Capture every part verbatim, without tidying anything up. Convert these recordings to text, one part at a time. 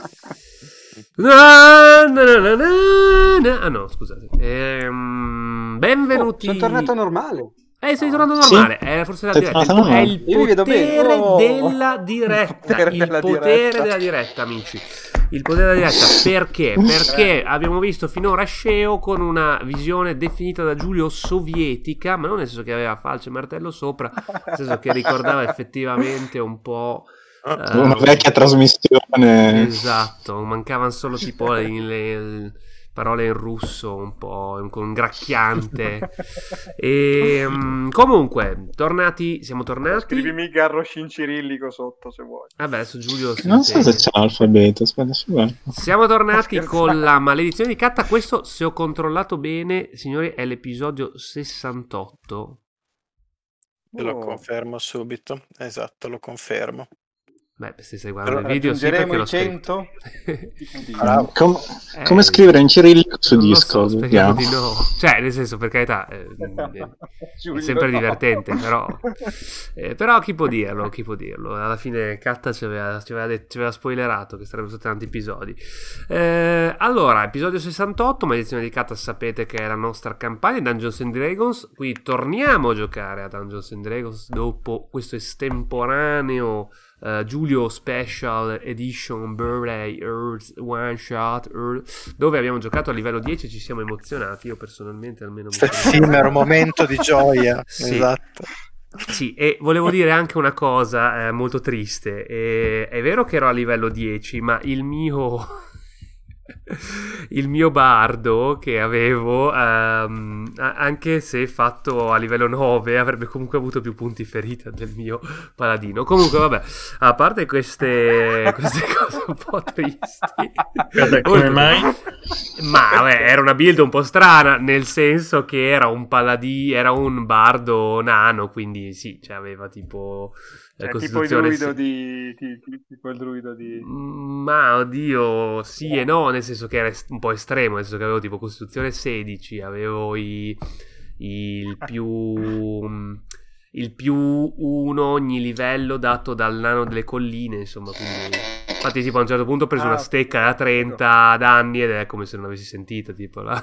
Na, na, na, na, na. Ah no, scusate. Ehm, benvenuti. Oh, sono tornato normale. Eh, sei tornato normale. Sì. È forse la Sei diretta. tornato È normale. il Io mi vedo bene. potere Oh. della diretta. Il potere Il della potere diretta. della diretta, amici. Il potere della diretta. Perché? Perché abbiamo visto finora Sceo con una visione definita da Giulio sovietica, ma non nel senso che aveva falce e martello sopra, nel senso che ricordava effettivamente un po'. Uh, una vecchia trasmissione. Esatto, mancavano solo tipo le, le, le parole in russo un po' con gracchiante. E um, comunque, tornati, siamo tornati. Scrivimi garroscin cirillico sotto se vuoi. Vabbè, adesso Giulio si Non so intende. se c'è l'alfabeto. Aspetta, si guarda. Siamo tornati con la maledizione di Katta. Questo, se ho controllato bene, signori, è l'episodio sessantotto. Te lo Oh. confermo subito. Esatto, lo confermo. Beh, se stai guardando il video, sì, Raggiungeremo perché l'ho i cento? scritto. Bravo. Com- Eh, come scrivere in cirillico su non lo Discord? so, speriamo vediamo. di no. Cioè, nel senso, per carità, eh, è Giulio, sempre no. divertente, però, eh, però chi può dirlo, chi può dirlo? Alla fine Katta ci aveva, ci aveva, detto, ci aveva spoilerato che sarebbero stati tanti episodi. Eh, allora, episodio sessantotto, maledizione di Katta, sapete che è la nostra campagna Dungeons and Dragons. Qui torniamo a giocare a Dungeons and Dragons dopo questo estemporaneo Uh, Giulio Special Edition Birthday Earth One Shot Earth, dove abbiamo giocato a livello dieci e ci siamo emozionati. Io personalmente almeno mi sono... Effimero momento di gioia. Sì. Esatto. Sì, e volevo dire anche una cosa eh, molto triste. Eh, è vero che ero a livello dieci, ma il mio il mio bardo che avevo, um, anche se fatto a livello nove, avrebbe comunque avuto più punti ferita del mio paladino. Comunque vabbè, a parte queste, queste cose un po' tristi, Vabbè, come mai? ma vabbè, era una build un po' strana, nel senso che era un paladino, era un bardo nano, quindi sì, cioè aveva tipo Cioè, la tipo il costituzione druido sì. di ti- ti- tipo il druido di Ma oddio, sì e no, nel senso che era est- un po' estremo, nel senso che avevo tipo costituzione sedici, avevo i, il più il più uno ogni livello dato dal nano delle colline, insomma, quindi infatti tipo a un certo punto ho preso Ah, una stecca da trenta danni ed è come se non avessi sentito, tipo la...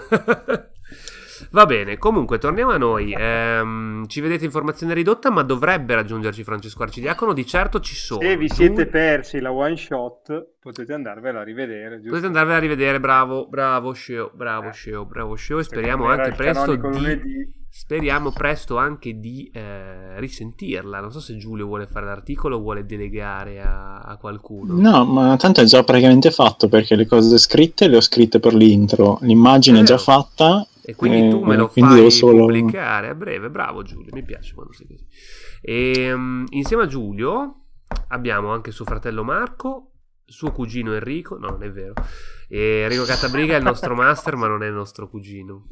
Va bene, comunque torniamo a noi. Ehm, ci vedete informazione ridotta, ma dovrebbe raggiungerci Francesco Arcidiacono. Di certo ci sono. Se vi siete due- persi la one shot, potete andarvela a rivedere, giusto? Potete andarvela a rivedere. Bravo, bravo Sceo, bravo Eh. Sceo, bravo Sceo. E Secondo speriamo me era anche il presto canonico di lunedì. speriamo presto anche di eh, risentirla. Non so se Giulio vuole fare l'articolo o vuole delegare a, a qualcuno. No, ma tanto è già praticamente fatto, perché le cose scritte le ho scritte per l'intro, l'immagine è già Vero. fatta. E quindi tu me lo quindi fai devo solo... pubblicare a breve. Bravo Giulio, mi piace quando sei così. E, um, insieme a Giulio abbiamo anche suo fratello Marco, suo cugino Enrico. No, non è vero. E Enrico Cattabriga è il nostro master, ma non è il nostro cugino.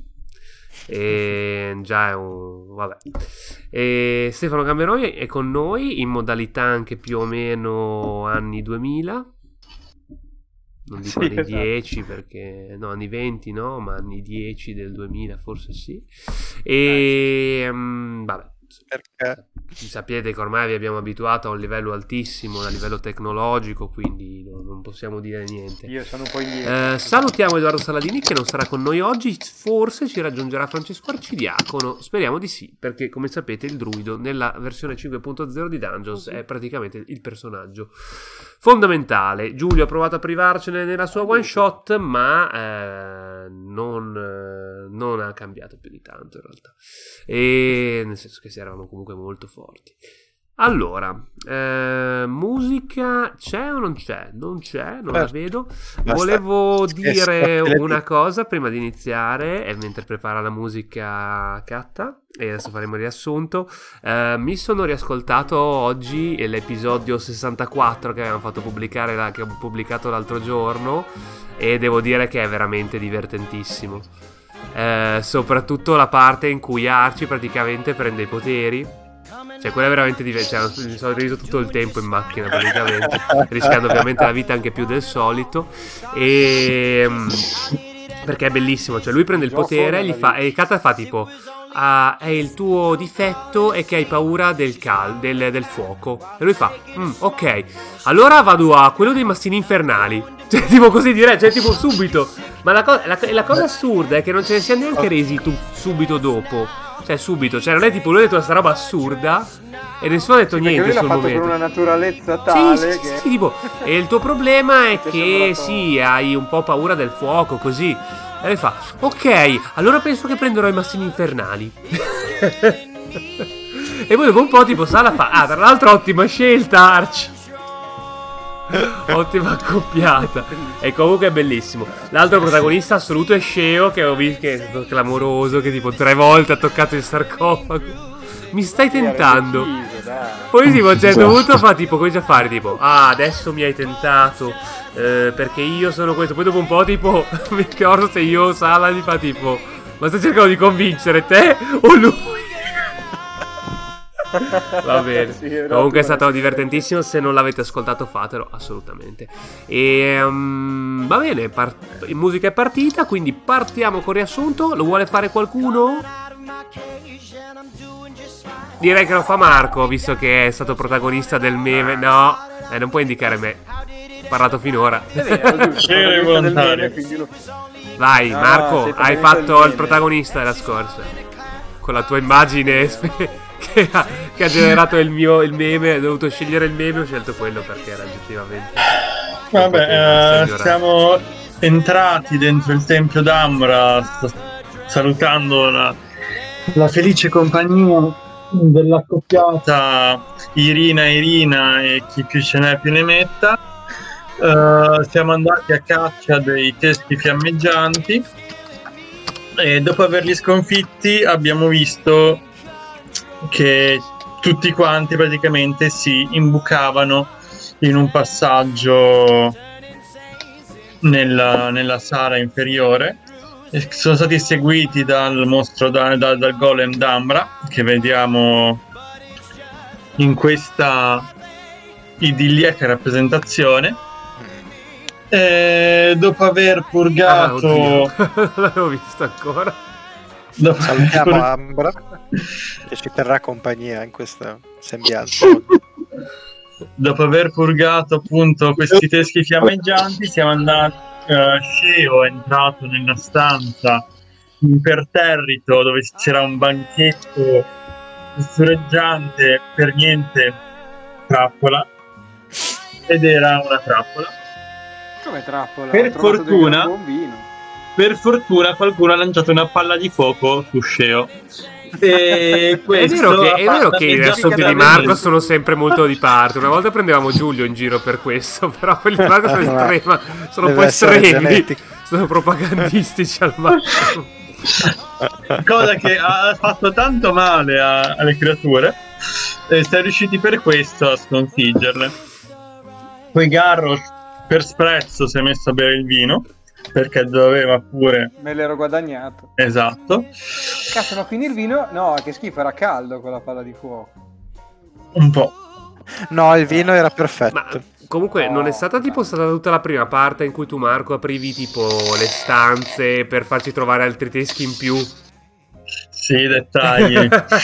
E già è un vabbè. E Stefano Gamberoni è con noi in modalità anche più o meno anni duemila. Non dico Sì, anni esatto. dieci perché no, anni venti no, ma anni dieci del duemila forse sì. E um, vabbè, Perché? sapete che ormai vi abbiamo abituato a un livello altissimo, a livello tecnologico, quindi no, non possiamo dire niente. Io sono un po' indietro. Eh, salutiamo Edoardo Saladini che non sarà con noi oggi, forse ci raggiungerà Francesco Arcidiacono, speriamo di sì, perché come sapete il druido nella versione cinque punto zero di Dungeons è praticamente il personaggio fondamentale. Giulio ha provato a privarcene nella sua one shot, ma eh, non, eh, non ha cambiato più di tanto in realtà, e nel senso che si eravamo comunque molto forti. Allora, eh, musica c'è o non c'è? Non c'è, non la Certo. vedo. Basta. Volevo Sì, dire sì. una cosa prima di iniziare, e mentre prepara la musica Katta, e adesso faremo il riassunto. Eh, mi sono riascoltato oggi l'episodio sessantaquattro che avevamo fatto pubblicare, la, che ho pubblicato l'altro giorno, e devo dire che è veramente divertentissimo. Eh, soprattutto la parte in cui Archie praticamente prende i poteri. Cioè quella è veramente divertente, cioè, mi sono riso tutto il tempo in macchina praticamente, rischiando ovviamente la vita anche più del solito. E perché è bellissimo, cioè lui prende il potere e gli fa, e Kata fa tipo ah, è il tuo difetto è che hai paura del cal del, del fuoco. E lui fa mm, ok, allora vado a quello dei mastini infernali. Cioè tipo così direi, cioè tipo subito. Ma la, co- la, la cosa assurda è che non ce ne siamo neanche resi tu subito dopo. Cioè subito, cioè non è tipo lui ha detto questa roba assurda e nessuno ha detto Sì, niente perché lui sul l'ha fatto momento. con una naturalezza Sì, tale sì, sì, che... sì, tipo, e il tuo problema è Ti è che sembrato- sì, hai un po' paura del fuoco, così. E lui fa, ok, allora penso che prenderò i mastini infernali. E poi dopo un po' tipo Sala fa, ah, tra l'altro ottima scelta, Arci. Ottima accoppiata. E comunque è bellissimo. L'altro protagonista assoluto è Sceo, che ho visto che è stato clamoroso, che tipo tre volte ha toccato il sarcofago. Mi stai Sì, era tentando. indeciso, dai. Poi tipo a un certo Esatto. punto fa tipo comincia a fare tipo ah adesso mi hai tentato eh, perché io sono questo. Poi dopo un po' tipo mi ricordo se io Sala gli fa tipo ma stai cercando di convincere te o lui? Va bene. Sì, era Comunque è ottimo, stato sì. divertentissimo. Se non l'avete ascoltato fatelo assolutamente. E um, va bene, par- musica è partita, quindi partiamo con riassunto. Lo vuole fare qualcuno? Direi che lo fa Marco, visto che è stato protagonista del meme. No, eh, non puoi indicare me. Ho parlato finora. È vero, giusto, Sì, protagonista del volontario. meme, quindi lo- Vai, No, Marco, sei hai protagonista fatto del il meme. protagonista della scorsa. Con la tua immagine spe- che, ha, che ha generato il mio il meme. Ho dovuto scegliere il meme, ho scelto quello perché era oggettivamente. non poteva essere Vabbè, eh, ignorato. siamo entrati dentro il tempio d'Ambra, sto salutando la, la felice compagnia dell'accoppiata Irina Irina e chi più ce n'è più ne metta. Eh, siamo andati a caccia dei teschi fiammeggianti e dopo averli sconfitti abbiamo visto che tutti quanti praticamente si imbucavano in un passaggio nella, nella sala inferiore e sono stati seguiti dal mostro da, da- dal golem d'Ambra che vediamo in questa idilliaca rappresentazione. E dopo aver Ah, purgato oddio. Non l'avevo visto ancora. dopo Salutiamo aver- Ambra che ci terrà compagnia in questa sembianza. dopo aver purgato appunto questi teschi fiammeggianti siamo andati, eh, Sceo è entrato nella stanza imperterrito dove c'era un banchetto lussureggiante, per niente trappola, ed era una trappola. Come trappola? Per Ho trovato dei fortuna- gran bombino. Per fortuna qualcuno ha lanciato una palla di fuoco su Sceo. E È questo vero che, ha è vero fatto che i degli riassunti di accadimenti. Marco sono sempre molto di parte. Una volta prendevamo Giulio in giro per questo, però quelli di Marco sono Ma estrema, sono un deve po' essere estremi, genetico. sono propagandistici al massimo. Cosa che ha fatto tanto male a- alle creature e si è riusciti per questo a sconfiggerle. Poi Garrosh per sprezzo si è messo a bere il vino perché doveva pure, Me l'ero guadagnato. esatto, Cazzo, ma quindi il vino... No, che schifo, era caldo con la palla di fuoco. un po'. No, il vino era perfetto. Ma comunque non è stata tipo stata tutta la prima parte in cui tu Marco aprivi tipo le stanze per farci trovare altri teschi in più? Sì, dettagli.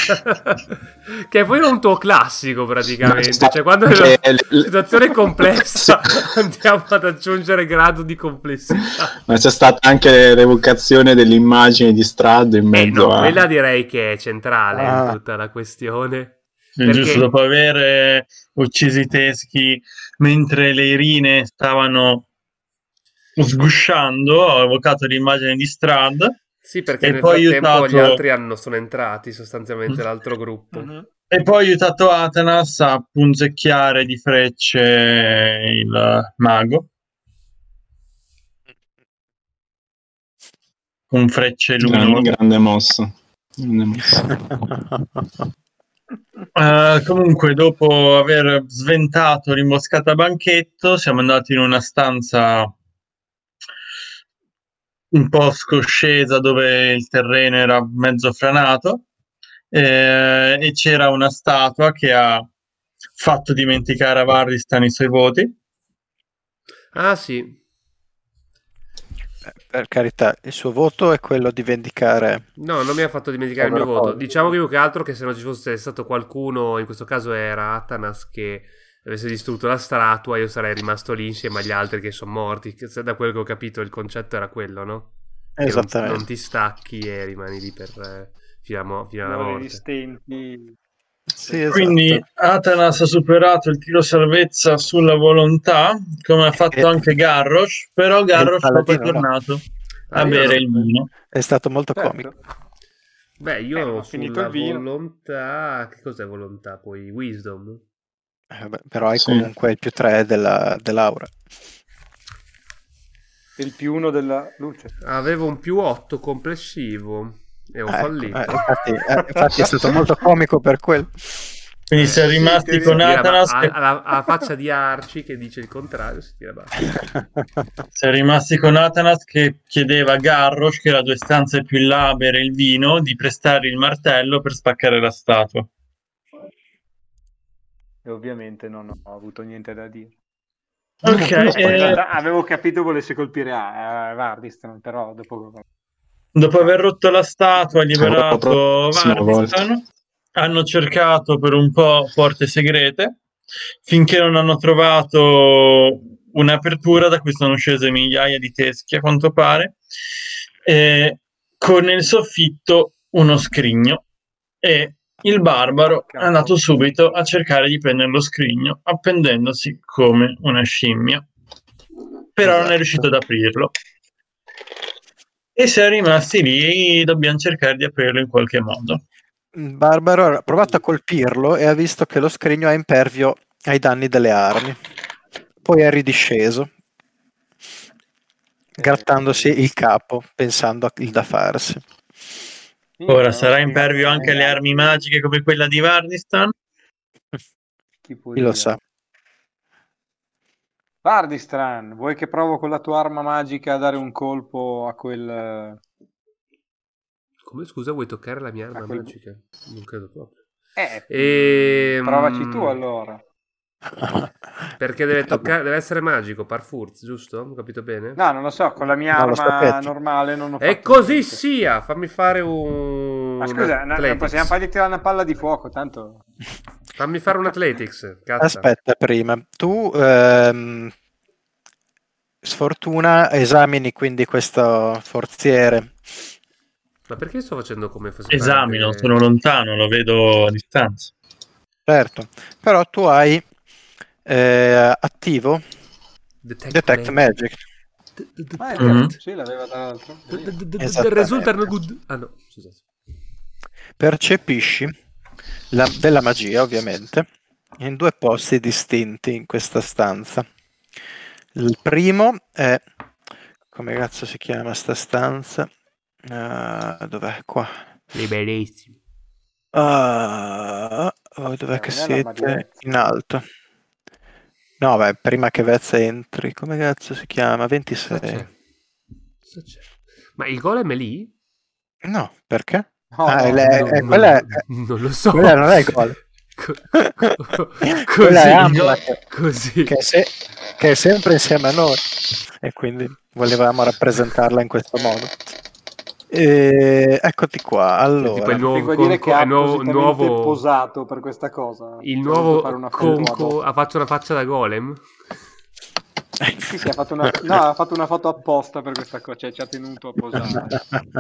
Che poi è un tuo classico praticamente. Ma- Cioè quando che- la situazione è complessa andiamo ad aggiungere grado di complessità. Ma c'è stata anche l'evocazione dell'immagine di Strad in Eh mezzo no, a... quella direi che è centrale in Ah. tutta la questione. Sì, Perché- giusto dopo aver eh, ucciso i teschi mentre le irine stavano sgusciando, ho evocato l'immagine di Strad. Sì, perché E nel poi frattempo aiutato- gli altri hanno, sono entrati sostanzialmente Mm. l'altro gruppo. Mhm. E poi ho aiutato Atanas a punzecchiare di frecce il mago con frecce Grande, luminose. grande mossa. Grande mossa. Eh, comunque, dopo aver sventato l'imboscata banchetto, siamo andati in una stanza un po' scoscesa dove il terreno era mezzo franato eh, e c'era una statua che ha fatto dimenticare a Vardistan i suoi voti. Ah sì. Per carità, il suo voto è quello di vendicare. No, non mi ha fatto dimenticare il mio Povero voto. povero. Diciamo che più che altro che se non ci fosse stato qualcuno, in questo caso era Atanas, che avesse distrutto la statua, io sarei rimasto lì insieme agli altri che sono morti. Che, se da quello che ho capito il concetto era quello, no? Che non, Esattamente. non ti stacchi e rimani lì per eh, fino, a mo- fino alla Non morte. resistenti. Sì, esatto. Quindi Atanas ha superato il tiro salvezza sulla volontà, come ha fatto E- anche Garrosh, però e il Garrosh poi è paladino no. tornato Ah, a io bere no. il vino. È stato molto Certo. comico. Beh, Eh, io ma finito sulla il vino. volontà... Che cos'è volontà? Poi wisdom? Eh, beh, però hai Sì. comunque il più tre della, dell'aura. Il più uno della luce. Avevo un più otto complessivo e ho Ah, ecco, fallito. eh, infatti, eh, infatti è stato molto comico per quello. Quindi si è Eh, rimasti sì, con Si tira ba- Atanas a- che, alla, alla faccia di Arci che dice il contrario, si tira basta. si è rimasti con Atanas che chiedeva a Garrosh, che era due stanze più in là a bere il vino, di prestare il martello per spaccare la statua. E ovviamente non ho avuto niente da dire. Ok, Eh, poi in e realtà avevo capito volesse colpire a, a Vardistan, però dopo... dopo aver rotto la statua e Avrò la liberato prossima volta. Vardistan, hanno cercato per un po' porte segrete, finché non hanno trovato un'apertura da cui sono scese migliaia di teschi, a quanto pare, e con nel soffitto uno scrigno. E il barbaro è andato subito a cercare di prendere lo scrigno, appendendosi come una scimmia. Però non è Esatto. riuscito ad aprirlo. E se è rimasti lì, dobbiamo cercare di aprirlo in qualche modo. Barbaro ha provato a colpirlo e ha visto che lo scrigno è impervio ai danni delle armi. Poi è ridisceso, grattandosi il capo, pensando al da farsi. Ora, sarà impervio anche alle armi magiche come quella di Vardistan? Chi può Chi lo dire? sa. Vardistan, vuoi che provo con la tua arma magica a dare un colpo a quel... Come scusa, vuoi toccare la mia arma quel- magica? Non credo proprio. Eh, Ehm, provaci tu allora. Perché deve toccare, deve essere magico, par furz, giusto? Ho capito bene? No, non lo so, con la mia Non lo arma sapete. normale non ho E fatto così niente. sia, fammi fare un... Ma scusa, un no, athletics. possiamo fargli tirare una palla di fuoco, tanto... Fammi fare un athletics, cazzo. Aspetta, prima. Tu, ehm, sfortuna, esamini quindi questo forziere. Ma perché sto facendo come fosse Esamino, fare- sono lontano, lo vedo a distanza. Certo, però tu hai eh, attivo Detect, Detect Magic. D- d- d- Ma è Mhm. vero, sì, l'aveva tra l'altro. d- d- d- d- Esattamente. Resultano good. Ah no, scusate. Percepisci la- della magia, ovviamente, in due posti distinti in questa stanza. Il primo è, come cazzo si chiama sta stanza? Ah, dov'è qua? Liberissimo. Ah, oh, dov'è Eh, che non è l'arma di siete? Vez. In alto. No, beh, prima che Vez entri, come cazzo si chiama? Cosa ventisei. c'è? Cosa c'è? Ma il golem è lì? No, perché? No, ah, no, è le- non, è- non- quella, è, non lo so. quella non è il gol. Co- co- Quella è così, Amlet, così. che è, se- che è sempre insieme a noi e quindi volevamo rappresentarla in questo modo. E eccoti qua. Cioè, tipo Allora, il nuovo, Vengo a dire che conco- ha il nuovo, appositamente nuovo- posato per questa cosa. il Ci ha voluto fare nuovo una foto ad conco hoc. ha fatto una faccia da golem. Sì, sì, ha fatto una, no, ha fatto una foto apposta per questa cosa, cioè ci ha tenuto a posare.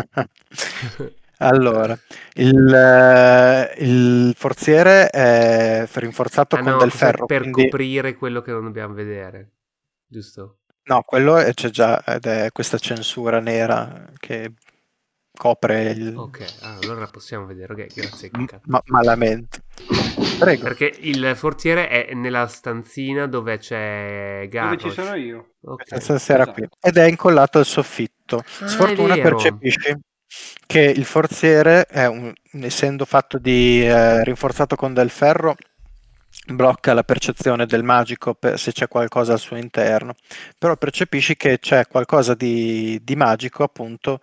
allora il, eh, il forziere è rinforzato Ah con no, del cos'è ferro, per quindi coprire quello che non dobbiamo vedere, giusto? no, quello è- c'è già ed è questa censura nera che copre il Ok, ah, allora possiamo vedere. Ok, grazie. m- cazzo. ma- malamente. Prego. Perché il forziere è nella stanzina dove c'è Dove Garrosh. ci sono io? Ok. Questa sera esatto. qui. Ed è incollato al soffitto. Ah, Sfortuna è vero. percepisci che il forziere, è un- essendo fatto di eh, rinforzato con del ferro, blocca la percezione del magico per- se c'è qualcosa al suo interno. Però percepisci che c'è qualcosa di, di magico appunto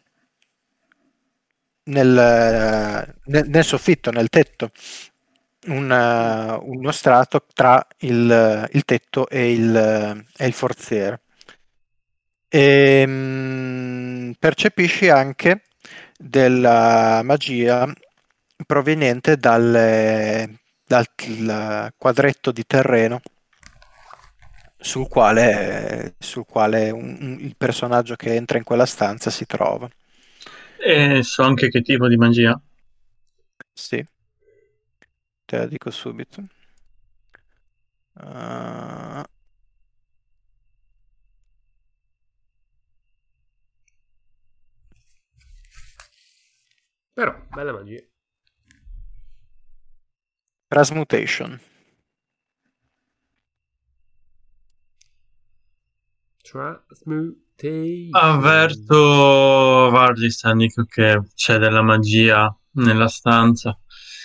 nel, eh, nel- nel soffitto, nel tetto. Un, eh, uno strato tra il, il tetto e il, e il forziere. E mh, percepisci anche della magia proveniente dalle- dal il quadretto di terreno sul quale, sul quale un- un- il personaggio che entra in quella stanza si trova. E so anche che tipo di magia. Sì, te la dico subito. Uh, Però, bella magia. Transmutation. Transmutation. Avverto Vardistan, dico che c'è della magia nella stanza.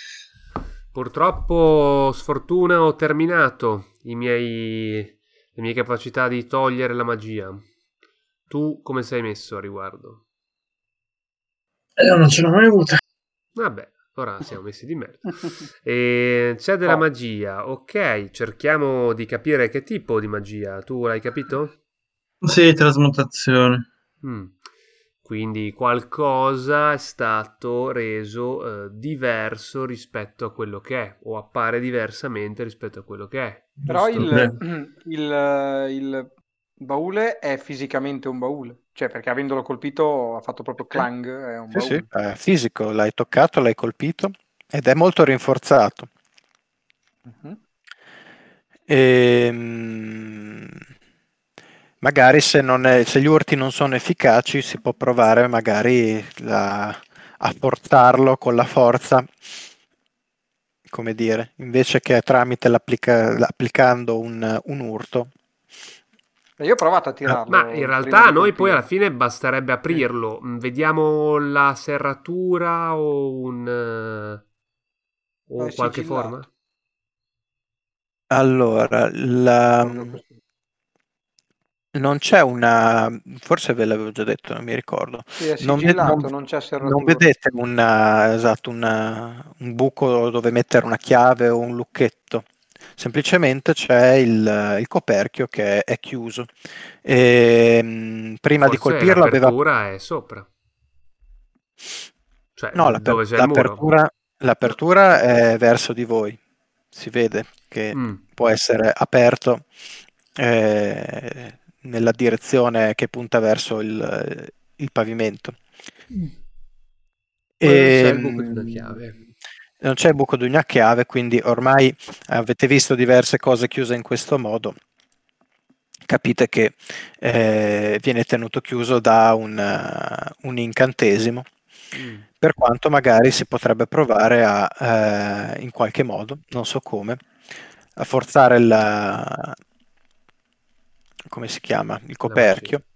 Purtroppo, sfortuna, ho terminato i miei, le mie capacità di togliere la magia. Tu come sei messo a riguardo? Io non ce l'ho mai avuta. Vabbè, ora siamo messi di merda. E c'è della Oh. magia, ok, cerchiamo di capire che tipo di magia. Tu l'hai capito? Sì, trasmutazione. Mm. Quindi qualcosa è stato reso eh, diverso rispetto a quello che è, o appare diversamente rispetto a quello che è. Però giusto? il, il, il baule è fisicamente un baule, cioè perché avendolo colpito ha fatto proprio clang, è un Sì, sì, baule. è fisico, l'hai toccato, l'hai colpito ed è molto rinforzato. Mhm. Ehm, magari se, non è- se gli urti non sono efficaci si può provare magari la- a portarlo con la forza, come dire, invece che tramite l'applica- applicando un, un urto. E io ho provato a Ah, tirarlo Ma in prima realtà a di noi poi alla colpirlo. fine basterebbe aprirlo. Mm, Vediamo la serratura o un eh, No, o è qualche forma. sigillato. allora, la- Proprio così. non c'è una, forse ve l'avevo già detto, non mi ricordo. Sì, è Non, ve- non- sigillato, non c'è non serratura. vedete una- esatto, una- un buco dove mettere una chiave o un lucchetto, semplicemente c'è il, il coperchio che è chiuso. E, mh, prima di Forse colpirlo aveva... l'apertura è sopra, cioè No, d- l'aper- dove c'è il muro. l'apertura, l'apertura è verso di voi, si vede che Mm. può essere aperto eh, nella direzione che punta verso il, il pavimento. Ma non c'è il E, buco di una chiave. non c'è il buco di una chiave, quindi ormai avete visto diverse cose chiuse in questo modo. Capite che eh, viene tenuto chiuso da un, uh, un incantesimo, Mm. per quanto magari si potrebbe provare a, eh, in qualche modo, non so come, a forzare il, come si chiama, il La magia. coperchio,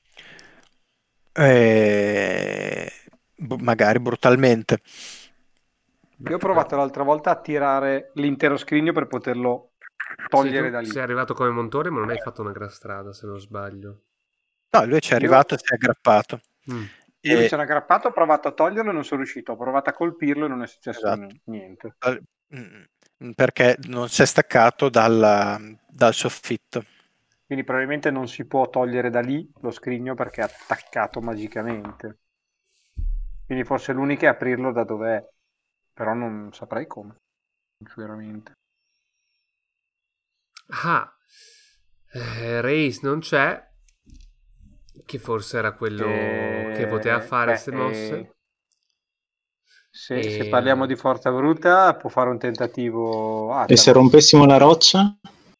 e, bu- magari brutalmente. Io ho provato l'altra volta a tirare l'intero scrigno per poterlo Sì, togliere tu da lì. sei arrivato come montore, ma non hai fatto una gran strada, se non sbaglio. No, lui ci è Io- arrivato e si è aggrappato. Mm. Io mi E- sono aggrappato, ho provato a toglierlo e non sono riuscito. Ho provato a colpirlo e non è successo Esatto. ni- niente. Dal- mm, perché non si è staccato dal, dal soffitto. Quindi probabilmente non si può togliere da lì lo scrigno perché è attaccato magicamente. Quindi forse l'unica è aprirlo da dove è. Però non saprei come. Sinceramente. Ah, eh, Race non c'è, che forse era quello Eh, che poteva fare beh, queste mosse. eh, se, E- se parliamo di forza bruta, può fare un tentativo. Ah, E se rompessimo la roccia?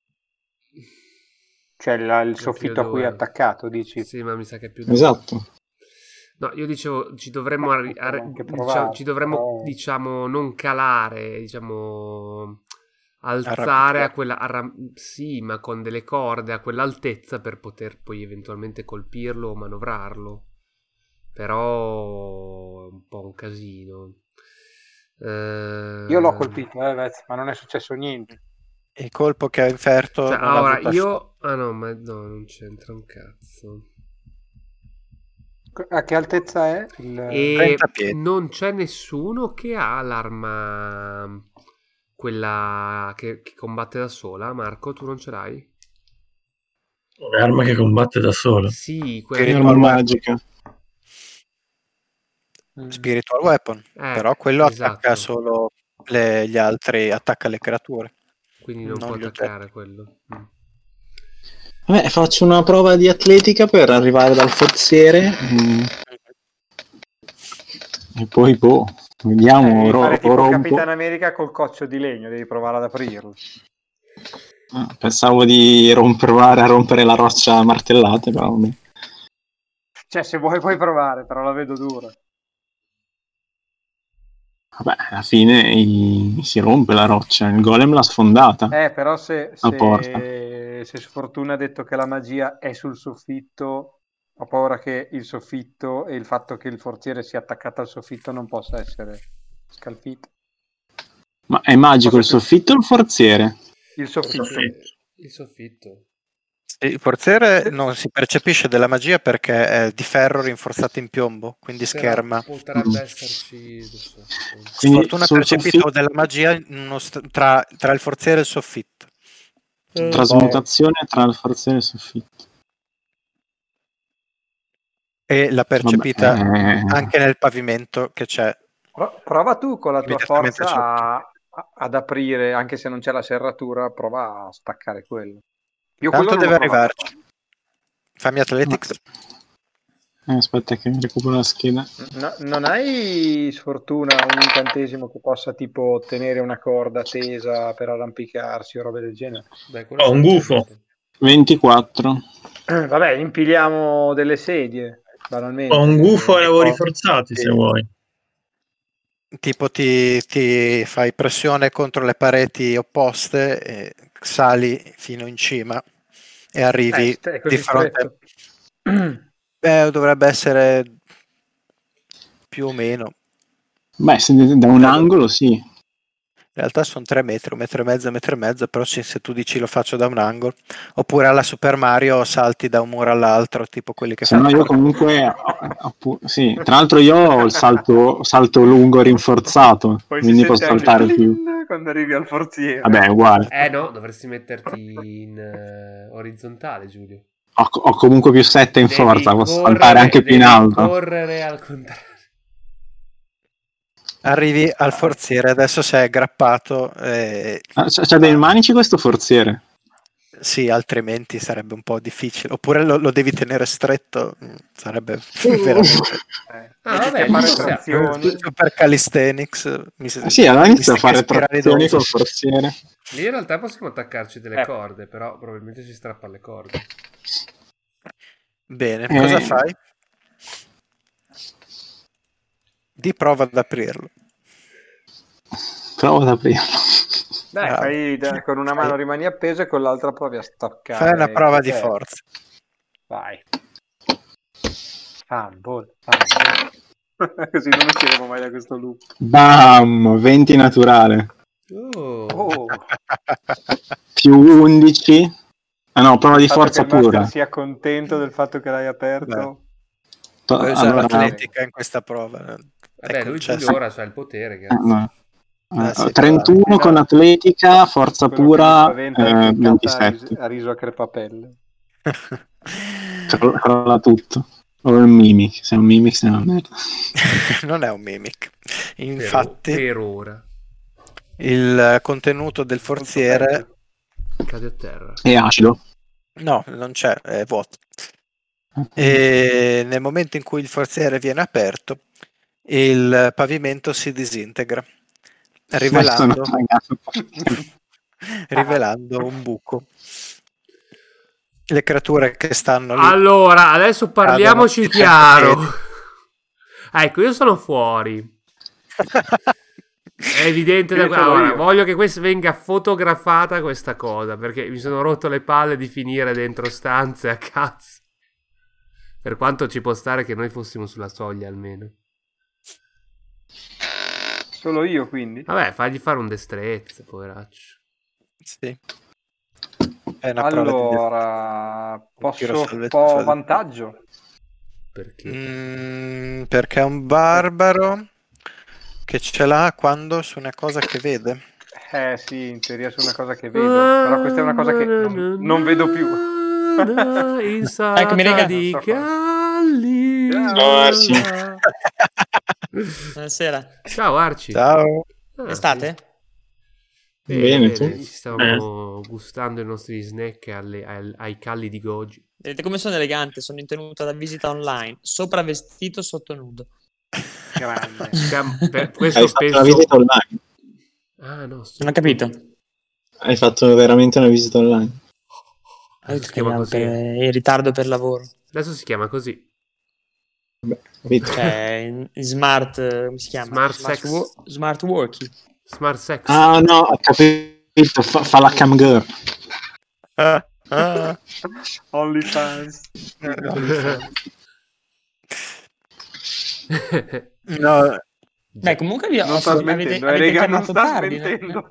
C'è la- il È più soffitto a cui è due. attaccato, dici? Sì, ma mi sa che è più due. Esatto. No, io dicevo, ci dovremmo, Ma arri- potremmo arri- anche diciamo, provare, ci dovremmo, però- diciamo, non calare, diciamo, alzare Arrampicare. a quella, arram- sì, ma con delle corde a quell'altezza per poter poi eventualmente colpirlo o manovrarlo. Però è un po' un casino. Eh, Io l'ho colpito, eh, Vez, ma non è successo niente. Il colpo che ha inferto Cioè, non l'ha allora, buttato io... Ah no, ma no, non c'entra un cazzo. A che altezza è? Il... E trenta piedi. non c'è nessuno che ha l'arma, quella che, che combatte da sola. Marco, tu non ce l'hai? Un'arma che combatte da sola. Sì, È quella un'arma magica. Spiritual Weapon, Eh, però quello attacca esatto. solo le- gli altri, attacca le creature. Quindi non, non può gli attaccare quello. Mm. Vabbè, faccio una prova di atletica per arrivare dal forziere. mm, E poi, boh, Eh, vediamo. devi ro- fare tipo rompo. Capitan America col coccio di legno, devi provare ad aprirlo. Ah, pensavo di rom- provare a rompere la roccia a martellate, però vabbè. Cioè, se vuoi puoi provare, però la vedo dura. Vabbè, alla fine i- si rompe la roccia, il golem l'ha sfondata. Eh, però se, La porta. se, se Sfortuna ha detto che la magia è sul soffitto, ho paura che il soffitto e il fatto che il forziere sia attaccato al soffitto non possa essere scalfito. Ma è magico il Cosa più- soffitto o il forziere? Il soffitto. soffitto. Il soffitto. Il forziere non si percepisce della magia perché è di ferro rinforzato in piombo, quindi Però scherma. potrebbe Mm. esserci. adesso, Quindi Sfortuna sul percepito soffitto- della magia in uno st- tra, tra il forziere e il soffitto. Eh, Trasmutazione tra il forziere e il soffitto. E la percepita Vabbè, eh, anche nel pavimento che c'è. Pro- Prova tu con la tua Immediatamente forza sotto. a- a- ad aprire, anche se non c'è la serratura, prova a staccare quello. Io Tanto quello non deve l'ho provato. arrivarci. Fammi Athletics. eh, aspetta che mi recupero la scheda. No- non hai sfortuna un incantesimo che possa tipo tenere una corda tesa per arrampicarsi o robe del genere? Beh, quello Ho un sarebbe gufo. utile. ventiquattro. Eh, Vabbè, impiliamo delle sedie, banalmente. Ho un gufo a lavori Oh, forzati, sì. se vuoi. Tipo ti, ti fai pressione contro le pareti opposte e sali fino in cima e arrivi Eh, st- è così di fronte. stretto. Beh, dovrebbe essere più o meno. Beh, se da un Dai, angolo sì. In realtà sono tre metri, un metro e mezzo, un metro e mezzo, però se, se tu dici lo faccio da un angolo, oppure alla Super Mario salti da un muro all'altro, tipo quelli che Se no fanno. io comunque appu- sì, tra l'altro io ho il salto, salto lungo rinforzato, Poi si quindi posso sente saltare anche più. quando arrivi al forziere. Vabbè, è uguale. Eh no, dovresti metterti in eh, orizzontale, Giulio. Ho, ho comunque più sette in Devi forza, posso correre- saltare anche più in devi alto. correre al contrario. Arrivi al forziere, adesso sei aggrappato, eh, Ah, C'ha, c'ha dei manici questo forziere? sì, altrimenti sarebbe un po' difficile. Oppure lo, lo devi tenere stretto, mm, sarebbe veramente Eh, Ah, mettiti vabbè, a fare inizia- trazioni. super calisthenics. Mi, Ah, sì, allora mi inizio a stai fare ispirare trazioni dopo. col forziere. Lì in realtà possiamo attaccarci delle Eh. corde, però probabilmente ci strappa le corde. Bene, Eh. cosa fai? Di prova ad aprirlo. Provo ad aprirlo. Dai, Bravo. fai da- con una mano Fai- rimani appeso e con l'altra provi a stoccare. Fai una prova di Eh, forza. Vai. Fumble, fumble. Così non usciremo mai da questo loop. Bam, venti naturale. Oh. Oh, Più undici. Ah no, prova di il fatto forza che il master pura. sia contento del fatto che l'hai aperto. To- Puoi usare allora, l'atletica in questa prova. È Vabbè, lui concesso. Giulio ora c'ha il potere. eh, Cazzo. no. Ah, Eh, sì, trentuno con atletica, forza Quello che mi pura, spaventa è che eh, il cat ha ventisette. riso, ha riso a crepapelle. Cro- Crolla tutto. O il mimic, se è un mimic sei una merda. Non è un mimic. Per- Infatti, per ora il contenuto del Molto forziere peggio. cade a terra. È acido. no, non c'è, è vuoto. E nel momento in cui il forziere viene aperto, il pavimento si disintegra, rivelando, Ma sono cagato. rivelando un buco. Le creature che stanno lì. Allora, adesso parliamoci Cadono. chiaro. Ecco, io sono fuori. È evidente da Io qua. sono Allora, io. voglio che questa venga fotografata questa cosa, perché mi sono rotto le palle di finire dentro stanze a cazzo. Per quanto ci può stare che noi fossimo sulla soglia almeno. Solo io, quindi. Vabbè, fagli fare un destrezza, poveraccio. Sì. È una prova di Allora, tiro posso salvezza, un po' salvezza. vantaggio? Perché? Mm, perché è un barbaro che ce l'ha quando su una cosa che vede. Eh sì, in teoria su una cosa che vedo, però questa è una cosa che non, non vedo più. na, insalata Eccomi, raga. di Non so cosa. galli. Ciao, Arci. Buonasera. Ciao Arci. Ciao. Ah, Estate? Bene, Bene, bene, tu? ci stavamo gustando i nostri snack alle- al- ai calli di Goji. Vedete come sono elegante? Sono in tenuta da visita online, sopra vestito, sotto nudo. Grande. Cam- per- questo Hai fatto spesso... una visita online? Ah, no, Non ho capito. Hai fatto veramente una visita online? Adesso si chiama così. Per- in ritardo per lavoro. Adesso si chiama così. Beh, capito. Cioè, in in smart, eh, come si chiama? Smart sex. wo- smart working. Smart sex. Ah, no, ho capito. Fa, fa la cam girl. Ah, ah. OnlyFans. No, Beh, comunque vi ho, Non sta avete, smettendo, eh, avete raga, non chiamato sta tardi, no? smettendo.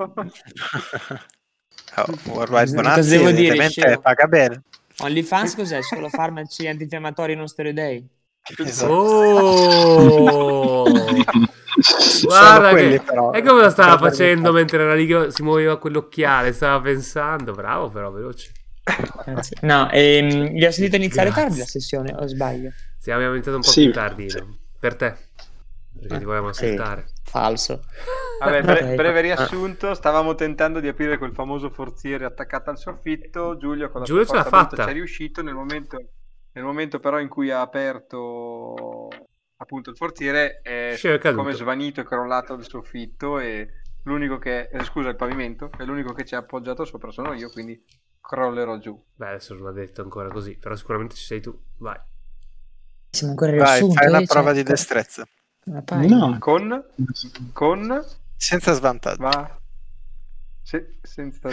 oh, Worldwide Cosa Bonazzi devo dire, evidentemente scemo? paga bene. OnlyFans cos'è? Solo farmaci antinfiammatori non steroidei? Esatto. Oh! Sono Guarda quelli, che... però, E come lo stava per facendo verità. mentre era lì che si muoveva quell'occhiale, stava pensando. Bravo però, veloce. Grazie. No, ehm, vi ho sentito iniziare Grazie. tardi la sessione, o sbaglio? Sì, abbiamo iniziato un po' Sì. più tardi. no? Per te. Perché ti volevamo Sì. ascoltare. Falso. Vabbè, bre- Ok. breve riassunto, stavamo tentando di aprire quel famoso forziere attaccato al soffitto. Giulio con la Giulio sua ce l'ha forza bruta fatta. ci è riuscito nel momento, nel momento però in cui ha aperto appunto il forziere è Scemo è caduto. come svanito e crollato il soffitto e l'unico che eh, scusa il pavimento e l'unico che ci ha appoggiato sopra sono io, quindi crollerò giù. Beh, adesso non l'ha detto ancora così, però sicuramente ci sei tu. Vai. Siamo ancora Vai, riassunti, fai una cioè, prova di co- destrezza. una paia. No. Con con Senza svantaggio. va se- senza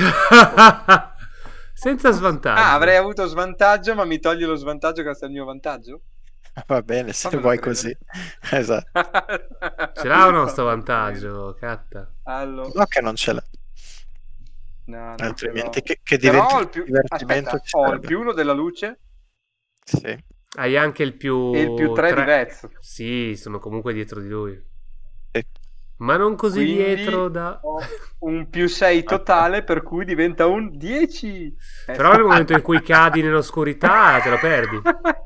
Senza svantaggio. Ah, avrei avuto svantaggio, ma mi toglie lo svantaggio grazie al mio vantaggio? Va bene, se Fammelo vuoi credere. così. Esatto. Ce l'ha o no sto vantaggio, Catta? Allora, No che non ce l'ha. no, non ce Altrimenti l'ho. che, che Però diventi ho il più... divertimento Aspetta, ci ho il sarebbe. più uno della luce Sì. Hai anche il più... e il più tre di Vez. Sì, sono comunque dietro di lui. Sì. Ma non così Quindi dietro da... ho un più sei totale, per cui diventa un dieci. Eh, Però nel momento in cui cadi nell'oscurità te lo perdi.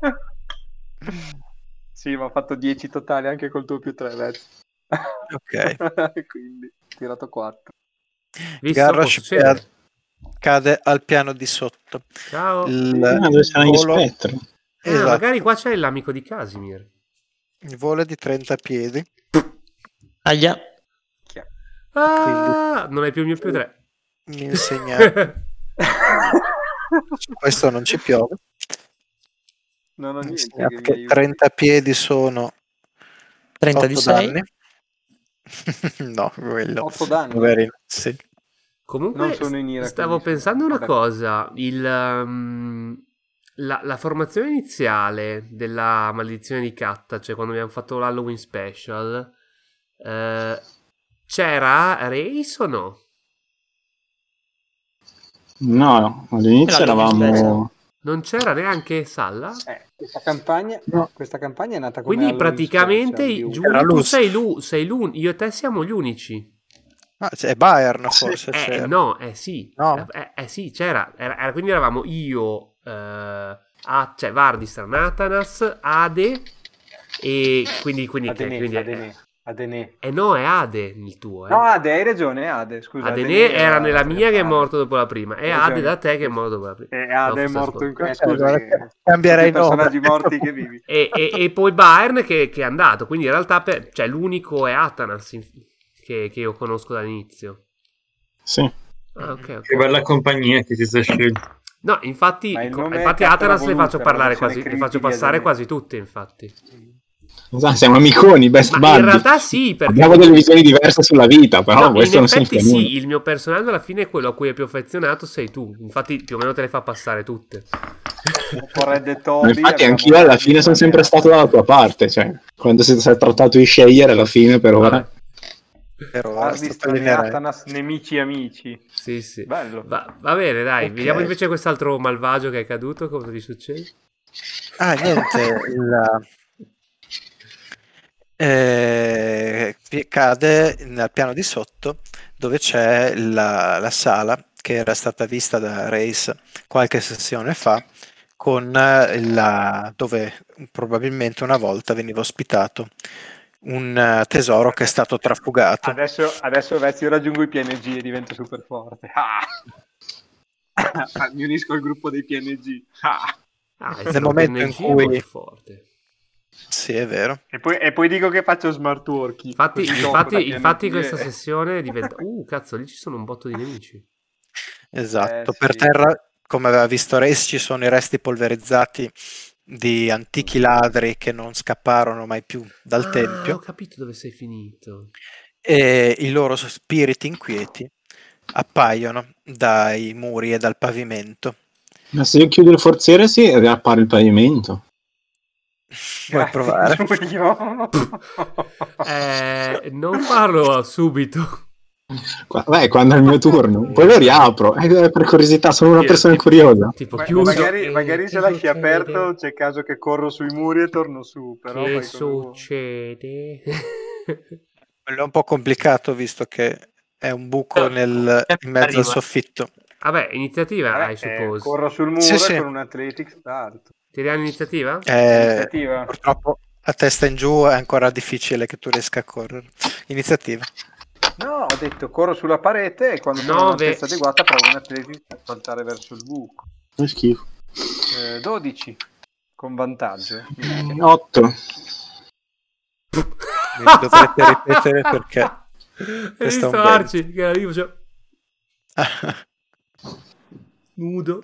Sì, ma ho fatto dieci totali anche col tuo più tre, Vez. Ok. Quindi ho tirato quattro. Visto può Garrosh succedere. cade al piano di sotto. Ciao. Il, Ah, dove sono gli volo, spettri? Ah, esatto, magari qua c'è l'amico di Casimir. il volo è di trenta piedi. Aia. Ah, non hai più il mio più tre. Mi insegna. Su questo non ci piove. Non ho Mi niente insegna che mi che aiuti. trenta piedi sono trenta di otto sei. danni. No, quello. otto danni. Poverino. Sì. Comunque, Non sono in ira, stavo quindi, pensando una vabbè. cosa. Il, um, la, la formazione iniziale della maledizione di Katta, cioè quando abbiamo fatto l'Halloween special, eh, c'era Race o no? No, all'inizio L'altro eravamo... Non c'era neanche Salla? Eh, questa campagna, No. questa campagna è nata come Quindi Halloween praticamente, special di un- Giulio, Era tu Luz. sei, lu- sei l'un- io e te siamo gli unici. Ah, c'è Bayern forse. Eh, c'era. no, eh sì. No? Eh, eh, sì, c'era. Era, era- quindi eravamo io, eh, a- cioè Vardistra, Nathanas, Ade e quindi... quindi, Adene, quindi Adene, Adene. eh no, è Ade il tuo. Eh. No, Ade, hai ragione, è Ade, scusa. Adene era nella mia che è Ade. morto dopo la prima. E Hai Ade ragione. da te che è morto dopo la prima. E Ade è No, morto in forse questo. Eh, allora cambierei tutti i personaggi nome. morti che vivi. E, e, e poi Bayern che, che è andato. Quindi in realtà per- cioè, l'unico è Atanas in- che, che io conosco dall'inizio. Sì. Ah, ok, ok. Che bella compagnia che ti sei scelto. No, infatti, Ma il co- nome infatti è Atanas le Cattara faccio Voluta, parlare la versione quasi, le faccio critica passare del- quasi tutte, infatti. Esatto, siamo amiconi, best Ma in buddy. realtà sì, perché... Abbiamo delle visioni diverse sulla vita, però No, in questo non effetti significa nulla. sì, il mio personaggio alla fine è quello a cui è più affezionato sei tu. Infatti più o meno te le fa passare tutte. Un po' Red Dead Ma Toby, infatti abbiamo- anch'io alla fine sono sempre stato dalla tua parte, cioè quando si è trattato di scegliere alla fine per ora. Vabbè. Per ora Ardis, sottolineerei. Atanas, nemici amici. Sì, sì. Bello. Va, va bene, dai, Ok. vediamo invece quest'altro malvagio che è caduto, cosa gli succede? Ah, niente, il, eh, cade nel piano di sotto dove c'è la, la sala che era stata vista da Race qualche sessione fa con la, dove probabilmente una volta veniva ospitato un uh, tesoro che è stato trafugato. Adesso, adesso Vezio raggiungo i P N G e divento super forte. Ah! Mi unisco al gruppo dei P N G. Ah! Ah, Nel momento in cui... forte. Sì, è vero. E poi, e poi dico che faccio smart working. Infatti, Così dopo infatti, da P N G infatti questa e- sessione diventa... Uh, cazzo, lì ci sono un botto di nemici. Esatto. Eh, Per sì. terra, come aveva visto Race, ci sono i resti polverizzati di antichi ladri che non scapparono mai più dal Ah, tempio, ho capito dove sei finito. e i loro spiriti inquieti appaiono dai muri e dal pavimento. Ma se io chiudo il forziere si riappare il pavimento. Vuoi provare? Giulio. Eh, non farlo subito. Qua- Beh, quando è il mio turno. Poi lo riapro. Eh, per curiosità, sono una persona curiosa. Tipo, Ma- chiuso. magari, magari Eh, se che lasci succede? aperto c'è caso che corro sui muri e torno su. Però Che fai come vuoi. succede? Quello è un po' complicato visto che è un buco nel, in mezzo al soffitto. Vabbè, iniziativa, Vabbè, I eh, suppose. corro sul muro Sì, e sì. con un athletics salto. Tiriamo iniziativa? Eh, Iniziativa. purtroppo a testa in giù è ancora difficile che tu riesca a correre. Iniziativa. No, ho detto corro sulla parete e quando sono Nove. all'altezza adeguata provo un athletics per saltare verso il buco. Che schifo. Eh, dodici con vantaggio. eh. otto. Mi dovrete ripetere perché Hai questo è visto un bel- Arci? Che arrivo, cioè, nudo.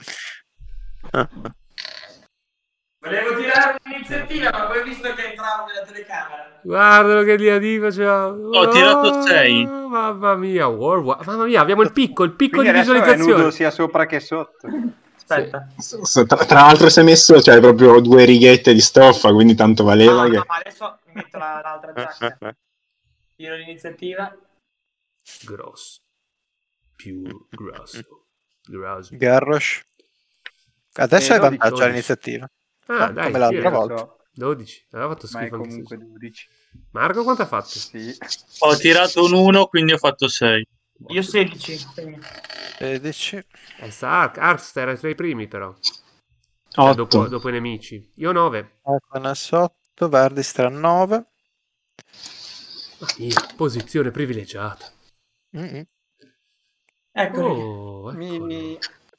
Volevo tirare un'iniziativa, ma poi ho visto che entravo nella telecamera. Guardalo che dia di faceva. Ho tirato sei. Mamma mia, World War- Mamma mia, abbiamo il picco, il picco Quindi di adesso è visualizzazione. nudo sia sopra che sotto. Aspetta. S- s- Tra, tra l'altro si è messo, cioè, proprio due righette di stoffa, quindi tanto valeva No, che... no, ma adesso mi metto la- l'altra giacca. Tiro l'iniziativa. Grosso. Più grosso. Grosso. Garrosh. Adesso Eh, hai dodici, vantaggio dodici. all'iniziativa. Ah, No, dai, come l'altra tira. Lo volta. so, dodici. Aveva fatto ma è schifo anche comunque se- dodici. Marco, quanto ha fatto? Sì. Ho tirato un uno, quindi ho fatto sei. Io sedici. sedici. Eh, sta Ark. Ark era tra i primi, però. Cioè, dopo, otto. dopo i nemici. Io nove. Arcanas otto. Verdistra nove. Mamma mia, posizione privilegiata. Mm-mm. Eccoli. Oh, Mi, eccolo. mi-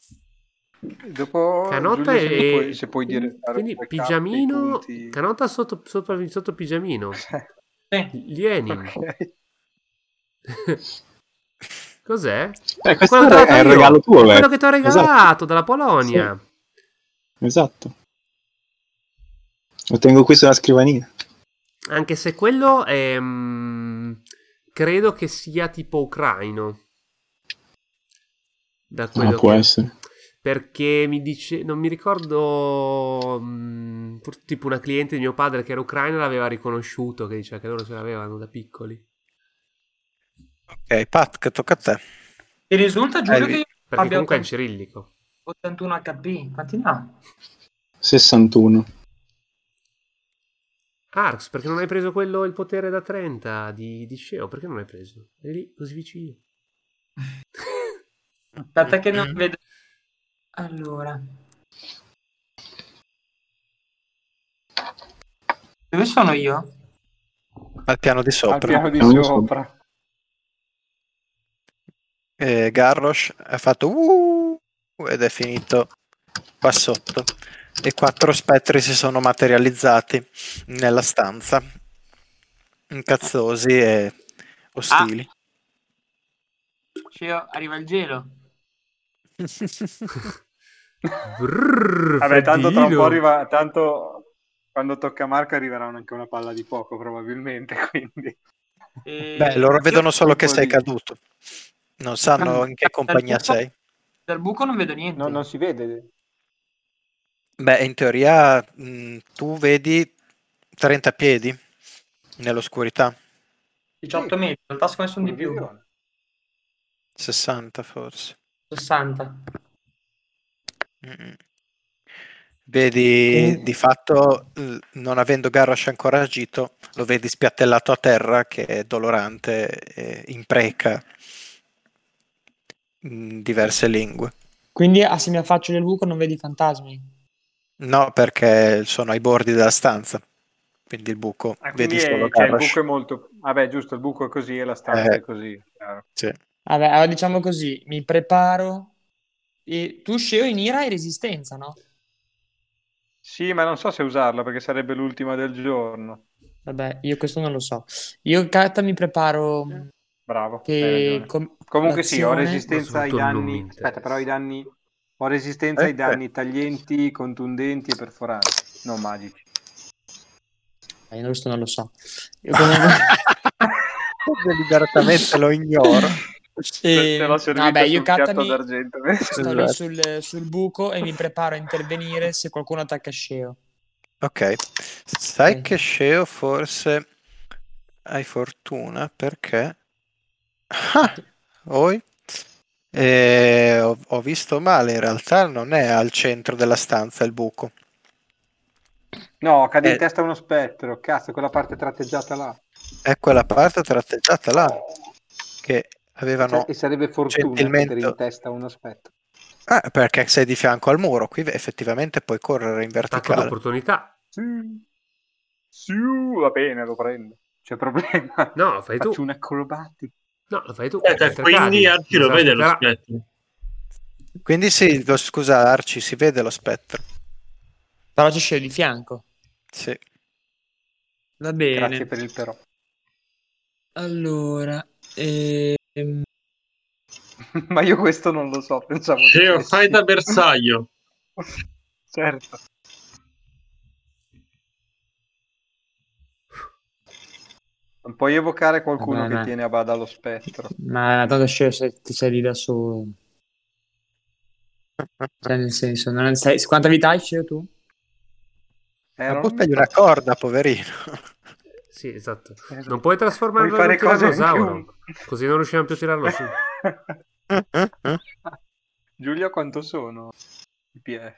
Dopo Canotta Giulio, se, mi e... puoi, se puoi dire fare Quindi un backup pigiamino... dei punti. Canotta sotto, sotto, sotto pigiamino. Sì. Lienin. Ok. Cos'è? Eh, questo Quello che è, t'ho dato è il io. regalo tuo, È quello Vec. che ti ho regalato dalla Polonia. Esatto. Lo tengo qui sulla scrivania. Anche se quello è... mm, credo che sia tipo ucraino. Da quello Ah, può che... essere. Perché mi dice... Non mi ricordo... mm, forse tipo una cliente di mio padre che era ucraina l'aveva riconosciuto, che diceva che loro ce l'avevano da piccoli. Ok, Pat, che tocca a te. Ti risulta, Giulio, Eh, che io Perché abbia comunque è in ottantuno cirillico. ottantuno H P? Quanti ne ha? sessantuno. Arx, perché non hai preso quello, il potere da trenta di, di Sceo? Perché non hai preso? È lì, così vicino. Aspetta che non vedo. Allora. Dove sono io? Al piano di Al sopra. piano di Non lo so. sopra. E Garrosh ha fatto uh, ed è finito qua sotto. E quattro spettri si sono materializzati nella stanza, incazzosi e ostili. Cioè, arriva il gelo. Brrr, Vabbè, tanto tra un freddino. po' arriva. Tanto quando tocca a Marco arriverà anche una palla di fuoco, probabilmente. Quindi. E... Beh, loro vedono solo che un po' sei di- caduto. Non sanno in che compagnia Dal buco- sei. Dal buco non vedo niente. No, non si vede. Beh, in teoria mh, tu vedi trenta piedi nell'oscurità, diciotto metri, in realtà secondo me sono di più. Provvisione. sessanta forse. sessanta. Mm-mm. Vedi di fatto, l- non avendo Garrosh ancora agito, lo vedi spiattellato a terra che è dolorante e impreca in diverse lingue. Quindi, ah, se mi affaccio nel buco non vedi i fantasmi? No, perché sono ai bordi della stanza, quindi il buco, Ah, quindi vedi solo è- cioè, il Garrosh. buco è molto... Vabbè, giusto, il buco è così e la stanza Eh, è così. Chiaro. sì. Vabbè, allora diciamo così, mi preparo e tu Sceo in ira hai resistenza, no? Sì, ma non so se usarla perché sarebbe l'ultima del giorno. Vabbè, io questo non lo so. Io Katta mi preparo mh, Bravo, hai che ragione. com- Comunque sì, ho l'azione. Ma resistenza ai soprattutto non mi danni... Aspetta, però i interessa. danni... Ho resistenza ai Eh, danni taglienti, contundenti e perforanti, non magici. Eh, io questo non lo so. Io comunque... Deliberatamente lo ignoro. E- Ce l'ho servita vabbè, io sul piatto Katta mi d'argento. sto lì Esatto. sul, sul buco e mi preparo a intervenire se qualcuno attacca Sceo. Ok, sai Ok. che Sceo forse hai fortuna perché... Ah, oi? Eh, ho, ho visto male, in realtà non è al centro della stanza il buco. No, cade in Eh. testa uno spettro. Cazzo, quella parte tratteggiata là. È quella parte tratteggiata là che avevano Cioè, e sarebbe fortuna cadere gentilmente... in testa uno spettro. Ah, perché sei di fianco al muro, qui effettivamente puoi correre in Attacco verticale. d'opportunità. Sì, sì, va bene, lo prendo. C'è problema. No, lo fai tu. Faccio un acrobatico. No, lo fai tu. Aspetta, Mentre quindi cadi, Arci non lo se la vede lo stopperà. spettro. Quindi sì, lo- scusa Arci, si vede lo spettro. Però c'è Sceo di fianco. Sì. Va bene. Grazie per il però. Allora, ehm, Ma io questo non lo so, pensavo Sceo, dicessi. fai da bersaglio. Certo. Non puoi evocare qualcuno Vabbè, che ma- tiene a bada lo spettro. ma tanto Sceo sei, ti sei lì da solo. Cioè, nel senso, non sei... quanta vita hai Sceo tu? Eh, Ma non buttagli mi una tocca. corda, poverino. Sì, esatto. Esatto. Non puoi trasformarlo Puoi in un fare cose anche tirannosauro. un- Così non riusciamo più a tirarlo su. Giulio, quanto sono i P F?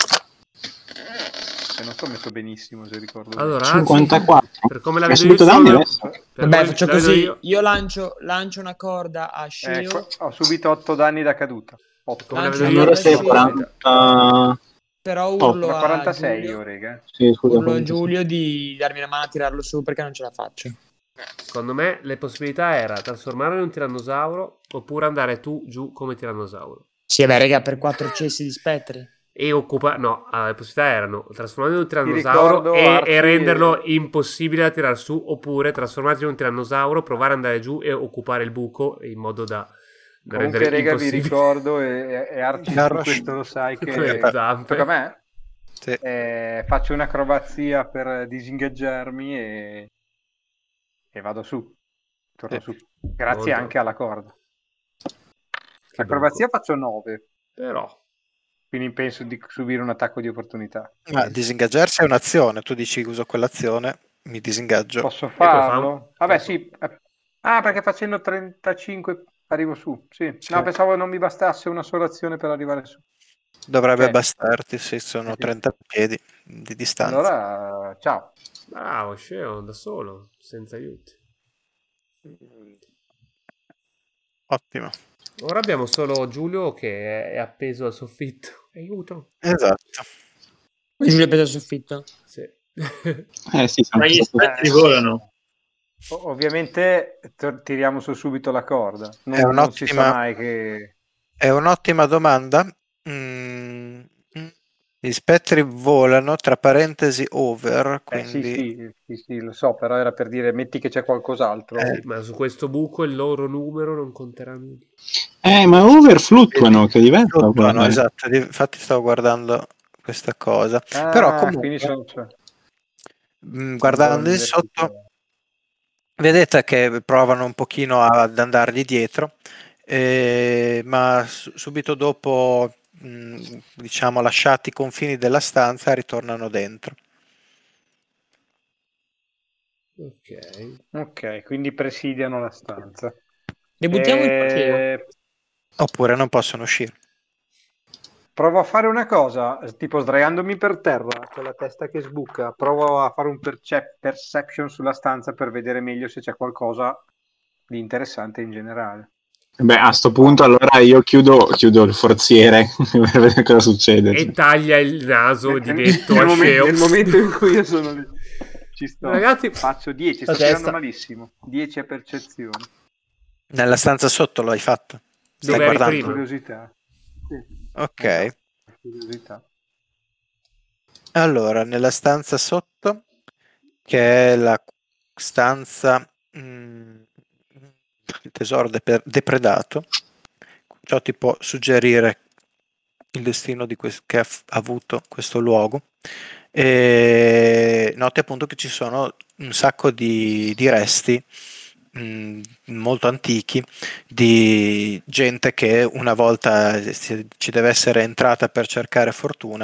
Se non sto messo benissimo, se ricordo bene. Allora, cinquantaquattro. per come la Hai vedo io, subito danni sono- adesso? per Vabbè, come faccio la vedo così. io- Io lancio, lancio una corda a Sceo. Ecco, ho subito otto danni da caduta. otto. come la Lancio vedo una io, Allora corda sei a a Sceo, quaranta... però Oh, urlo Sono a quarantasei Giulio, io, rega. Sì, scusa, urlo a quarantasei. Giulio di darmi una mano a tirarlo su perché non ce la faccio. secondo me le possibilità era trasformarlo in un tirannosauro oppure andare tu giù come tirannosauro. Sì, vabbè, raga, per quattro cessi di spettri. E occupa... No, ah, le possibilità erano trasformarlo in un tirannosauro ricordo, e, Arci, e renderlo e- impossibile da tirare su, oppure trasformarti in un tirannosauro, provare ad andare giù e occupare il buco in modo da, da Comunque, rendere rega, vi impossibile. ricordo, e, e Arci, tu Garrosh. questo lo sai Con le che... zampe. Tocca a me? Sì. Eh, faccio un'acrobazia per disingaggiarmi e... e vado su. Torno Sì. su. Grazie Molto. anche alla corda. Che L'acrobazia faccio nove, Però... quindi penso di subire un attacco di opportunità. Ma disingaggiarsi è un'azione, tu dici uso quell'azione, mi disingaggio. Posso puoi farlo? farlo. Vabbè, Posso. sì. Ah, perché facendo trentacinque arrivo su. Sì. Sì. No, pensavo non mi bastasse una sola azione per arrivare su. Dovrebbe Ok. bastarti, sì, sono Sì. trenta piedi di distanza. Allora, ciao. Bravo, Sceo, da solo, senza aiuti. Ottimo. Ora abbiamo solo Giulio che è appeso al soffitto. Aiuto. Esatto. Giulio è preso al soffitto. Sì. Eh sì, sono Ma gli stato- spettri volano. O- ovviamente t- tiriamo su subito la corda. Non, È non si un'ottima- sa mai che... È un'ottima domanda. Mm, mm. Gli spettri volano, tra parentesi over, Eh, quindi sì, sì, sì, sì, lo so, però era per dire, metti che c'è qualcos'altro. Eh. Sì, ma su questo buco il loro numero non conterà nulla. Eh, ma over fluttuano, che diverso. fluttuano, guarda. esatto. di- Infatti stavo guardando questa cosa. Ah, Però comunque, quindi sono... cioè, mm, guardando di sono sotto, vedete che provano un pochino ad andargli dietro, eh, ma su- subito dopo, mh, diciamo, lasciati i confini della stanza, ritornano dentro. Ok. Ok, quindi presidiano la stanza. Debuttiamo il Sceo. Eh, Oppure non possono uscire. provo a fare una cosa, tipo sdraiandomi per terra, con la testa che sbuca, provo a fare un percep- perception sulla stanza per vedere meglio se c'è qualcosa di interessante in generale. Beh, a sto punto allora io chiudo, chiudo il forziere per vedere cosa succede. E taglia il naso di nel, netto nel a momento, Sceo. nel momento in cui io sono lì ci sto, Ragazzi, faccio dieci, sto la tirando testa. malissimo, dieci a percezione. Nella stanza sotto lo hai fatto? Stai Dove eri guardando? prima? Curiosità. Sì. Ok. Esatto, curiosità. Allora, nella stanza sotto, che è la stanza mm, il tesoro dep- depredato, ciò ti può suggerire il destino di quest- che ha f- avuto questo luogo. E noti appunto che ci sono un sacco di, di resti mh, molto antichi di gente che una volta si- ci deve essere entrata per cercare fortuna,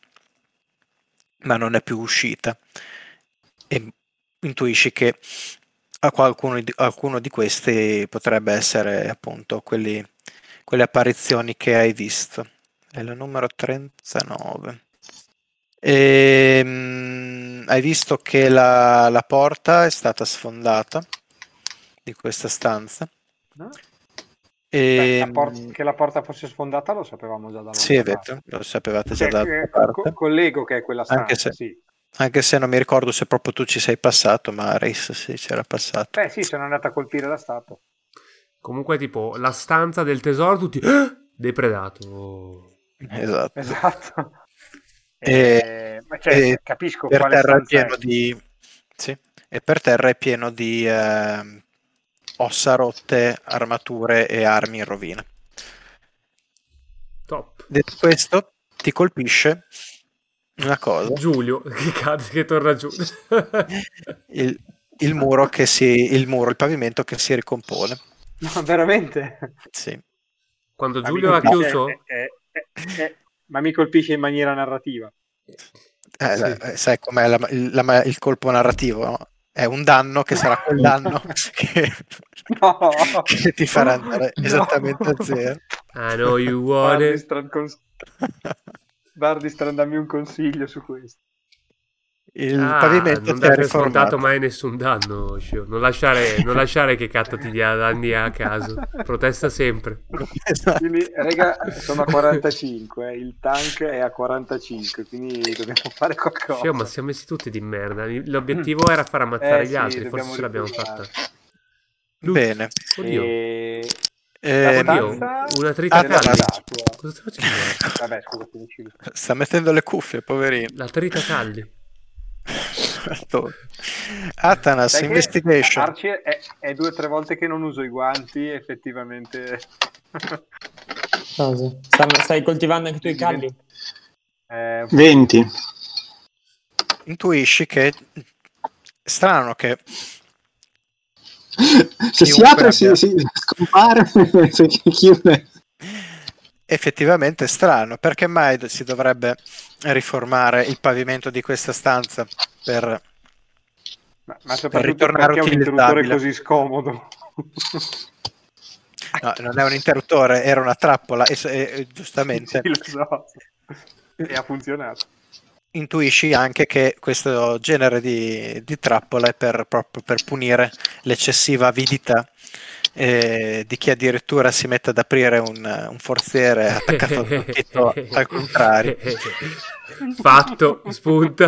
ma non è più uscita. E intuisci che a qualcuno di, alcuno di questi potrebbe essere appunto quelli, quelle apparizioni che hai visto. È la numero trentanove. E, mm, hai visto che la, la porta è stata sfondata di questa stanza. No? E, Beh, la por- che la porta fosse sfondata lo sapevamo già dall'altra sì, è parte. vero, lo sapevate già Cioè, dall'altra eh, co- parte. collego che è quella stanza, Anche se, sì. anche se non mi ricordo se proprio tu ci sei passato, ma Reis sì, c'era passato. Beh sì, sono andata a colpire la statua. comunque tipo la stanza del tesoro, tutti "Ah! Depredato". Esatto. Esatto. E, Eh, ma cioè, e capisco per quale terra è stanza pieno è. di sì, e per terra è pieno di ehm, ossa rotte, armature e armi in rovina. Top. Detto questo, ti colpisce una cosa, Giulio che cade, che torna giù. il, il muro che si, il muro, il pavimento che si ricompone. No, veramente? Sì. Quando Ma mi Giulio ha colpisce, chiuso? eh, eh, eh, eh, ma mi colpisce in maniera narrativa. Eh, Sì. eh, sai com'è la- il, la- il colpo narrativo, no? È un danno che sarà quel danno che, No! che ti farà andare No! esattamente a zero. I know you want it. Bardistran, cons- Bardistran, dammi un consiglio su questo. Il Ah, pavimento non si è dà per scontato riformato. mai nessun danno, Scio. Non lasciare, non lasciare che Catto ti dia danni a caso. Protesta sempre. Esatto. Quindi, raga, sono a quarantacinque, eh, il tank è a quarantacinque, quindi dobbiamo fare qualcosa. Scio, ma siamo messi tutti di merda. L'obiettivo era far ammazzare Eh, gli sì, altri, forse dobbiamo ce l'abbiamo ricordare. fatta. Luz. Bene. Oddio. E... Eh, La Oddio, stanza una trita della Atanas. calli. statua. Cosa stai facendo? Vabbè, scusa, finisci lì. Sta mettendo le cuffie, poverino. La trita calli. Atanas, Sai che investigation. Archie è, è due o tre volte che non uso i guanti, effettivamente. Cosa? Stai, stai coltivando anche tu i calli? Eh, venti. Intuisci che è strano che Se si Chiunque apre si, abbia- si scompare, se chiude. effettivamente è strano. Perché mai si dovrebbe riformare il pavimento di questa stanza per ma, ma soprattutto ritornare perché è un interruttore utilizzabile. così scomodo. No, non è un interruttore, era una trappola e, e- e giustamente Sì, lo so. E ha funzionato. intuisci anche che questo genere di, di trappola è per, proprio per punire l'eccessiva avidità eh, di chi addirittura si mette ad aprire un, un forziere attaccato al tetto al contrario. Fatto, spunta.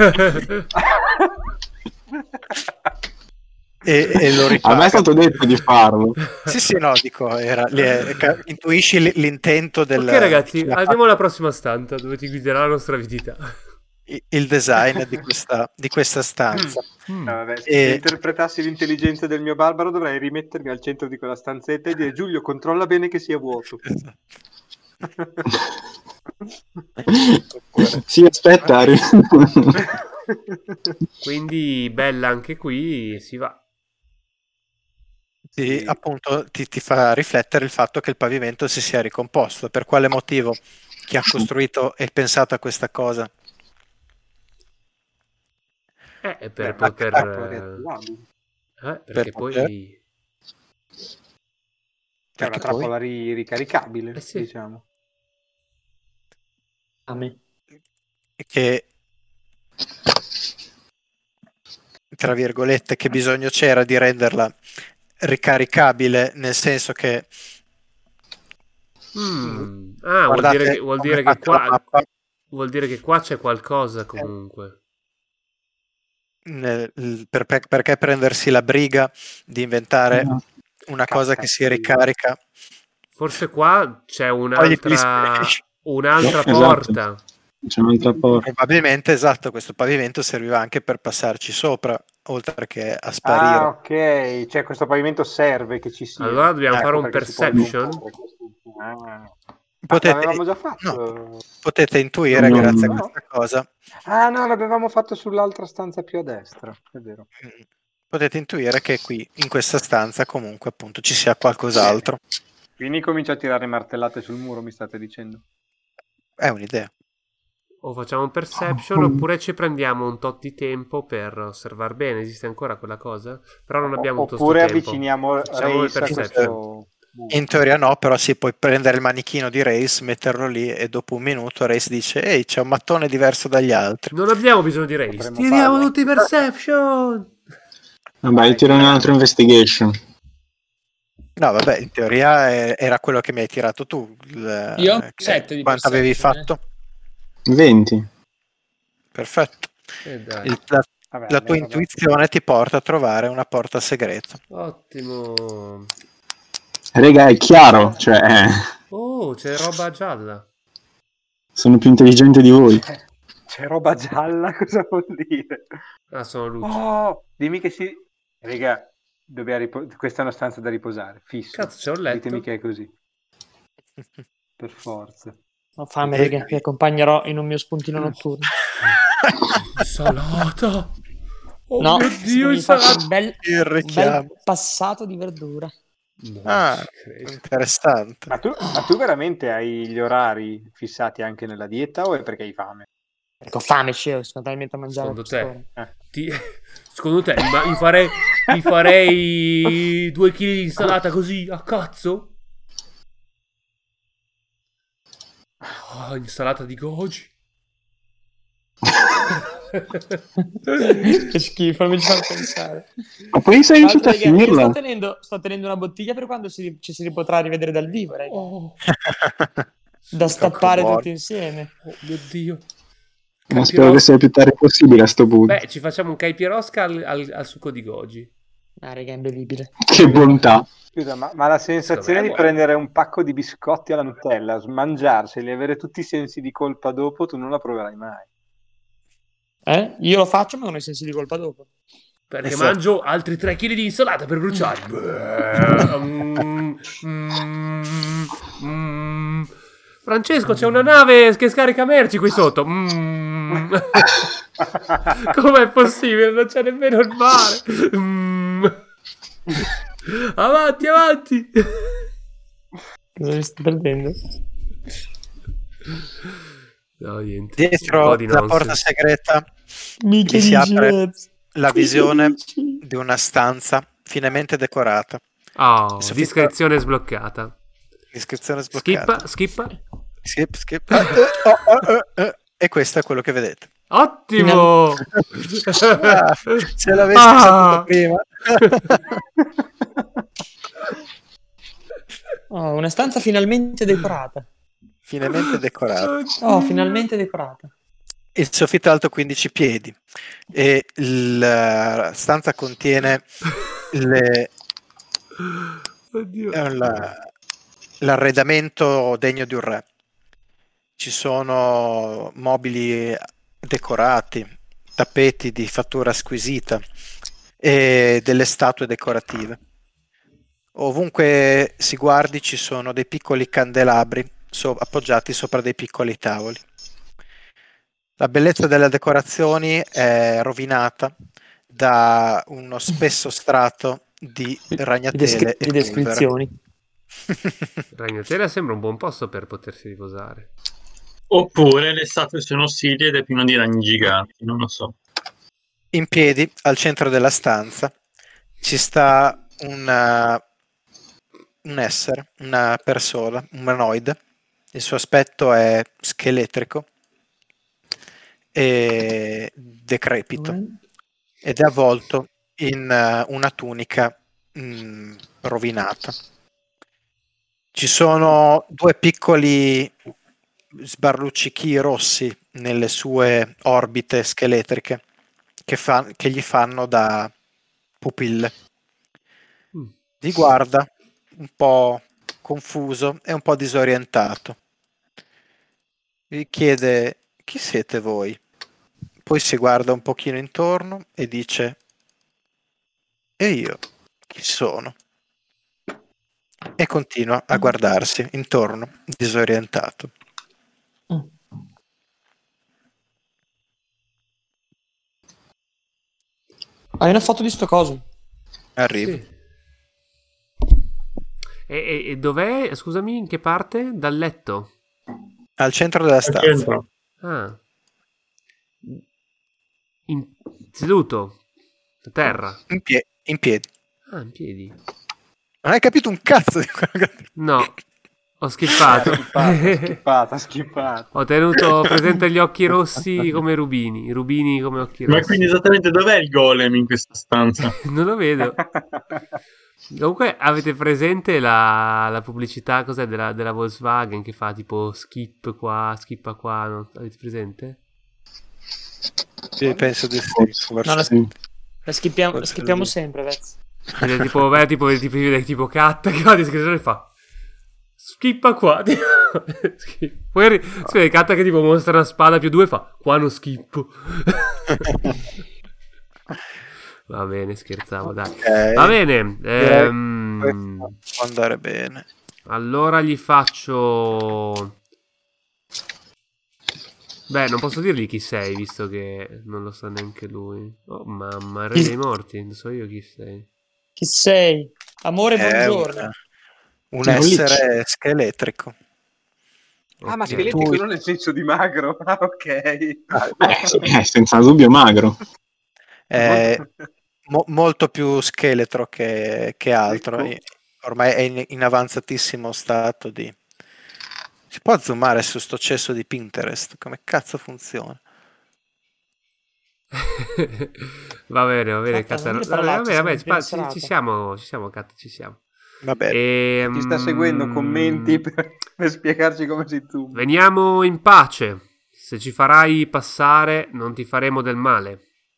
E, e lo A ripaga. me è stato detto di farlo. Sì, sì, no, dico, era, li- ca- intuisci l- l'intento del... Ok ragazzi, di chi ha andiamo alla fatto prossima stanza dove ti guiderà la nostra avidità. i- il design di questa, di questa stanza. Mm. No, vabbè, se E- interpretassi l'intelligenza del mio barbaro dovrei rimettermi al centro di quella stanzetta e dire Giulio controlla bene che sia vuoto. Oppure- Sì, aspetta. arri- Quindi bella anche qui, si va. Sì, Sì. appunto ti, ti fa riflettere il fatto che il pavimento si sia ricomposto. Per quale motivo chi ha costruito e pensato a questa cosa? Eh, è per Beh, poter... trappola riattivabile. eh, perché per poi... poter- È Perché una trappola ri- ricaricabile, Eh sì. diciamo. A me. che tra virgolette che bisogno c'era di renderla ricaricabile, nel senso che Mm. Ah, vuol guardate dire che, vuol come dire è che fatta la qua mappa. vuol dire che qua c'è qualcosa comunque. Nel- il- per- per- perché prendersi la briga di inventare No. una cosa che si ricarica? Forse qua c'è Togli un'altra PlayStation. un'altra Esatto. porta. C'è un'altra porta. Probabilmente, esatto, questo pavimento serviva anche per passarci sopra, oltre che a sparire. Ah, ok, cioè questo pavimento serve che ci sia. Allora dobbiamo Ecco fare un perché si può perception. comporre questo- Ah. Potete, l'avevamo già fatto. no, potete intuire, No. grazie a No. questa cosa, Ah no, l'avevamo fatto sull'altra stanza più a destra, è vero. potete intuire che qui, in questa stanza, comunque, appunto, ci sia qualcos'altro. Quindi comincia a tirare martellate sul muro, mi state dicendo? È un'idea. O facciamo un perception oppure ci prendiamo un tot di tempo per osservare bene. Esiste ancora quella cosa? Però non abbiamo tutto sto Oppure tempo. avviciniamo Facciamo il Race a perception. questo... In teoria no, però sì, puoi prendere il manichino di Race, metterlo lì e dopo un minuto Race dice ehi, c'è un mattone diverso dagli altri. Non abbiamo bisogno di race. Potremmo Tiriamo farlo. tutti perception. Vabbè, io tiro un altro investigation. No, vabbè, in teoria è- era quello che mi hai tirato tu. il- Io ho un che- sette di Quanto avevi perception, eh. fatto? venti. Perfetto. Eh, dai. Il- la, Vabbè, la tua allora, intuizione ti porta a trovare una porta segreta. Ottimo. Raga, è chiaro, cioè, eh, Oh, c'è roba gialla. sono più intelligente di voi. C'è roba gialla, cosa vuol dire? Ah, sono luci. Oh, dimmi che si... Raga, dobbiamo ripo- questa è una stanza da riposare, fisso. Cazzo, c'è un letto. Ditemi che è così. Per forza. Ho fame, raga, vi accompagnerò in un mio spuntino notturno. Insalata. Oh No, mio Dio, mi faccio insalata. un bel, Il un richiamo. bel passato di verdura. Non Ah, ci credo. interessante. Ma tu, ma tu veramente hai gli orari fissati anche nella dieta o è perché hai fame? Ecco, fame, scemo, sono talmente a mangiare. Secondo a te? quest'ora. Ti- Secondo te ma mi farei, mi farei due chili di insalata così a cazzo? Oh, insalata di goji. Che schifo, non mi ci fa pensare. Ma poi sei riuscito Tra a l'altro, raga, io finirla? sto tenendo, sto tenendo una bottiglia per quando si- ci si potrà rivedere dal vivo, raga. Oh, Da stappare buono. tutti insieme. oh mio Dio. Ma spero che sia il più tardi possibile a sto punto. Beh, ci facciamo un caipirosca al, al, al succo di goji. Ah, raga, è imbevibile. Che bontà. Scusa, ma, ma la sensazione di buono. prendere un pacco di biscotti alla Nutella, smangiarseli e avere tutti i sensi di colpa dopo, tu non la proverai mai. Eh? Io lo faccio, ma non ho i sensi di colpa dopo. Perché Esatto. mangio altri tre chili di insalata per bruciare. Beh, mm, mm, mm. Francesco, c'è una nave che scarica merci qui sotto. Mm. Com'è possibile? Non c'è nemmeno il mare. Mm. Avanti, avanti. Cosa mi sto perdendo? No, niente. Un Dietro po' di la nonsense. porta segreta Mica vi si di apre jazz. la visione di una stanza finemente decorata. Oh, Soffitto- discrezione sbloccata. Iscrizione sbloccata. Skippa, skippa. Skip, skip. Ah, eh, oh, oh, eh, eh. E questo è quello che vedete. Ottimo. Ah, se l'avessi Ah. saputo prima. Oh, una stanza finalmente decorata. Finemente decorata. Oh, finalmente decorata. Il soffitto è alto quindici piedi e la stanza contiene le, Oddio. è un- l'arredamento degno di un re. Ci sono mobili decorati, tappeti di fattura squisita e delle statue decorative. Ovunque si guardi ci sono dei piccoli candelabri so- appoggiati sopra dei piccoli tavoli. La bellezza delle decorazioni è rovinata da uno spesso strato di Di, ragnatele descri- e di polvere. descrizioni. Ragnatela sembra un buon posto per potersi riposare. Oppure le statue sono ossili ed è pieno di ragni giganti, non lo so. In piedi, al centro della stanza, ci sta una- un essere, una persona, un umanoide. Il suo aspetto è scheletrico e decrepito ed è avvolto in eh, una tunica mh, rovinata. Ci sono due piccoli sbarluccichi rossi nelle sue orbite scheletriche che, fa- che gli fanno da pupille. Mm. Vi guarda un po' confuso e un po' disorientato. Vi chiede: chi siete voi? Poi si guarda un pochino intorno e dice: e io chi sono? E continua a guardarsi intorno, disorientato. Hai una foto di sto coso? Arriva. Sì. E, e- e dov'è? Scusami, in che parte? Dal letto? Al centro della Al stanza. centro. Ah. In... Seduto? A terra? In, pie- in piedi. Ah, in piedi. Non hai capito un cazzo di quello che... No, ho schippato. Schippata, schippata, schippata. Ho tenuto presente gli occhi rossi come rubini, rubini come occhi rossi. Ma quindi esattamente dov'è il golem in questa stanza? Non lo vedo. Comunque avete presente la, la pubblicità cos'è della, della Volkswagen che fa tipo skip qua, skippa qua, no? Avete presente? Sì, penso di sì. No, la, Sì. la schippiamo, la Forse schippiamo lui. sempre, Vez. Ed è tipo, beh, tipo, tipo, tipo, tipo cat che va a descrizione e fa skippa qua. Skip. Poi arri- si vede cat che tipo mostra una spada più due e fa qua non schippo. Va bene, scherzavo, dai. Ok. Va bene. Direi ehm, Questo può andare bene. allora gli faccio. Beh, non posso dirgli chi sei, visto che non lo sa neanche lui. Oh, mamma, il re dei morti, non so io chi sei. Chi sei? Amore, È buongiorno. un, un Tipo essere scheletrico. Ah, ma Ok. scheletrico Tu- non nel senso di magro. Ah, ok. Beh, sì, è senza dubbio magro. È mo- molto più scheletro che, che altro. Ecco. Ormai è in, in avanzatissimo stato di... Si può zoomare su sto cesso di Pinterest? Come cazzo funziona? Va bene, va bene, Aspetta, Cat. non dire Va bene, va parolacce, bene, siamo vabbè, in piena ci, ci serata. siamo, ci siamo, Cat, ci siamo. Vabbè, Ehm, Ci sta seguendo commenti per, per spiegarci come si zoom. Veniamo in pace. Se ci farai passare, non ti faremo del male.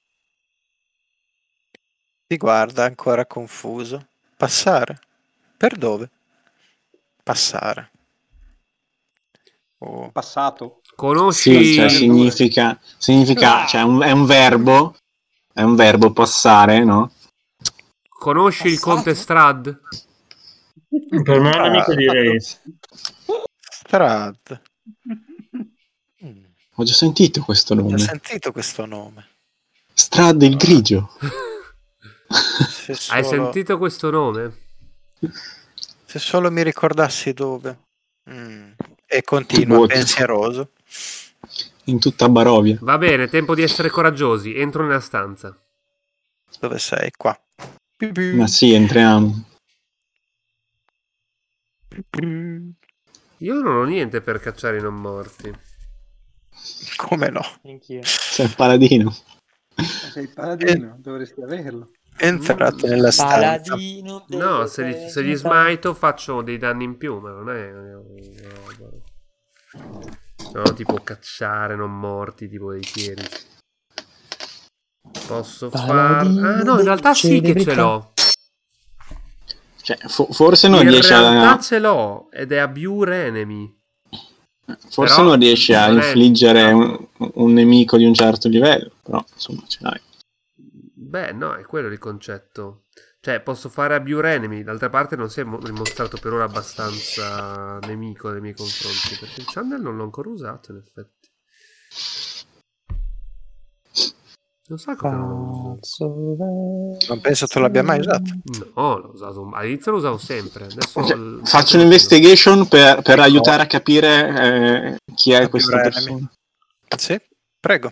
ti guarda ancora confuso. Passare? Per dove? Passare. Oh. Passato. Conosci. Sì, cioè significa, significa Ah. cioè un- è un verbo, è un verbo passare, no? Conosci il Passato? Conte Strad? Per me è un amico di Race. Strad. Mm, Ho già sentito questo Ho nome. sentito questo nome. Strad il grigio. Se Hai solo, sentito questo nome? se solo mi ricordassi dove. Mm. E continua Vuoto. pensieroso. In tutta Barovia. Va bene, tempo di essere coraggiosi. Entro nella stanza. Dove sei? Qua. Ma sì, entriamo. Io non ho niente per cacciare i non morti. Come no? Anch'io. Sei il paladino. Sei il paladino, dovresti averlo. Entrate Mm. nella stanza. Paladino No, delle se gli, tre se gli città. smito faccio dei danni in più, ma non è... No, tipo cacciare non morti, tipo dei chierici. Posso far... Paladino Ah no, in realtà sì che ce celebrità. l'ho. Cioè, fo- forse non In riesce realtà a... ce l'ho, ed è Abjure Enemy. Forse Però non riesci a non è- infliggere un, un nemico di un certo livello. Però, insomma, ce l'hai. Beh, no, è quello il concetto. Cioè, posso fare Abjure Enemy, d'altra parte non si è mo- dimostrato per ora abbastanza nemico nei miei confronti, perché il channel non l'ho ancora usato, in effetti. Non so cosa non lo uso. Non penso tu l'abbia mai usato. No, l'ho usato, all'inizio lo usavo sempre. Adesso Cioè, l- faccio lo un'investigation per, per Ecco. aiutare a capire eh, chi è Abjure questa Enemy. persona. Sì, prego.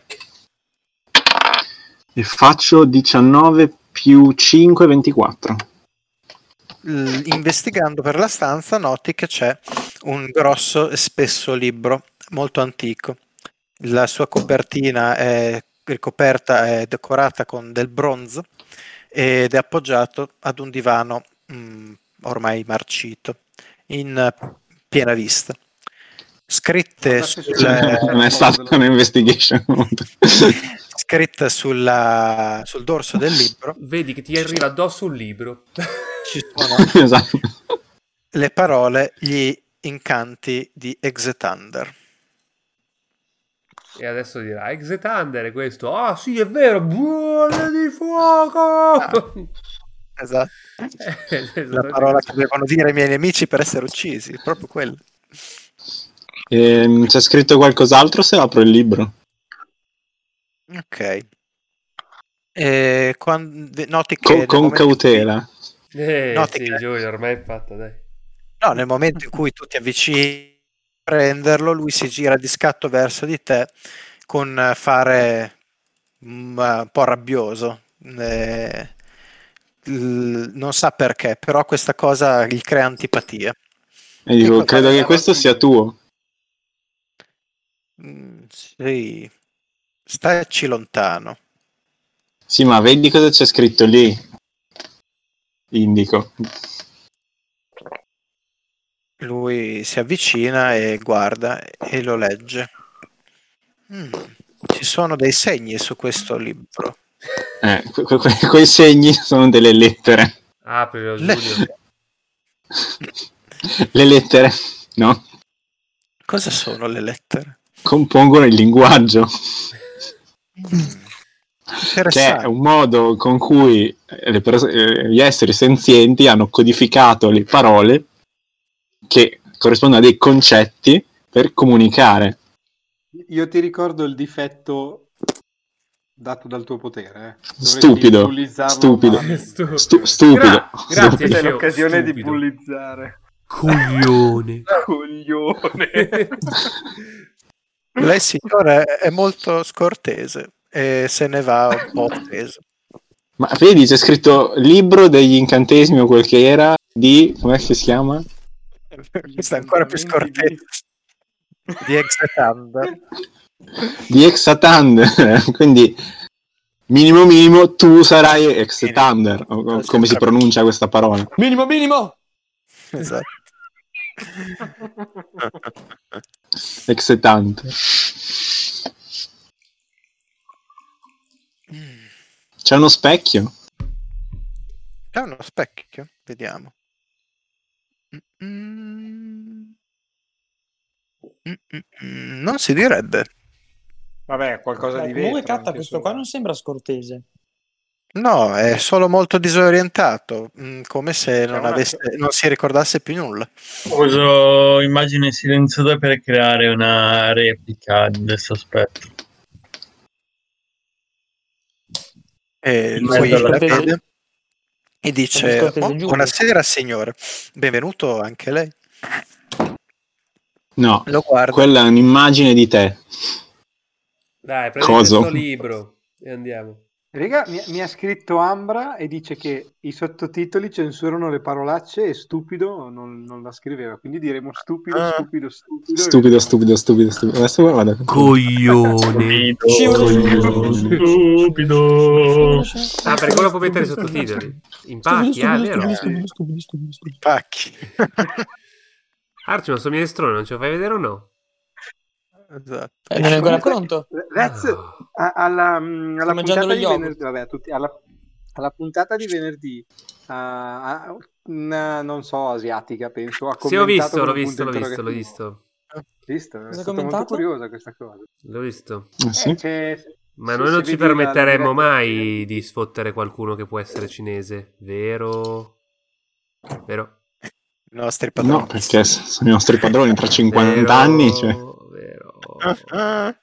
E faccio diciannove più cinque, ventiquattro. L- investigando per la stanza noti che c'è un grosso e spesso libro molto antico. La sua copertina è ricoperta, è decorata con del bronzo ed è appoggiato ad un divano mh, ormai marcito, in piena vista. Scritte Guarda se sul, c'è- Non è stata un'investigation. scritte sulla- sul dorso del libro Vedi che ti arriva addosso un libro. ci sono Esatto. le parole, gli incanti di Exetander. E adesso dirà Exetander è questo. Ah sì, è vero, buone di fuoco. Esatto. Eh, La parola che devono dire i miei nemici per essere uccisi, proprio quello. Ehm, c'è scritto qualcos'altro se apro il libro? Ok. E quan- noti che Co- nel con momento in cui- cautela. Eh, Noti sì, che- Giulio, ormai è fatta, dai. no, nel momento in cui tu ti avvicini a prenderlo, lui si gira di scatto verso di te con eh, fare mm, un po' rabbioso. Eh, l- non sa perché, però questa cosa gli crea antipatia. E dico, Ecco, credo guarda, che questo sia tuo. Mm, sì, staci lontano. Sì, ma vedi cosa c'è scritto lì? Indico. Lui si avvicina e guarda e lo legge. Mm, ci sono dei segni su questo libro. Eh, que- que- que- quei segni sono delle lettere. Aprilo, Le- Giulio. Le lettere, no? Cosa sono le lettere? Compongono il linguaggio, Mm, che è interessante. un modo con cui le pers- eh, gli esseri senzienti hanno codificato le parole che corrispondono a dei concetti per comunicare. Io ti ricordo il difetto dato dal tuo potere. Eh. Dovresti Stupido, bullizzarlo stupido. malamente. Stu- Stu- stupido. Gra- grazie, Stupido. Questa è Sceo, l'occasione di stupido. bullizzare. Coglione. Coglione. Lei, signore, è molto scortese e se ne va un po' offeso. Ma vedi, c'è scritto libro degli incantesimi o quel che era di... com'è che si chiama? Questo è ancora più scortese. Di Exetander. Di Exatander. Quindi minimo minimo tu sarai Exatander, o- o come si pronuncia questa parola. Minimo, minimo! Esatto. Exetante. C'è uno specchio? C'è uno specchio, vediamo. Mm, mm, mm, mm, non si direbbe. Vabbè, qualcosa Beh, di comunque, vetro. Catta, anche questo su- qua non sembra scortese. No, è solo molto disorientato, mm, come se non, una- avesse, non si ricordasse più nulla. Uso immagine silenziosa per creare una replica di questo aspetto. E In lui mezzo alla la scortese- vede e dice: scortese "Oh, Giulio." buonasera signore, benvenuto anche lei." No, Lo guarda. quella è un'immagine di te. Dai, prendi Coso? questo libro e andiamo. Raga, mi, mi ha scritto Ambra e dice che i sottotitoli censurano le parolacce e stupido non, non la scriveva. Quindi diremo stupido, Ah. stupido, stupido. Stupido, stupido, stupido, stupido. Adesso guarda. Coglione. Stupido, stupido. Ah, perché quello può mettere i sottotitoli. In pacchi, ah, è vero. Stupido, stupido, stupido, stupido. Pacchi. Arci, ma sono minestrone, non ce lo fai vedere o no? Esatto. Eh, non è ancora Comunque, pronto? Rez, Ah. a- alla, mm, alla Sto mangiando puntata lo di yogurt. venerdì, vabbè, a tutti, alla, alla puntata di venerdì, ah, ah, una, non so, asiatica, penso, ha Sì, ho commentato visto, con l'ho un punto visto, l'ho visto, l'ho interrogativo. visto. Visto? È Cosa ha stata molto commentato? curiosa questa cosa. L'ho visto. Ah, sì? Eh, c'è- Ma se- noi se non ci vedi la- permetteremmo la diretta- mai di sfottere qualcuno che può essere cinese, vero? Vero? I nostri padroni. No, perché s- sono i nostri padroni tra cinquanta Vero, anni. Cioè. Vero. Ah,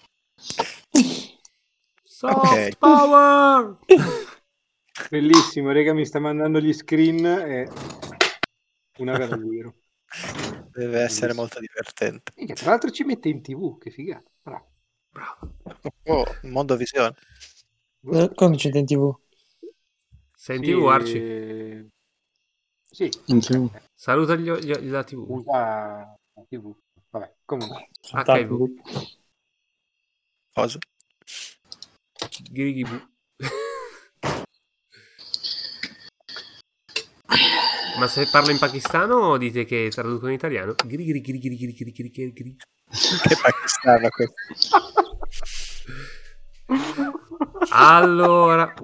Soft Ok. power! Bellissimo, rega, mi sta mandando gli screen e una vera Guiro. deve essere molto divertente. Minchia, tra l'altro ci mette in tv, che figata. Bravo. Bravo. Oh, mondo visione. Eh, Come c'è in tv? Sei in Sì, tv, Arci? eh, Sì, In tivù. Saluta gli, gli, la tv. usa la tv. Vabbè, comunque. acca i vu. Cosa? Ghirighibu. Ma se parlo in pakistano dite che traduco in italiano? Gri, gri, gri, gri, gri, gri, gri, gri, gri. Che pakistano questo? Allora...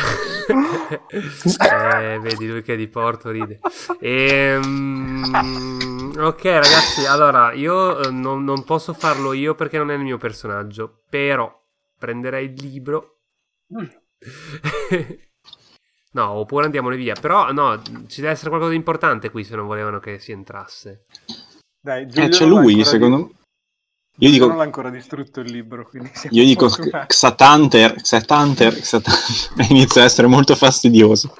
eh, vedi lui che è di Porto ride. Ehm, ok ragazzi, allora io eh, non, non posso farlo io perché non è il mio personaggio, però prenderei il libro. No, oppure andiamone via. Però no, ci deve essere qualcosa di importante qui se non volevano che si entrasse. Dai, Eh, Giulio c'è non l'ha lui, ancora secondo di- me. Io Giulio non dico, l'ha ancora distrutto il libro, quindi siamo io dico fortunati. Xatanter, Xatanter, Xatanter, inizia a essere molto fastidioso.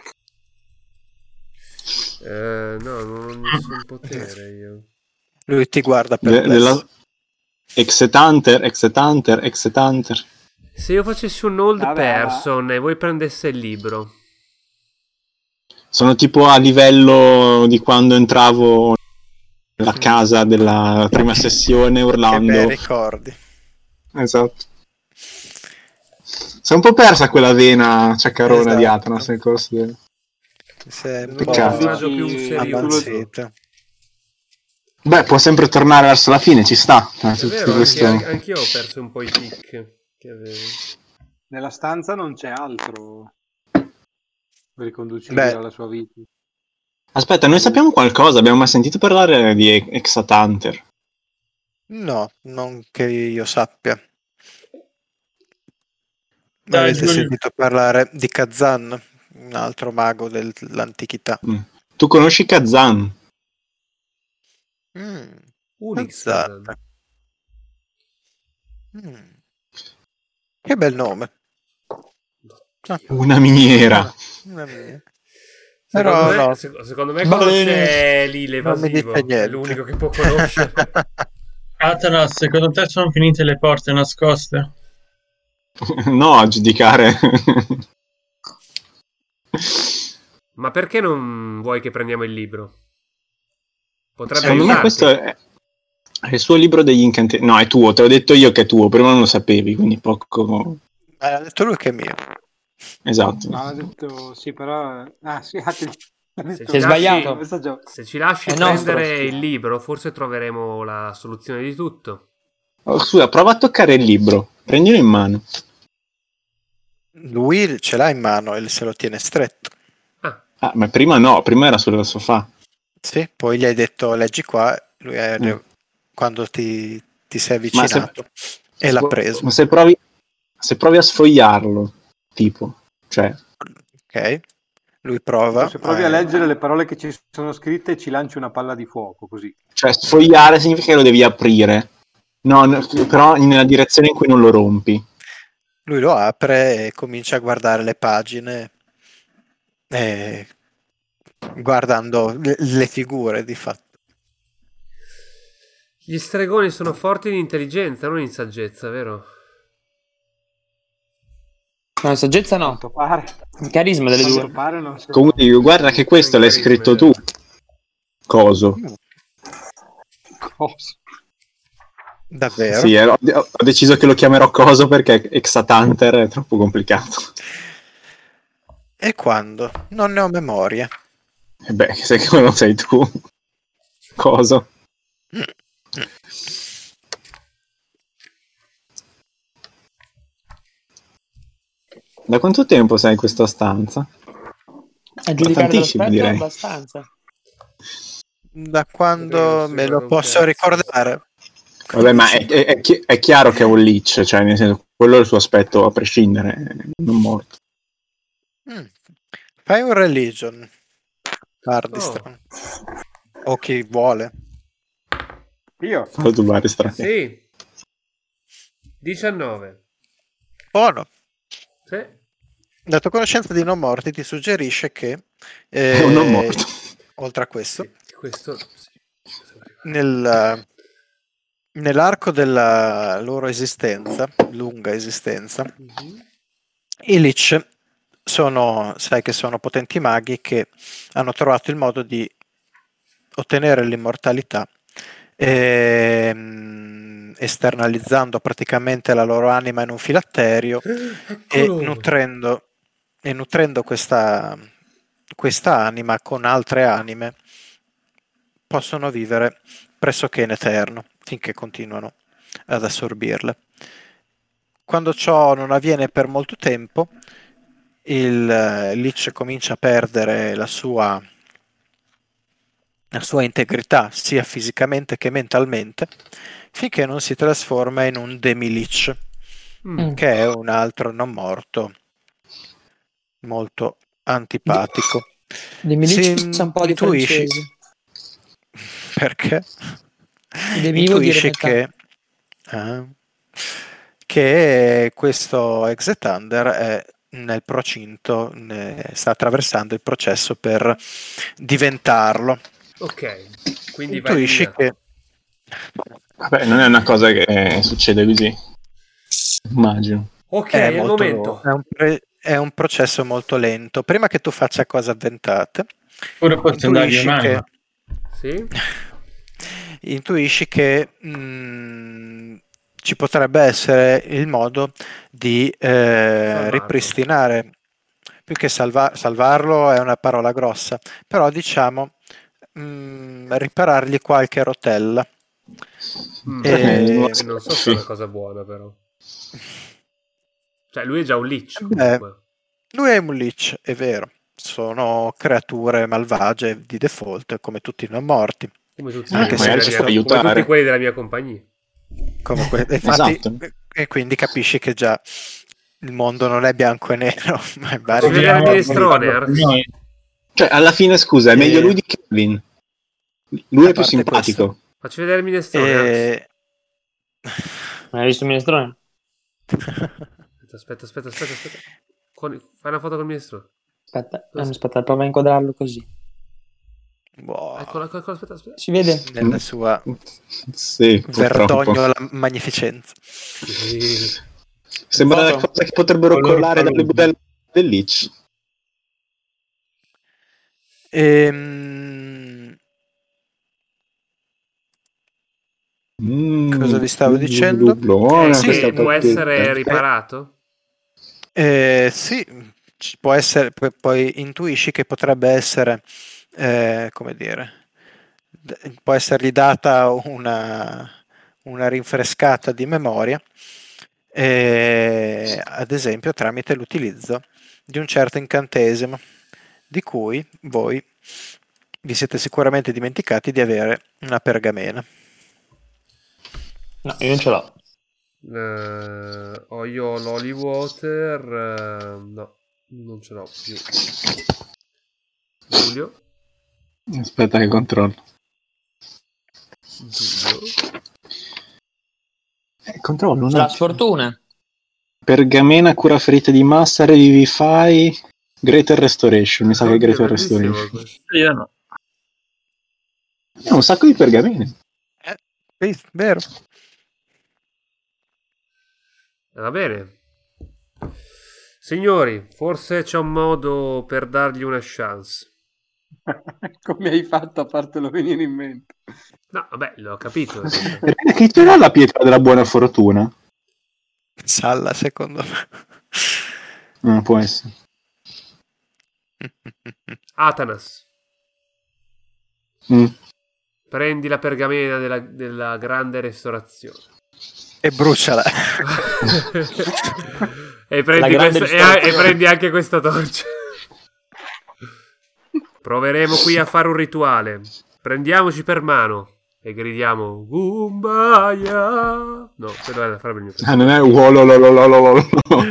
Eh, no, non ho nessun potere io. Lui ti guarda De- perplesso. della... Exetanter, Exetanter, Exetanter. Se io facessi un old Vabbè, person e voi prendesse il libro, Sono tipo a livello di quando entravo nella casa della prima sessione Che bei urlando. ricordi. Esatto. Si è un po' persa quella vena ciaccarona Esatto. di Atanas nel corso del... Sei un un po' Peccato. personaggio più Dici- serioso. abbassito. Beh, può sempre tornare verso la fine, ci sta. Eh, È tutti vero, questi- anche, anch'io ho perso un po' i tic che avevo. Nella stanza non c'è altro riconducibile Beh. alla sua vita. Aspetta, noi sappiamo qualcosa? Abbiamo mai sentito parlare di Exatanter? No, non che io sappia. Dai, Avete Giulio. sentito parlare di Kazan, un altro mago dell'antichità? Mm. Tu conosci Kazan? Mm, Unix. Kazan. Mm. Che bel nome. Ah, Una miniera. una mia. Secondo, Però me, no. sec- secondo me Va conosce bene. lì Non mi l'evasivo. dite niente. È l'unico che può conoscere. Atanas, secondo te sono finite le porte nascoste? No, a giudicare. Ma perché non vuoi che prendiamo il libro? Potrebbe Secondo me aiutarti. questo è, è il suo libro degli incantesimi. No, è tuo, te l'ho detto io che è tuo, prima non lo sapevi, quindi poco... Eh, ha detto lui che è mio. Esatto. Ma ha detto sì, però... Ah, sì, ha detto... ha Se detto- ci Sei sbagliato. Questo gio- Se ci lasci È nostro, prendere sì. il libro, forse troveremo la soluzione di tutto. Oh, scusa, prova a toccare il libro, prendilo in mano. Lui ce l'ha in mano e se lo tiene stretto. Ah, Ah, ma prima no, prima era sul sofà. Sì, poi gli hai detto leggi qua, lui è Mm. quando ti, ti sei Ma se- avvicinato e l'ha preso. Ma se provi, se provi a sfogliarlo, tipo, cioè, Ok, lui prova. Se provi a eh, leggere le parole che ci sono scritte, ci lanci una palla di fuoco, così. cioè sfogliare significa che lo devi aprire. No, no, però nella direzione in cui non lo rompi. Lui lo apre e comincia a guardare le pagine, eh, guardando le, le figure di fatto. gli stregoni sono forti in intelligenza, non in saggezza, vero? No, saggezza A no. quanto pare. Il carisma delle Quanto due. pare non so. Comunque dico, guarda che questo l'hai scritto tu. Coso. Cosa? Davvero? Sì, eh, ho, ho deciso che lo chiamerò Coso perché Exatanter è troppo complicato. E quando? Non ne ho memoria. E beh, se che non sei tu. Coso. Da quanto tempo sei in questa stanza? A giudicare tantissimo, dall'aspetto direi. abbastanza. Da quando Sì, me lo non posso penso. ricordare. Vabbè, ma è, è- è chi- è chiaro che è un lich, cioè nel senso, quello è il suo aspetto a prescindere, è non morto. Mm. Fai un religion, Hardiston. O chi vuole. Io? Fallo tu, Baristra. Sì. diciannove. Buono. Sì. La tua conoscenza di non morti ti suggerisce che eh, È un non morto. oltre a questo, Sì, questo sì. nel, nell'arco della loro esistenza, lunga esistenza, Mhm. i Lich sono, sai che sono potenti maghi che hanno trovato il modo di ottenere l'immortalità ehm, esternalizzando praticamente la loro anima in un filatterio e Eccolo. nutrendo, e nutrendo questa, questa anima con altre anime possono vivere pressoché in eterno finché continuano ad assorbirle. Quando ciò non avviene per molto tempo, il eh, Lich comincia a perdere la sua, la sua integrità sia fisicamente che mentalmente, finché non si trasforma in un Demi-Lich, Mm. che è un altro non morto molto antipatico. Dimmi Si lì c'è un po' di intuisci- francese. perché Devo dire intuisci metà. che, ah, che questo Exethander è nel procinto, ne- sta attraversando il processo per diventarlo. Ok, quindi vai Intuisci via. che Vabbè, non è una cosa che succede così, immagino. Ok, è, è il molto- momento. è un pre- è un processo molto lento. Prima che tu faccia cose avventate, Ora posso andargli intuisci una che mano. Sì? intuisci che mh, ci potrebbe essere il modo di eh, Salvarlo. ripristinare, più che salva- salvarlo è una parola grossa, però diciamo mh, riparargli qualche rotella. Mm, E- che non so se è una cosa buona, però. Cioè, lui è già un lich, Beh, comunque. lui è un lich, è vero, sono creature malvagie di default come tutti i non morti. Come tutti, Ah, quelli magari della ci mia- può come aiutare. tutti quelli della mia compagnia. Come que- infatti, Esatto. e quindi capisci che già il mondo non è bianco e nero, ma è Facci vari vedere il Proviamo a minestrone, portarlo Arx. con noi. Cioè, alla fine, scusa, è Eh, meglio lui di Kevin. Lui a è più parte simpatico. Facci vedere il minestrone, Arx. E... Ma hai visto il minestrone? Aspetta, aspetta, aspetta, aspetta. Con- Fai una foto col minestrone. Aspetta, eh, aspetta, prova a inquadrarlo così. Boh, Eccola, eccola, eccola, aspetta, aspetta. Si vede? nella sua Sì, purtroppo. verdognola magnificenza. Sì. Sembra Foto? una cosa che potrebbero Color collare dalle paludi. budelle del Lich. Ehm, Mm, Cosa vi stavo blu, dicendo? blu, blu, buona Eh, sì, questa che può partita. essere riparato? Eh, sì, ci può essere, poi, poi intuisci che potrebbe essere, eh, come dire, d- può essergli data una, una rinfrescata di memoria, eh, ad esempio tramite l'utilizzo di un certo incantesimo, di cui voi vi siete sicuramente dimenticati di avere una pergamena. No, io non ce l'ho. Eh, ho io l'Holy Water. eh, no, non ce l'ho più. Giulio. Aspetta che controllo. Giulio. Eh, controllo, un La attimo. sfortuna. Pergamena, cura ferite di massa, Revivify, Greater Restoration. Mi sa che è Oddio, Greater bellissimo Restoration. questo. Io no. Abbiamo un sacco di pergamene. Sì, vero? Va bene. Signori, forse c'è un modo per dargli una chance. Come hai fatto a fartelo venire in mente? No, vabbè, l'ho capito. Perché chi ce l'ha la pietra della buona fortuna? Salla, secondo me. Non può essere. Atanas, Mm. prendi la pergamena della, della grande restaurazione. E bruciala. e, prendi La grande questo- e, ristorazione. e prendi anche questa torcia. Proveremo qui a fare un rituale. Prendiamoci per mano e gridiamo Kumbaya. No, quello è da fare il mio Ah, non è wololololololo.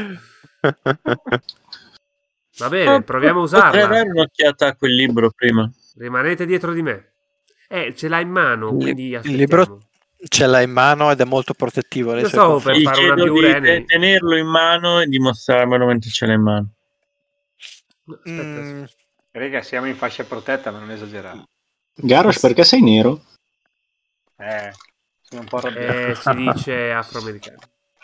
Va bene, proviamo a Potrei usarla. dare un'occhiata a quel libro prima. Rimanete dietro di me. Eh, ce l'ha in mano, Il- quindi il aspettiamo. libro ce l'ha in mano ed è molto protettivo nei Lo suoi so, confronti. per Gli fare una chiedo più di rene. te- tenerlo in mano e dimostrarmelo mentre ce l'ha in mano. No, aspetta, Mm, aspetta. Raga, siamo in fascia protetta, ma non esagerare. Garrosh, perché sei nero? Eh, sono un po' arrabbiato. Eh, si dice afroamericano.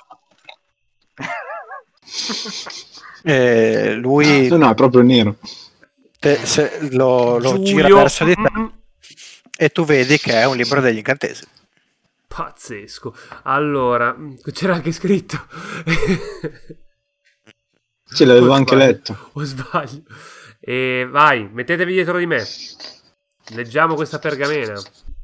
eh, lui No, no, è proprio nero. te- se lo, lo gira Giulio, verso di te mm, mm, e tu vedi che è un libro degli incantesimi. pazzesco. Allora, mm, c'era anche scritto. Ce l'avevo O anche sbaglio, letto. O sbaglio. E vai, mettetevi dietro di me. Leggiamo questa pergamena.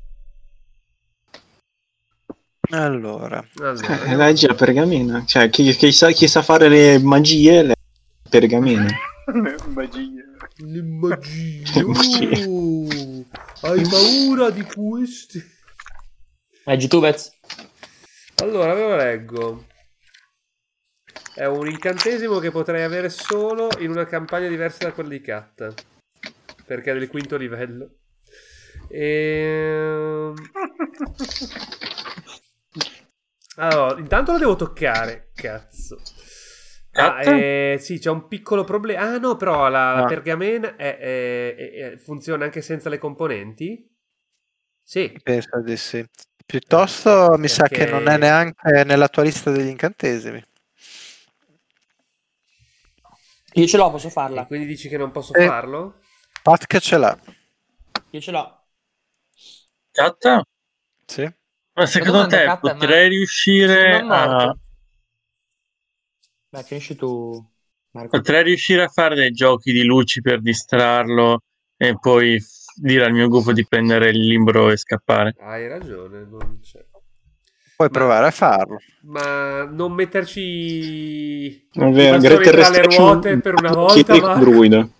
Allora, Allora, Eh, leggi la pergamena. Cioè, chi, chi sa, chi sa fare le magie, le pergamene. Magia. le magie. Magie. Oh, hai paura di questi? Leggi tu, Vez. Allora, ve lo leggo. È un incantesimo che potrei avere solo in una campagna diversa da quella di Cat, perché è del quinto livello. E... Allora, intanto lo devo toccare. Cazzo. Ah, eh, sì, c'è un piccolo problema. Ah, no, però la, la Ah. pergamena è- è- è- è- funziona anche senza le componenti? Sì. penso di sì. Piuttosto mi sa che Perché- non è neanche nella tua lista degli incantesimi. Io ce l'ho, posso E farla. quindi dici che non posso Eh. farlo? Pat che ce l'ha. Io ce l'ho. Catta? Sì. Ma secondo domanda, te Catta, potrei ma riuscire sono morto. a Beh, finisci tu, Marco. potrei riuscire a fare dei giochi di luci per distrarlo e poi f- dire al mio gufo di prendere il libro e scappare? Hai ragione, non c'è. Puoi Ma- provare a farlo. Ma non metterci È i vero, bastoni Greater tra le Restriction ruote per una volta, chiede ma... con druido.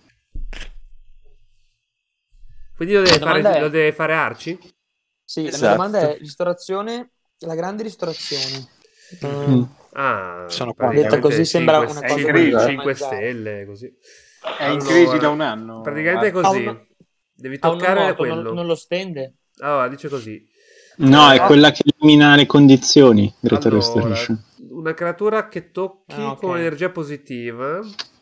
Quindi lo deve, La fare, domanda è- lo deve fare Arci? Sì, la mia Esatto. domanda è ristorazione, la grande ristorazione. Mm. Mm. Ah, Sono praticamente Detta così sembra cinque una cosa cinque da cinque mangiare. stelle, così. È in crisi Allora, da un anno. Praticamente è Ah, così. Ha un- Devi Ha un toccare morto, quello. non, non lo stende. Allora, dice così. No, Eh, è quella che elimina le condizioni. Greater Allora, Restoration. una creatura che tocchi Ah, ok. con energia positiva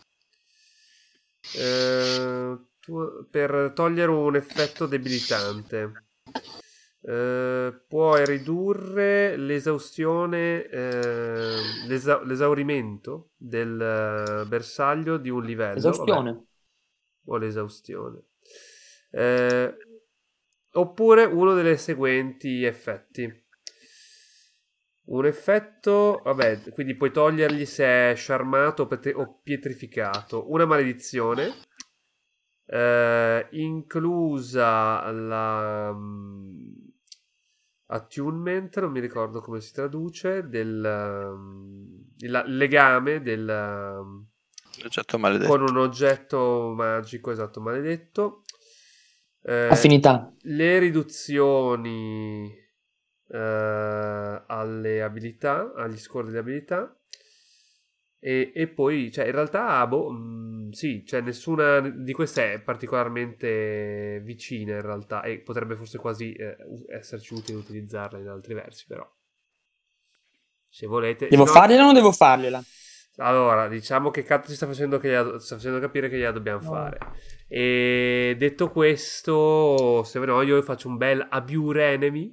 eh, tu- per togliere un effetto debilitante. Eh, puoi ridurre l'esaustione, eh, l'esa- l'esaurimento del eh, bersaglio di un livello. Esaustione. Vabbè, o l'esaustione. Eh, oppure uno delle seguenti effetti. Un effetto, vabbè, quindi puoi togliergli se è sciarmato o pet- o pietrificato. Una maledizione, eh, inclusa la mm, attunement, non mi ricordo come si traduce, del mm, il legame del, mm, Oggetto maledetto. con un oggetto magico, esatto, maledetto. Eh, Affinità. le riduzioni eh, alle abilità, agli score delle abilità. E, e poi, cioè, in realtà, boh, mh, sì, cioè, nessuna di queste è particolarmente vicina in realtà, e potrebbe forse quasi eh, u- esserci utile utilizzarla in altri versi, però. Se volete. Devo se no- fargliela o non devo fargliela? Allora, diciamo che Kat ci sta facendo, che gliela- sta facendo capire che gliela dobbiamo No. fare. E detto questo, se no, io faccio un bel Abjure Enemy.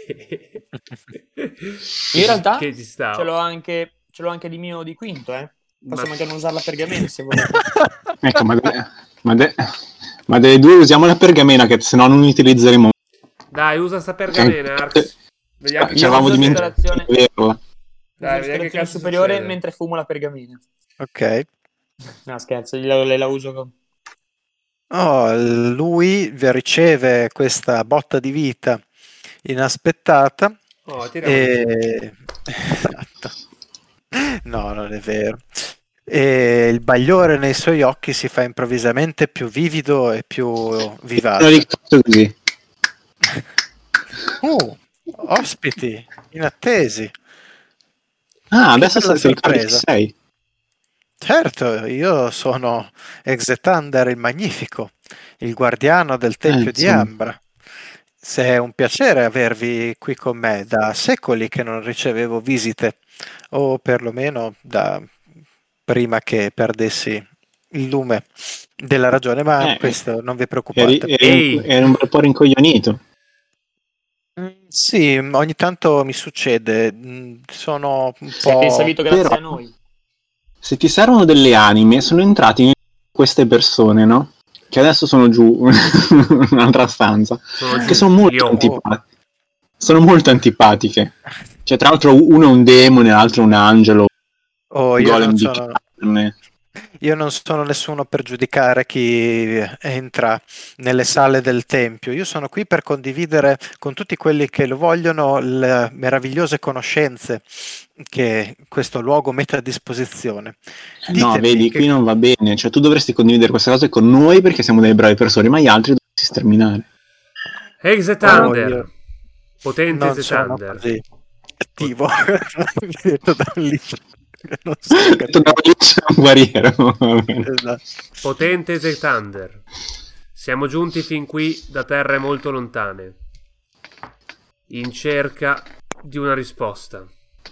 In realtà che ci sta. ce l'ho anche, ce l'ho anche di mio di quinto, eh. Posso Ma- magari non usare la pergamena se volete. Ecco, ma, de- ma, de- ma delle due usiamo la pergamena, che se no non utilizzeremo. Dai, usa sta pergamena, Arx. Vediamo che Ci eravamo uso dimenticati distrazione. di averla. Dai, Uso vediamo che ispirazione cazzo superiore succede. mentre fumo la pergamena. Ok. No, scherzo, la, la, la uso con... Oh, lui vi riceve questa botta di vita inaspettata Oh, tiriamo di e... Esatto. No, non è vero. E il bagliore nei suoi occhi si fa improvvisamente più vivido e più Sono vivace. ricatto così. Oh, ospiti inattesi. Ah, adesso bella sei ricordi chi sorpresa. sei. Certo, io sono Exetander il Magnifico, il guardiano del Tempio Eh, di insomma. Ambra. Se è un piacere avervi qui con me, da secoli che non ricevevo visite, o perlomeno da prima che perdessi il lume della ragione, ma Eh, questo non vi Eri, preoccupate. eri Ehi. un, eri un bel po' rincoglionito. Mm, Sì, ogni tanto mi succede, mm, sono un Siete in po'... salito grazie però- a noi. Se ti servono delle anime, sono entrati queste persone, no? Che adesso sono giù in un'altra stanza. Sono Che giù. sono molto Io- antipatiche. Sono molto antipatiche. Cioè, tra l'altro, uno è un demone, l'altro è un angelo. Oh, io golem non di sono... carne. io non sono nessuno per giudicare chi entra nelle sale del tempio, io sono qui per condividere con tutti quelli che lo vogliono le meravigliose conoscenze che questo luogo mette a disposizione. No, Ditemi vedi, che- qui non va bene. Cioè, tu dovresti condividere queste cose con noi perché siamo delle brave persone, ma gli altri dovresti sterminare. Exe Oh, Thunder. io Potente non Exe sono Thunder. così attivo. Detto da lì. Non sono Detto cattivo. da lì c'è un guerriero. va bene. Esatto. Potente Exe Thunder. Siamo giunti fin qui da terre molto lontane, in cerca di una risposta.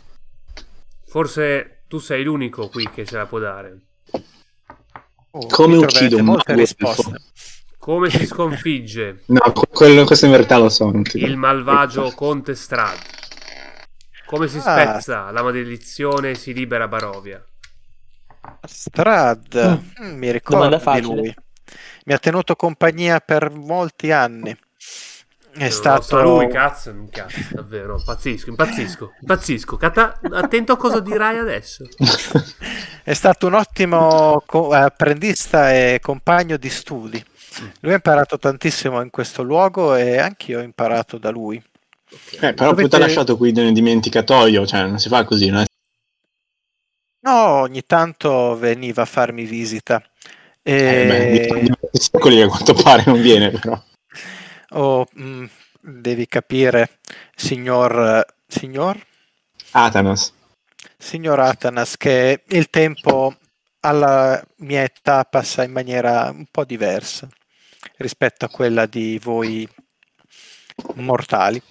Forse tu sei l'unico qui che ce la può dare. Oh, Come qui uccido troverete un molte mago risposte. elfo? Come si sconfigge No, quello, questo in verità lo so. Non ti il malvagio Conte Strad? Come si Ah. spezza la maledizione e si libera Barovia? Strad, Mm. mm, mi ricordo Domanda di facile. lui. Mi ha tenuto compagnia per molti anni. È Non stato lo sa lui, cazzo, un cazzo, davvero, impazzisco, impazzisco, impazzisco. Cata, attento a cosa dirai adesso. È stato un ottimo co- apprendista e compagno di studi. Lui ha imparato tantissimo in questo luogo e anch'io ho imparato da lui. Eh, però Dovete- poi ti ha lasciato qui nel dimenticatoio, cioè non si fa così, no? No, ogni tanto veniva a farmi visita. Eh, beh, E... di di secoli a quanto pare non viene, però. Oh, mm, devi capire, signor... Signor? Atanas. Signor Atanas, che il tempo alla mia età passa in maniera un po' diversa rispetto a quella di voi mortali.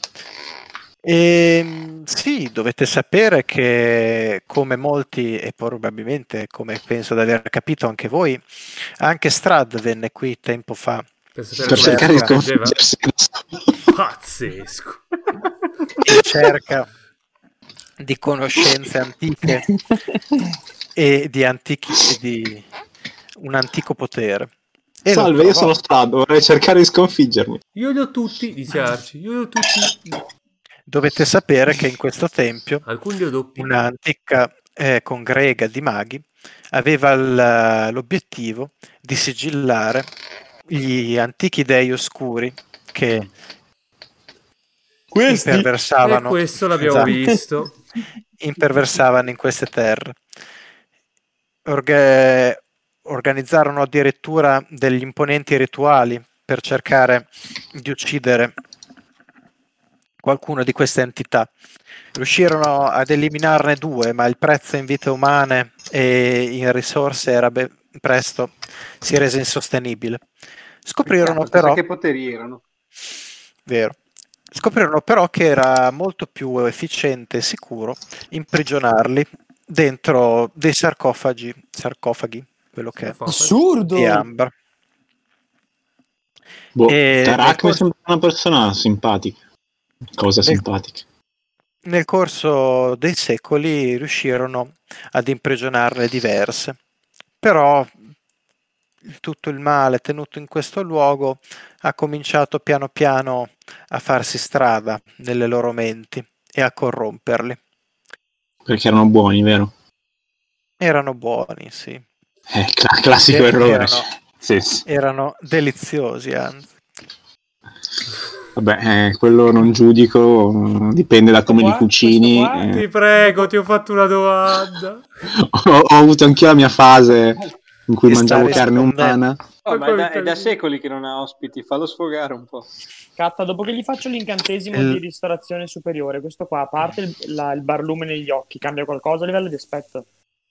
E sì, dovete sapere che come molti e probabilmente come penso di aver capito anche voi, anche Strad venne qui tempo fa Per sapere Per come cercare di si sconfiggeva? sconfiggersi. Pazzesco. in cerca di conoscenze antiche e di antichi e di un antico potere. E lo Salve, io trovò. sono Strad, vorrei cercare di sconfiggermi. Io li ho tutti, dice Arci, io li ho tutti. Dovete sapere che in questo tempio Alcuni li ho doppi. un'antica eh, congrega di maghi aveva l- l'obiettivo di sigillare gli antichi dei oscuri che Questi E imperversavano, questo l'abbiamo esatto, visto. imperversavano in queste terre. Orga- organizzarono addirittura degli imponenti rituali per cercare di uccidere qualcuno di queste entità. Riuscirono ad eliminarne due, ma il prezzo in vite umane e in risorse era be- presto si rese insostenibile. Scoprirono Peccato, chissà però che poteri erano. Vero. Scoprirono però che era molto più efficiente e sicuro imprigionarli dentro dei sarcofagi, sarcofaghi, quello che è, assurdo. di ambra. Boh, E nel Tarak mi corso- sembra una persona simpatica. Cosa Nel- simpatica. Nel corso dei secoli riuscirono ad imprigionarne diverse, però il- tutto il male tenuto in questo luogo ha cominciato piano piano a farsi strada nelle loro menti e a corromperli. Perché erano buoni, vero? Erano buoni, sì. Eh, cla- classico Eh, errore. erano- Sì, sì. Erano deliziosi, anzi. Vabbè, eh, quello non giudico, dipende da come qua, li cucini. questo qua, eh. Ti prego, ti ho fatto una domanda. ho, ho avuto anch'io la mia fase in cui Ti mangiavo sta carne rispondendo. umana. Oh, ma è da, è da Qualità- secoli che non ha ospiti, fallo sfogare un po'. Catta, dopo che gli faccio l'incantesimo Il- di ristorazione superiore, questo qua, a parte il, la- il barlume negli occhi, cambia qualcosa a livello di aspetto?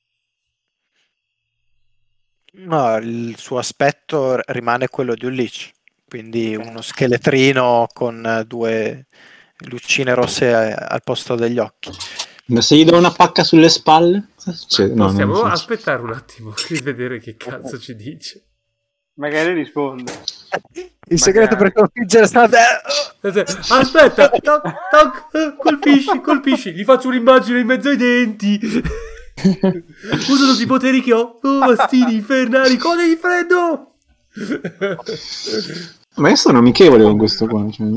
No, il suo aspetto rimane quello di un lich, quindi uno scheletrino con eh, due lucine rosse eh, al posto degli occhi. Ma se gli do una pacca sulle spalle? Cosa succede? No, Possiamo non so. aspettare un attimo e vedere che cazzo ci dice. Magari risponde. Il segreto Magari. per sconfiggere Strad Aspetta, toc, toc, eh, colpisci, colpisci, gli faccio un'immagine in mezzo ai denti. Uso tutti i poteri che ho. Oh, mastini infernali, code di freddo. Ma io sono amichevole con questo qua. Cioè...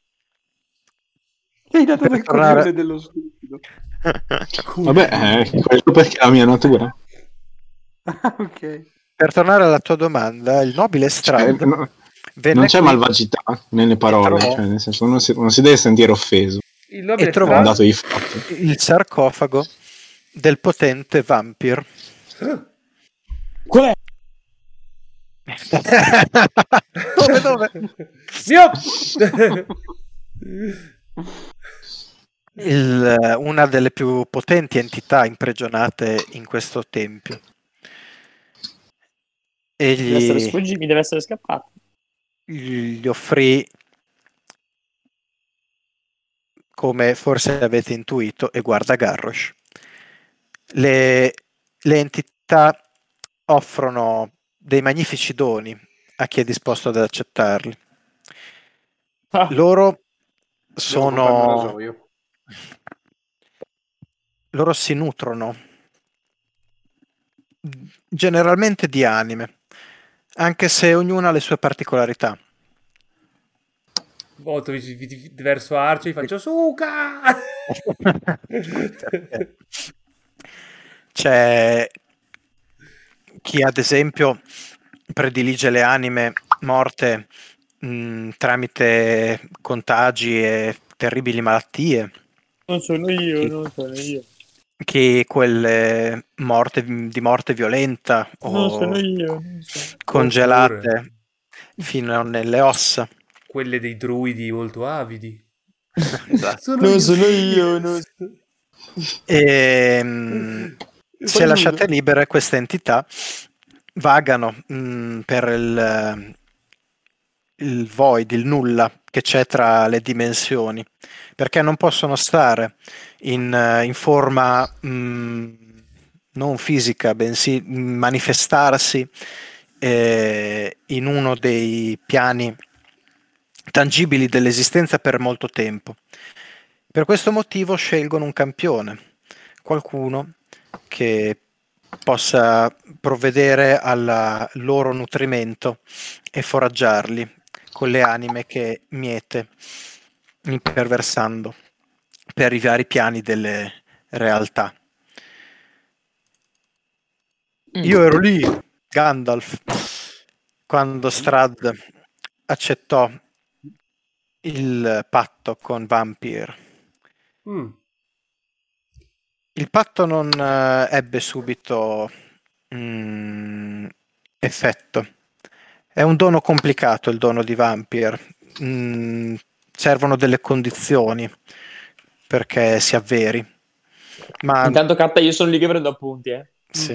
Hai dato Per del tornare- coglione dello stupido. Vabbè, eh, quello perché è la mia natura. Ok. Per tornare alla tua domanda, il nobile Cioè, Strad no- venne non c'è qui malvagità nelle parole, trovò- cioè, nel senso, uno si, uno si deve sentire offeso. Il e nobile trovò È un Strad... dato di fatto. il sarcofago del potente Vampir. Qual è? Dove, dove? Mio! Il- una delle più potenti entità imprigionate in questo tempio. Mi deve essere Egli sfuggito, mi deve essere scappato. gli offrì, come forse avete intuito, e guarda Garrosh, le, le entità offrono dei magnifici doni a chi è disposto ad accettarli. Ah, Loro Devo comprarmi un sono rasoio. loro si nutrono generalmente di anime, anche se ognuna ha le sue particolarità. Volto vi- vi- verso Arci, faccio suca! C'è chi ad esempio predilige le anime morte mh, tramite contagi e terribili malattie, non sono io, chi, non sono io. chi quelle morte di morte violenta Non sono o io, non sono. congelate fino nelle ossa. Quelle dei druidi molto avidi. Esatto. Sono Non io. sono io, non sono. E, mh, se Poi lasciate nudo. libere, queste entità vagano mh, per il, il void, il nulla che c'è tra le dimensioni, perché non possono stare in, eh, in forma mh, non fisica, bensì manifestarsi eh, in uno dei piani tangibili dell'esistenza per molto tempo. Per questo motivo scelgono un campione, qualcuno che possa provvedere al loro nutrimento e foraggiarli con le anime che miete imperversando per i vari piani delle realtà. Io ero lì, Gandalf, quando Strahd accettò il patto con Vampir. Mm. Il patto non eh, ebbe subito mm, effetto. È un dono complicato il dono di Vampir. Mm, servono delle condizioni perché si avveri. Ma Intanto Catta, io sono lì che prendo appunti, eh. sì.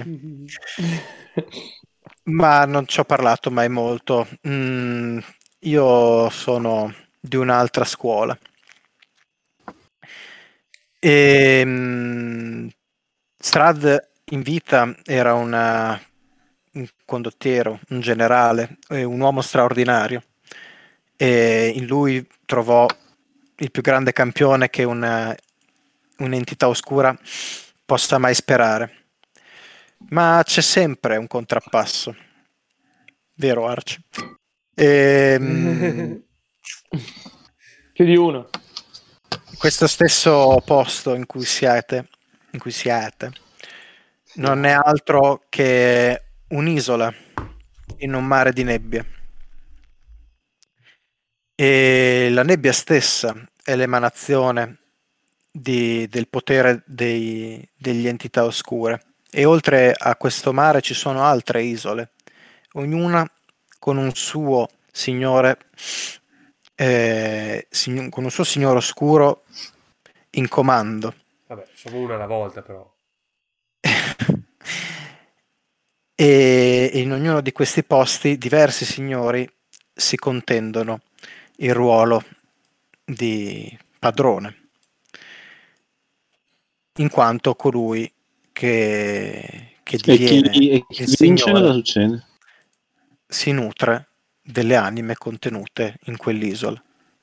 Ma non ci ho parlato mai molto. Mm, io sono di un'altra scuola. E, mm, Strad in vita era una, un condottiero, un generale, eh, un uomo straordinario. E in lui trovò il più grande campione che una, un'entità oscura possa mai sperare. Ma c'è sempre un contrappasso, vero Arci? Ehm, Più di uno. questo stesso posto in cui siete, in cui siete, non è altro che un'isola in un mare di nebbia. E la nebbia stessa è l'emanazione di- del potere dei- degli entità oscure. E oltre a questo mare ci sono altre isole, ognuna con un suo signore, eh, sign- con un suo signore oscuro in comando. Vabbè, solo una alla volta però. E in ognuno di questi posti diversi signori si contendono il ruolo di padrone, in quanto colui che, che E chi, diviene e chi il vince cosa signore succede? si nutre delle anime contenute in quell'isola.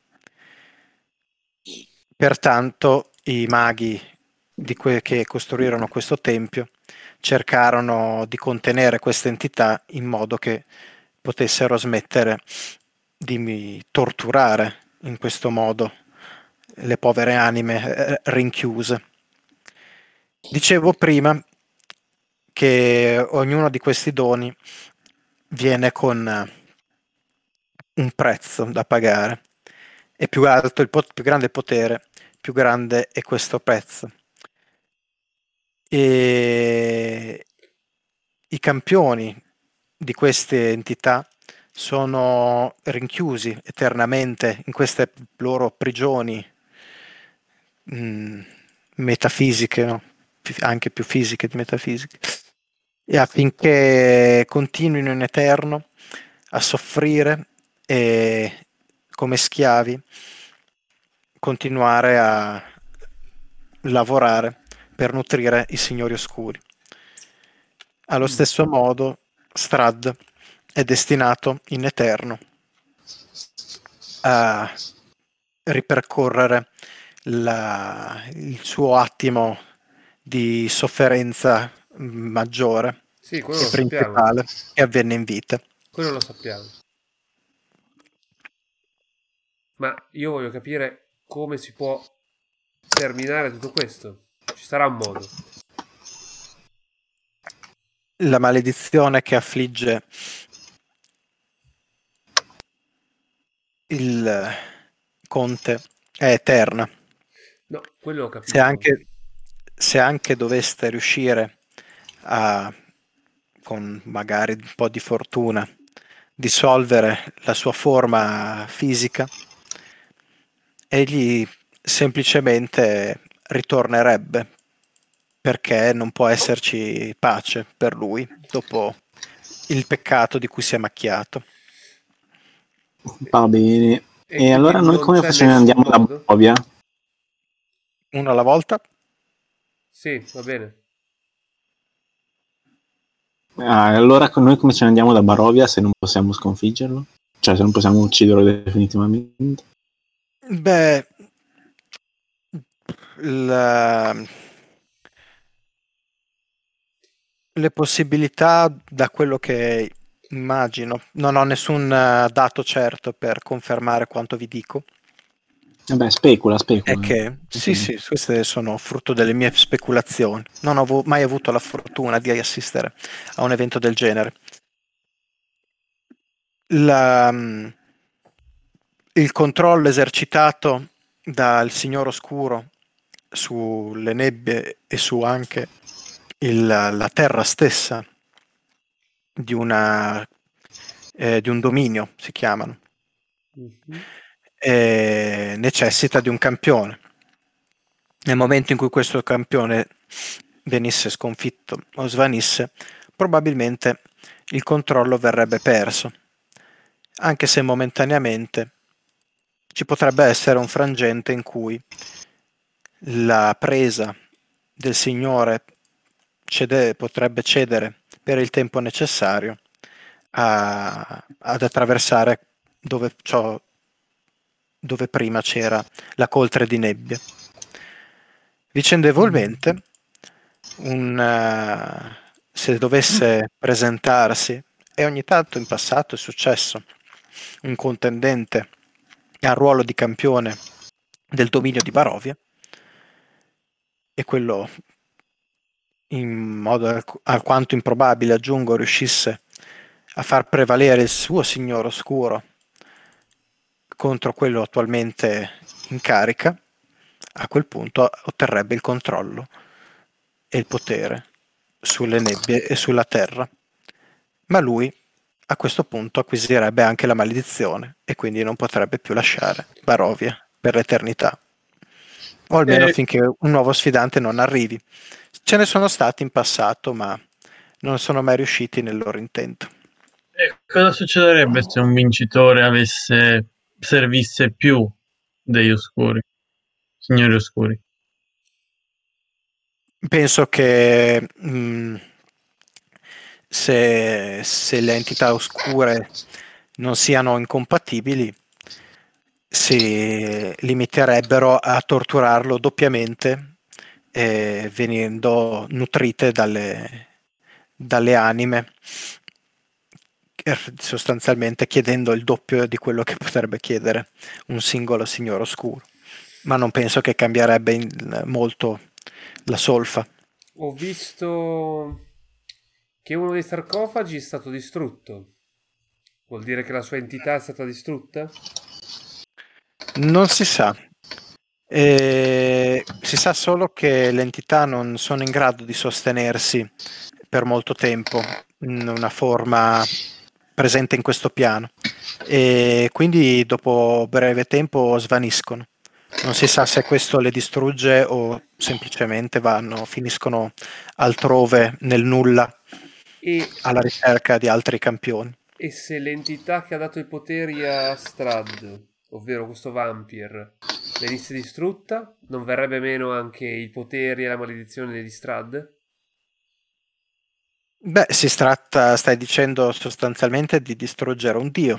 Pertanto i maghi di que- che costruirono questo tempio cercarono di contenere questa entità in modo che potessero smettere di mi- torturare in questo modo le povere anime eh, rinchiuse. Dicevo prima che ognuno di questi doni viene con un prezzo da pagare, e più alto il pot- più grande il potere, più grande è questo prezzo. E i campioni di queste entità sono rinchiusi eternamente in queste loro prigioni mh, metafisiche, no? Fi- anche più fisiche di metafisiche, e affinché continuino in eterno a soffrire e come schiavi continuare a lavorare per nutrire i signori oscuri. Allo Mm. stesso modo, Strahd è destinato in eterno a ripercorrere la- il suo attimo di sofferenza maggiore Sì, quello e lo sappiamo. principale che avvenne in vita. Quello lo sappiamo. Ma io voglio capire come si può terminare tutto questo. Ci sarà un modo. La maledizione che affligge il conte è eterna. No, quello ho Se capito. anche, se anche doveste riuscire a, con magari un po' di fortuna, dissolvere la sua forma fisica, egli semplicemente ritornerebbe, perché non può esserci pace per lui dopo il peccato di cui si è macchiato. Va bene. E E quindi allora noi non come c'è facciamo? nessun Andiamo da modo? Barovia? Uno alla volta? Sì, va bene. Ah, allora con noi come ce ne andiamo da Barovia se non possiamo sconfiggerlo? Cioè se non possiamo ucciderlo definitivamente? Beh, la- le possibilità, da quello che immagino, non ho nessun eh, dato certo per confermare quanto vi dico, Vabbè, specula, è specula. che sì, Ok. sì, queste sono frutto delle mie speculazioni. Non ho avu- mai avuto la fortuna di assistere a un evento del genere. La- mm, il controllo esercitato dal Signor Oscuro sulle nebbie e su anche il- la terra stessa di, una, eh, di un dominio, si chiamano, Mhm. e necessita di un campione. Nel momento in cui questo campione venisse sconfitto o svanisse, probabilmente il controllo verrebbe perso, anche se momentaneamente ci potrebbe essere un frangente in cui la presa del Signore cede- potrebbe cedere per il tempo necessario a- ad attraversare dove, ciò- dove prima c'era la coltre di nebbia. Vicendevolmente, un, eh, se dovesse presentarsi, e ogni tanto in passato è successo, un contendente al ruolo di campione del dominio di Barovia, e quello, in modo alc- alquanto improbabile, aggiungo, riuscisse a far prevalere il suo signore oscuro contro quello attualmente in carica, a quel punto otterrebbe il controllo e il potere sulle nebbie e sulla terra. Ma lui a questo punto acquisirebbe anche la maledizione e quindi non potrebbe più lasciare Barovia per l'eternità, o almeno E, finché un nuovo sfidante non arrivi. Ce ne sono stati in passato, ma non sono mai riusciti nel loro intento. e cosa succederebbe se un vincitore avesse servisse più degli oscuri, signori oscuri? Penso che mh, se, se le entità oscure non siano incompatibili, si limiterebbero a torturarlo doppiamente, eh, venendo nutrite dalle, dalle anime, eh, sostanzialmente chiedendo il doppio di quello che potrebbe chiedere un singolo signore oscuro. Ma non penso che cambierebbe in- molto la solfa. Ho visto che uno dei sarcofagi è stato distrutto. Vuol dire che la sua entità è stata distrutta? Non si sa. Eh, si sa solo che le entità non sono in grado di sostenersi per molto tempo in una forma presente in questo piano e quindi dopo breve tempo svaniscono. Non si sa se questo le distrugge o semplicemente vanno, finiscono altrove nel nulla E, alla ricerca di altri campioni. e se l'entità che ha dato i poteri a Strahd, ovvero questo vampir, venisse distrutta, non verrebbe meno anche i poteri e la maledizione di Strahd? Beh, si tratta, stai dicendo sostanzialmente di distruggere un dio.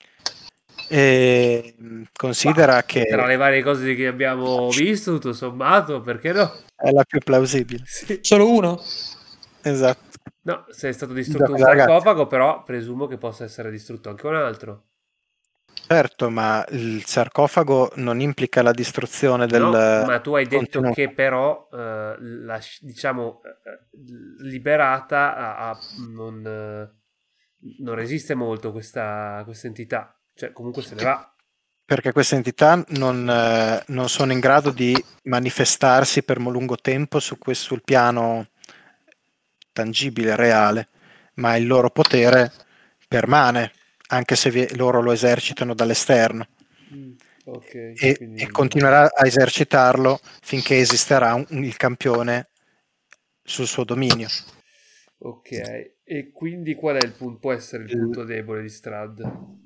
E mh, considera Bah, che tra le varie cose che abbiamo visto, tutto sommato, perché no? è la più plausibile. Sì. Solo uno? Esatto. No, se è stato distrutto un Ragazzi. sarcofago, però presumo che possa essere distrutto anche un altro. Certo, ma il sarcofago non implica la distruzione del No, ma tu hai detto contenuto. che però, eh, la, diciamo, eh, liberata a, a- non, eh, non resiste molto questa, questa entità. Cioè, comunque se ne va. Perché queste entità non, eh, non sono in grado di manifestarsi per mo- lungo tempo su questo, sul piano tangibile, reale, ma il loro potere permane, anche se vi- loro lo esercitano dall'esterno. Mm, ok, E, quindi- e continuerà a esercitarlo finché esisterà un- il campione sul suo dominio. Ok, e quindi qual è il punto? Può essere il Il- punto debole di Strad?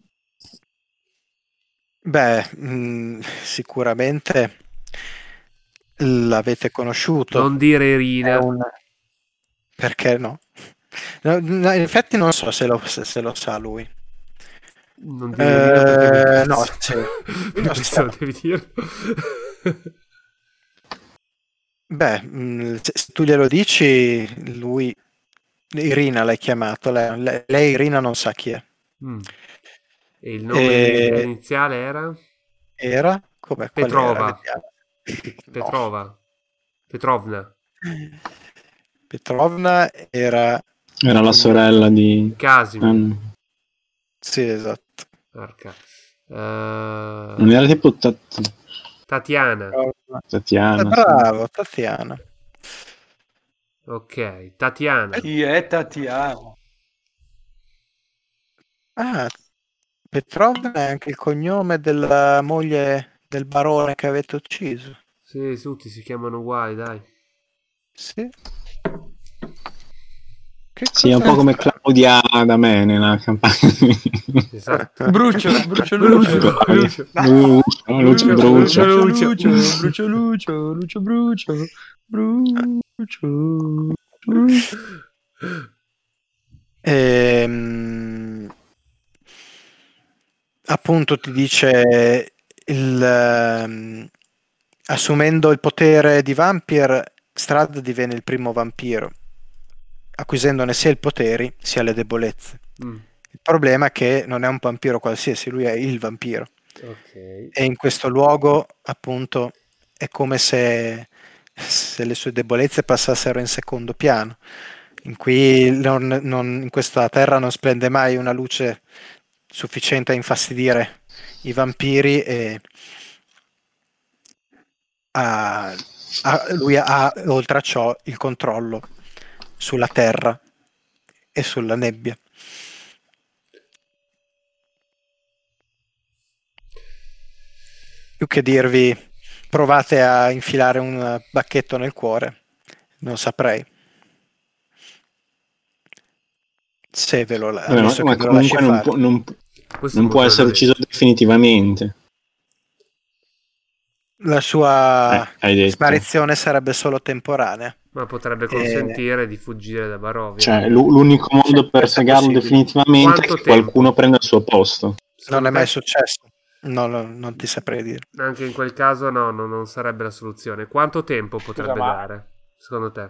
Beh, mh, sicuramente l'avete conosciuto. Non dire È Irina. un... Perché no? No, no, in effetti non so se lo, se, se lo sa lui. Non dire Irina perché mi Eh, incazzo. no, sì. Per No, questo sì. devi dirlo. Beh, mh, se se tu glielo dici, lui... Irina l'hai chiamato, lei, lei- lei Irina non sa chi è. Mm. E il nome E- iniziale era? Era? Come? Qual era? Petrova. Vediamo. Pe- No. Petrova. Petrovna. Petrovna era... Era la sorella di... Casimir. Ah, Sì, esatto. Porca. Eh, non era tipo Tat- Tatiana. Tatiana. Eh, sì. bravo, Tatiana. Ok, Tatiana. Chi è Tatiana? Ah, Petrovna è anche il cognome della moglie del barone che avete ucciso. Sì, tutti si chiamano uguali, dai. Sì. Che Sì, è un cosa- po' come Claudia da me nella campagna. Esatto. Brucio, brucio, Lucio, lucio. Lucio. Lucio, Lucio, Lucio, Lucio. Lucio. Lucio, Lucio, Lucio, Lucio, Brucio, Brucio, Brucio. Ehm, appunto ti dice il, ehm, assumendo il potere di Vampir, Strahd diviene il primo vampiro, acquisendone sia i poteri sia le debolezze. Mm, Il problema è che non è un vampiro qualsiasi, lui è il vampiro. ok. E in questo luogo, appunto, è come se, se le sue debolezze passassero in secondo piano. In cui non, non- in questa terra non splende mai una luce sufficiente a infastidire i vampiri e ha- ha- lui ha, oltre a ciò, il controllo sulla terra e sulla nebbia. Più che dirvi provate a infilare un bacchetto nel cuore, non saprei. Se ve lo, Vabbè, ma, ammesso ma che ve lo lasci comunque non fare. può, non, Questo non è può molto essere bello. ucciso definitivamente. La sua Eh, hai detto. sparizione sarebbe solo temporanea. Ma potrebbe Eh, consentire di fuggire da Barovia. Cioè, l'u- l'unico modo per questo è fregarlo possibile. definitivamente Quanto è che tempo? qualcuno prenda il suo posto. Non Secondo è mai te? successo. No, no, non ti saprei dire. Anche in quel caso no, no, non sarebbe la soluzione. Quanto tempo potrebbe ma- dare, secondo te?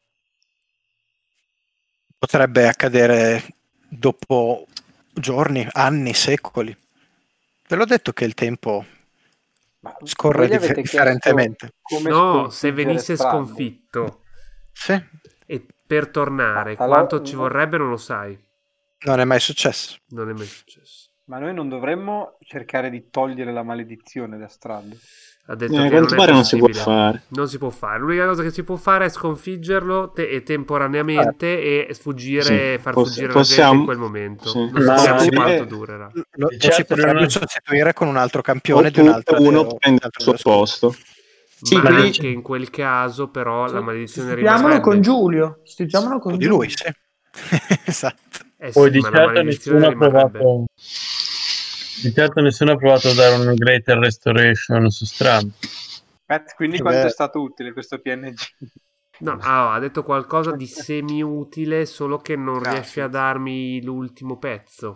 Potrebbe accadere dopo giorni, anni, secoli. Ve l'ho detto che il tempo Ma scorre voi gli dif- avete differentemente. chiesto come No, se sconfiggere venisse Strahd? sconfitto. Sì. E per tornare, Ma allora- quanto ci vorrebbe non lo sai. Non è mai successo. Non è mai successo. Ma noi non dovremmo cercare di togliere la maledizione da Strad. Ha detto Eh, che a quanto non è pare non si può possibile. fare. Non si può fare. L'unica cosa che si può fare è sconfiggerlo te- e temporaneamente e sfuggire, Sì, far poss- fuggire possiamo- la gente in quel momento. sì. Non Ma sappiamo sì, quanto eh, durerà. Lo, lo Certo, si potrebbe non è- sostituire con un altro campione di Oppure un'altra uno di- prende di un il suo altro scudo. posto. Sì, Ma quindi- anche in quel caso, però, la maledizione Sostituiamolo rimarrebbe. con Giulio. Sostituiamolo con Di Giulio. lui, sì. Esatto. Eh Poi sì, di ma la certo maledizione nessuno ha rimarrebbe. provato di certo nessuno ha provato a dare un Greater Restoration su Strad. Pat, quindi Eh quanto beh. è stato utile questo P N G? No, ah, ha detto qualcosa di semi-utile, solo che non Ah, riesce sì. a darmi l'ultimo pezzo.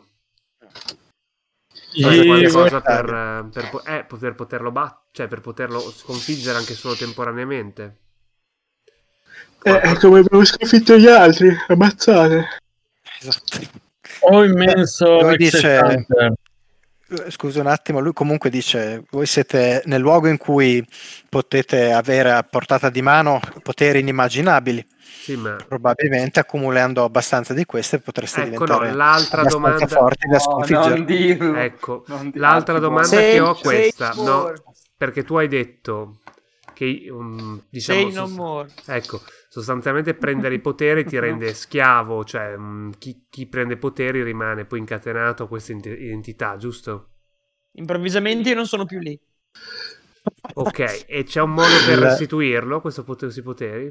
I- Fare Sì, qualcosa sì. per, eh, per, po- eh, per poterlo bat- cioè per poterlo sconfiggere anche solo temporaneamente. Eh, è come abbiamo sconfitto gli altri, ammazzate. Esatto. Ho immenso Lui Exit dice- Hunter. Eh, Scusa un attimo, lui comunque dice: voi siete nel luogo in cui potete avere a portata di mano poteri inimmaginabili. Sì, ma Probabilmente accumulando abbastanza di queste potreste ecco, no, diventare l'altra abbastanza domanda. forti da No, sconfiggere. non dirlo. Ecco, Non di- l'altra Archibald. domanda Say- che ho è say questa, no, more. perché tu hai detto che um, diciamo Say no sost- more. ecco, sostanzialmente prendere i poteri ti rende schiavo, cioè um, chi, chi prende poteri rimane poi incatenato a questa int- identità, giusto? Improvvisamente io non sono più lì. Ok, e c'è un modo per Il- restituirlo, questo pot- questi poteri?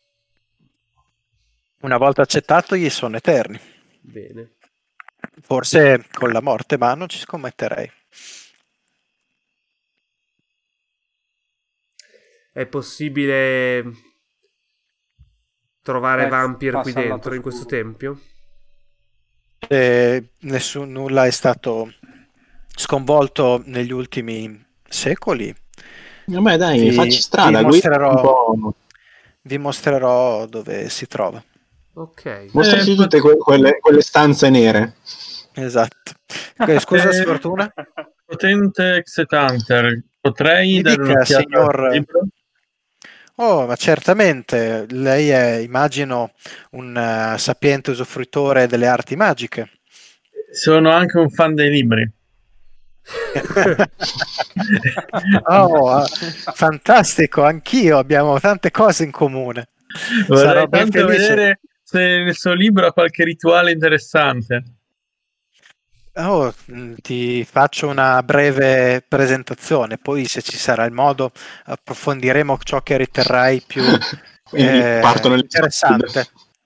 Una volta accettato gli sono eterni. Bene. Forse con la morte, ma non ci scommetterei. È possibile trovare Eh, vampir qui passa al lato dentro in questo scuro. tempio? E nessun, nulla è stato sconvolto negli ultimi secoli. Vabbè dai, Vi- facci strada, vi guida un mostrerò- po'. Vi mostrerò dove si trova. Ok. Mostraci Eh, tutte que- quelle, quelle stanze nere. Esatto. Eh, Scusa, Eh, sfortuna. Potente Exit Hunter, potrei Mi dare dica, un'occhiata signor- al libro? Oh, ma certamente. Lei è, immagino, un eh, sapiente usufruitore delle arti magiche. Sono anche un fan dei libri. Oh, ah, fantastico, anch'io, abbiamo tante cose in comune. Vorrei Sarò ben tanto felice. vedere se nel suo libro ha qualche rituale interessante. Oh, mh, ti faccio una breve presentazione, poi se ci sarà il modo approfondiremo ciò che riterrai più Quindi eh, partono le interessante.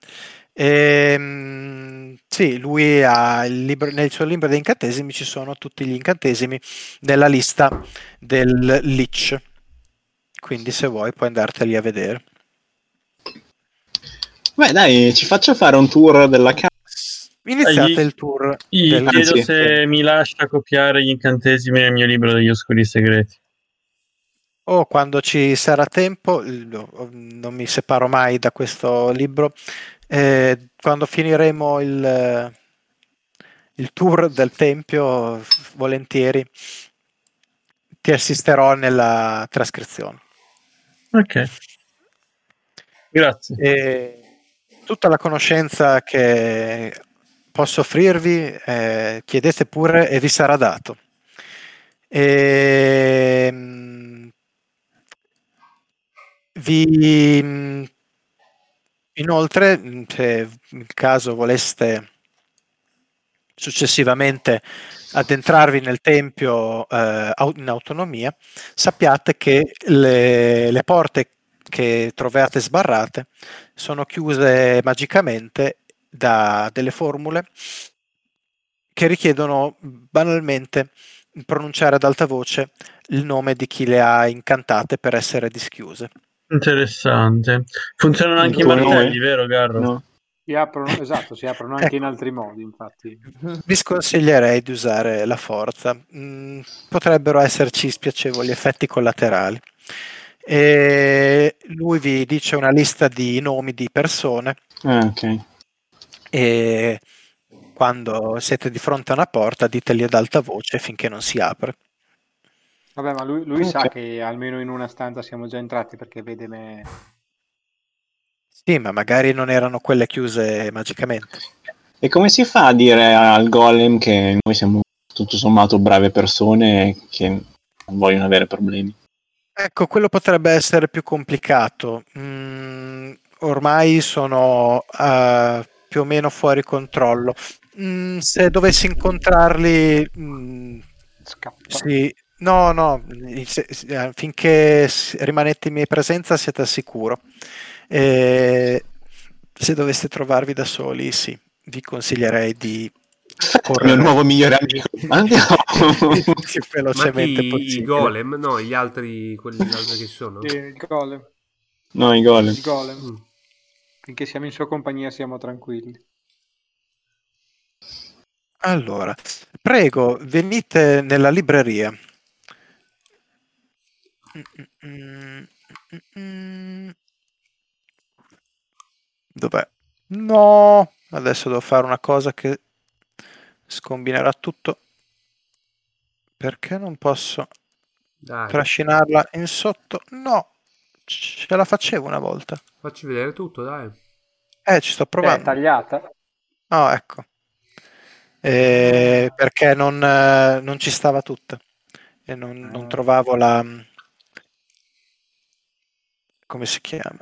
Ehm, sì, lui ha il libro, nel suo libro dei incantesimi ci sono tutti gli incantesimi della lista del Lich, quindi se vuoi puoi andarteli a vedere. Beh dai, ci faccio fare un tour della casa. Iniziate Gli- il tour Gli del- chiedo Anzi. se mi lascia copiare gli incantesimi nel mio libro degli oscuri segreti. o quando ci sarà tempo, lo- non mi separo mai da questo libro. Eh, quando finiremo il, il tour del tempio, volentieri ti assisterò nella trascrizione. Ok, grazie. E tutta la conoscenza che posso offrirvi, eh, chiedete pure e vi sarà dato. E, mm, vi mm, inoltre, mm, se in caso voleste successivamente addentrarvi nel tempio eh, au- in autonomia, sappiate che le, le porte che trovate sbarrate sono chiuse magicamente da delle formule che richiedono banalmente pronunciare ad alta voce il nome di chi le ha incantate per essere dischiuse. Interessante. Funzionano anche i Come martelli, noi? vero Garro? No? Si aprono, esatto, si aprono anche Ecco. in altri modi, infatti. Vi sconsiglierei di usare la forza. Mm, potrebbero esserci spiacevoli effetti collaterali. E lui vi dice una lista di nomi di persone Ah, ok. e quando siete di fronte a una porta diteli ad alta voce finché non si apre. Vabbè, ma lui, lui Ok. sa che almeno in una stanza siamo già entrati perché vede me. Sì, ma magari non erano quelle chiuse magicamente. E come si fa a dire al golem che noi siamo tutto sommato brave persone che non vogliono avere problemi? Ecco, quello potrebbe essere più complicato. Mm, ormai sono eh, più o meno fuori controllo. Mm, se dovessi incontrarli, mm, Scappa. sì, no, no, se- se- eh, finché s- rimanete in mia presenza siete al sicuro. E se doveste trovarvi da soli, sì, vi consiglierei di Perfetto, il mio correre nuovo migliore amico. Andiamo! più Ma velocemente chi? I possibile. golem? No, gli altri, quelli altri che sono? Sì, il golem. No, i golem. Il golem. Mm. Finché siamo in sua compagnia siamo tranquilli. Allora, prego, venite nella libreria. Mm, mm, mm, mm. Dov'è? No, adesso devo fare una cosa che scombinerà tutto. Perché non posso Dai, trascinarla in sotto? No, ce la facevo una volta. facci vedere tutto, dai. Eh, ci sto Eh, è provando. tagliata? No, ecco. Eh, perché non, eh, non ci stava tutta. E non, non Ah. trovavo la... come si chiama?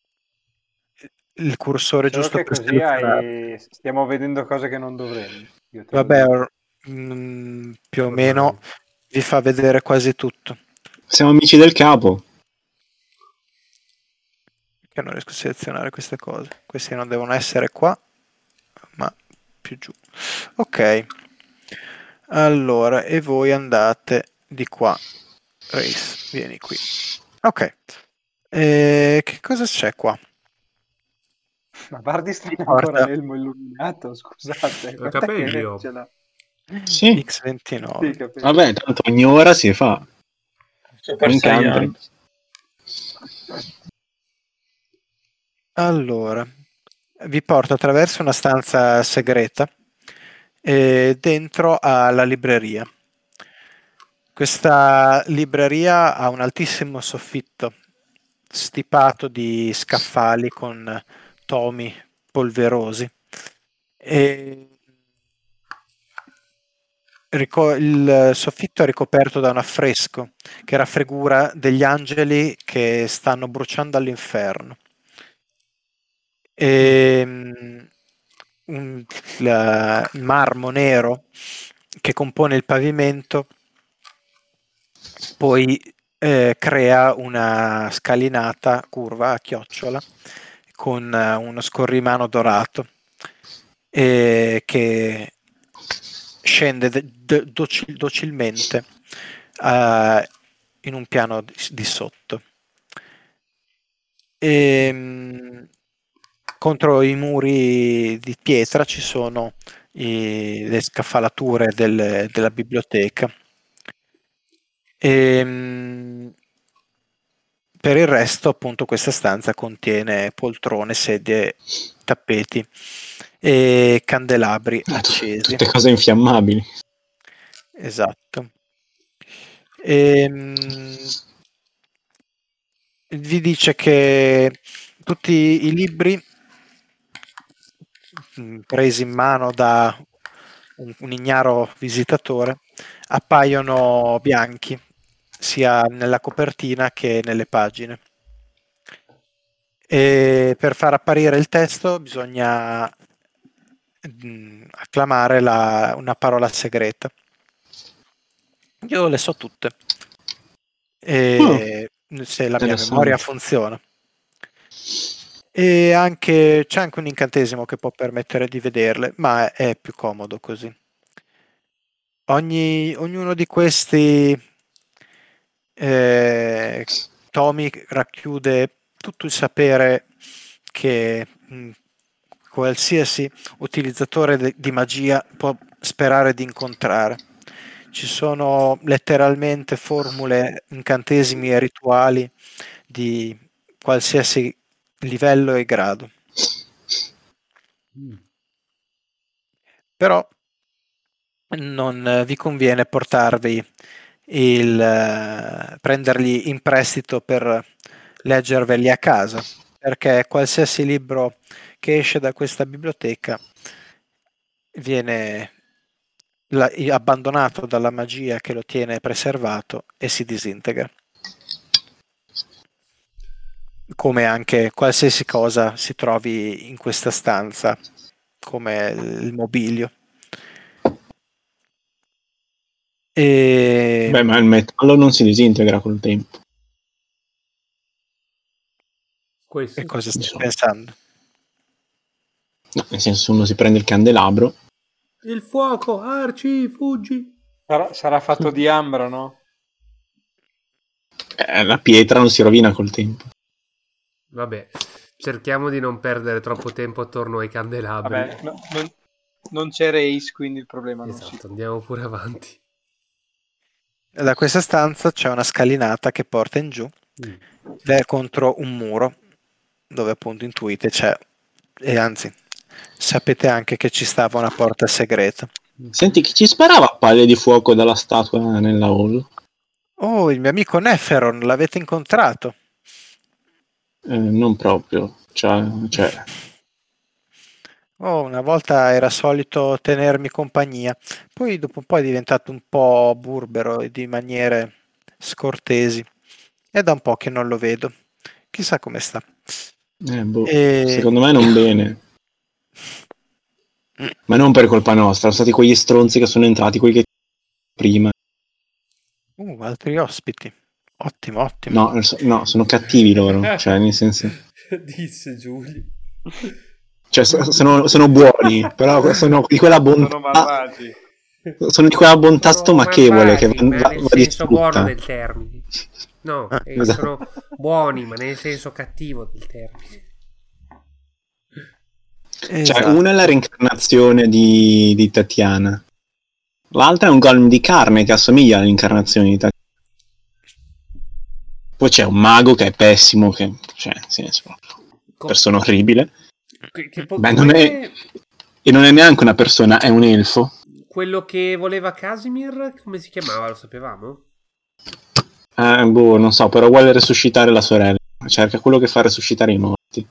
Il cursore Solo giusto che per così selezionarlo. hai... stiamo vedendo cose che non dovremmo. Io te lo Vabbè, dico. or- mm, più o Ormai. meno vi fa vedere quasi tutto. Siamo amici del capo. Che non riesco a selezionare queste cose. Questi non devono essere qua, ma più giù. Ok. Allora, e voi andate di qua. Race, vieni qui. Ok. E che cosa c'è qua? Ma Bardi sta Vi ancora porta l'elmo illuminato, scusate. Ho Guarda capelli che io. ce l'ha. Sì. X ventinove. Sì, capito. Vabbè, tanto ogni ora si fa. Super In Saiyan. country. Allora, vi porto attraverso una stanza segreta e dentro alla libreria. Questa libreria ha un altissimo soffitto stipato di scaffali con tomi polverosi e rico- il soffitto è ricoperto da un affresco che raffigura degli angeli che stanno bruciando all'inferno. E, mm, un- la- il marmo nero che compone il pavimento poi eh, crea una scalinata curva a chiocciola con eh, uno scorrimano dorato eh, che scende de- de- docil- docilmente eh, in un piano di, di sotto. E, mh, contro i muri di pietra ci sono i- le scaffalature del- della biblioteca. E, mh, per il resto, appunto, questa stanza contiene poltrone, sedie, tappeti e candelabri Ah, tu- accesi. tutte cose infiammabili. Esatto. Ehm, vi dice che tutti i libri mh, presi in mano da un, un ignaro visitatore appaiono bianchi sia nella copertina che nelle pagine. E per far apparire il testo bisogna mh, acclamare la- una parola segreta. Io le so tutte, e se la mia memoria Interessante. funziona. E anche, c'è anche un incantesimo che può permettere di vederle, ma è più comodo così. Ogni, ognuno di questi eh, tomi racchiude tutto il sapere che mh, qualsiasi utilizzatore de- di magia può sperare di incontrare. Ci sono letteralmente formule, incantesimi e rituali di qualsiasi livello e grado. Mm. Però non eh, vi conviene portarvi il eh, prenderli in prestito per leggerveli a casa, perché qualsiasi libro che esce da questa biblioteca viene la- abbandonato dalla magia che lo tiene preservato e si disintegra. Come anche qualsiasi cosa si trovi in questa stanza, come il mobilio. E... Beh, ma il metallo non si disintegra col tempo. Questo Che cosa stai Insomma. pensando? No, nel senso, se uno si prende il candelabro, il fuoco, Arci, fuggi. Sarà, sarà fatto di ambra, no? eh, la pietra non si rovina col tempo. Vabbè, cerchiamo di non perdere troppo tempo attorno ai candelabri. Vabbè, no, non, non c'è race, quindi il problema non si... Esatto, andiamo pure avanti. Da questa stanza c'è una scalinata che porta in giù Mm. ed è contro un muro dove appunto intuite c'è, e anzi sapete anche che ci stava una porta segreta. Senti, chi ci sparava palle di fuoco dalla statua nella hall? Oh, il mio amico Neferon, l'avete incontrato? Eh, non proprio. Cioè, cioè, Oh, una volta era solito tenermi compagnia, poi dopo un po' è diventato un po' burbero e di maniere scortesi. È da un po' che non lo vedo. Chissà come sta. eh, boh, E... secondo me non bene. Mm. Ma non per colpa nostra, sono stati quegli stronzi che sono entrati, quelli che prima. Uh, altri ospiti. Ottimo, ottimo. No, so- no, sono cattivi loro, cioè nel senso... Disse Giulio. Cioè, so- sono, sono buoni, però sono di quella Sono bontà... malvagi. Sono di quella bontà Sono stomachevole che malvagi, va, ma va, nel va senso buono distrutta. del termine. No, Ah, eh, esatto. sono buoni, ma nel senso cattivo del termine. Cioè, esatto. una è la reincarnazione di, di Tatiana, l'altra è un golem di carne che assomiglia all'incarnazione di Tatiana. Poi c'è un mago che è pessimo, che, cioè, nel senso, Com- persona orribile. che- che po- Beh, non com'è è, e non è neanche una persona, è un elfo. quello che voleva Casimir? Come si chiamava? Lo sapevamo? Eh, boh, non so, però vuole resuscitare la sorella. Cerca quello che fa resuscitare i morti.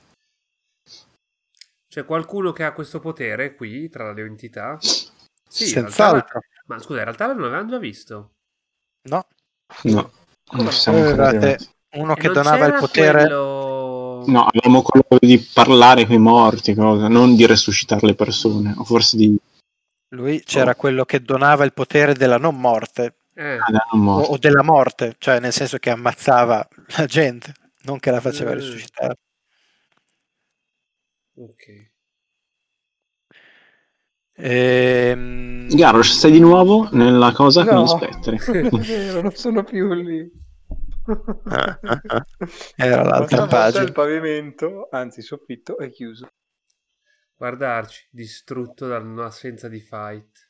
C'è qualcuno che ha questo potere qui tra le entità? Sì, in realtà la- Senz'altro. ma scusa, in realtà non l'avevamo già visto. No. No, non no? ci siamo Voi ancora avevate arrivati. uno E che non donava il c'era potere. quello... No, avevamo quello di parlare con i morti, cosa, non di resuscitare le persone, o forse di... Lui c'era Oh. quello che donava il potere della non morte, Eh, Ah, dai, non o, morti. o della morte, cioè nel senso che ammazzava la gente, non che la faceva Mm. risuscitare. ok. Ehm, Garrosh, sei di nuovo nella cosa con No, gli spettri. non è vero, non sono più lì. ah, ah, ah. Era l'altra Ma stavolta pagina. il pavimento, anzi il soffitto, è chiuso. Guardarci, distrutto dall'assenza di fight.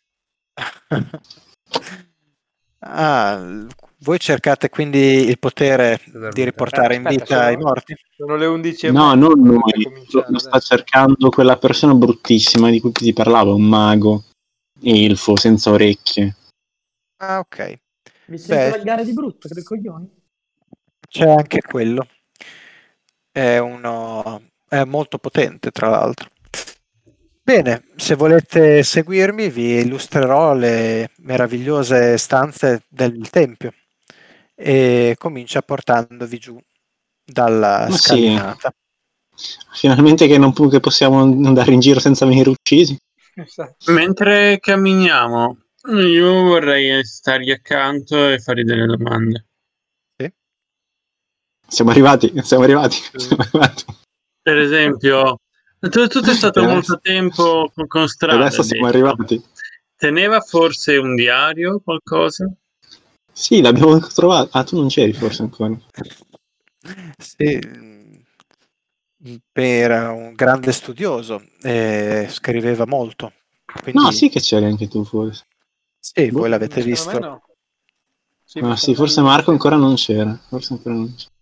Ah, voi cercate quindi il potere di riportare Eh, in aspetta, vita sono- i morti? Sono le undici e No, mezza, non dovrebbe noi, lo, cominciare lo sta adesso. cercando quella persona bruttissima di cui ti parlavo, un mago, elfo, senza orecchie. Ah, ok. Mi sento Beh, laggare di brutto, che dei coglioni. c'è anche quello. È uno è molto potente, tra l'altro. Bene, se volete seguirmi, vi illustrerò le meravigliose stanze del tempio e comincia portandovi giù dalla Ma sì, scalinata. finalmente che, non, che possiamo andare in giro senza venire uccisi. Esatto. Mentre camminiamo, io vorrei stargli accanto e fargli delle domande. Sì? Siamo arrivati, siamo arrivati, siamo arrivati. Per esempio, tu, tu sei stato E molto adesso- tempo con, con E Strada. adesso siamo adesso. arrivati. Teneva forse un diario, qualcosa? Sì, l'abbiamo trovato. Ah, tu non c'eri forse ancora. Sì, mm, era un grande studioso e scriveva molto. Quindi No, sì che c'eri anche tu forse. sì, Boh. voi l'avete Secondo visto. me no. Sì, Ah, mi sì, sembra forse lui. Marco ancora non c'era. Forse ancora non c'era.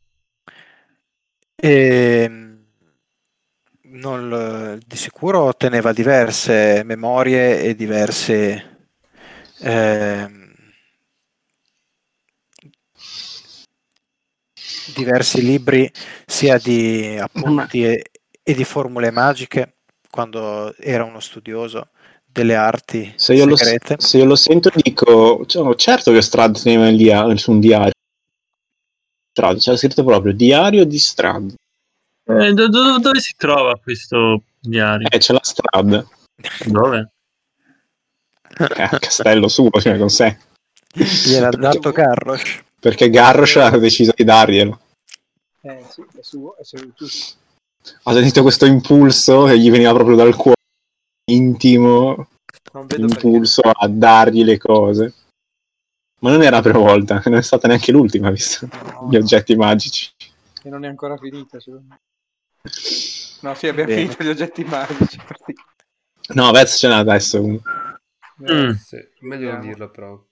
E non, di sicuro teneva diverse memorie e diverse ehm, diversi libri sia di appunti e, e di formule magiche quando era uno studioso delle arti Se io, lo, segrete. se io lo sento dico, cioè, certo che Strad teneva il dia- su un diario. Strad, c'era scritto proprio diario di Strad. Eh, do- do- dove si trova questo diario? Eh, c'è la Strad. Dove? Che è a castello suo, cioè con sé. Gliel'ha dato Garrosh. Perché Garrosh ha deciso di darglielo. Eh sì, è suo, è suo tu. Ha sentito questo impulso che gli veniva proprio dal cuore intimo, Non vedo impulso a dargli le cose. Ma non era la prima volta, non è stata neanche l'ultima, visto No, gli oggetti magici. perché non è ancora finita, secondo me. No, sì, abbiamo Bene. finito gli oggetti magici. No, Vez ce n'ha adesso uno. Mm. Sì, meglio non dirlo però.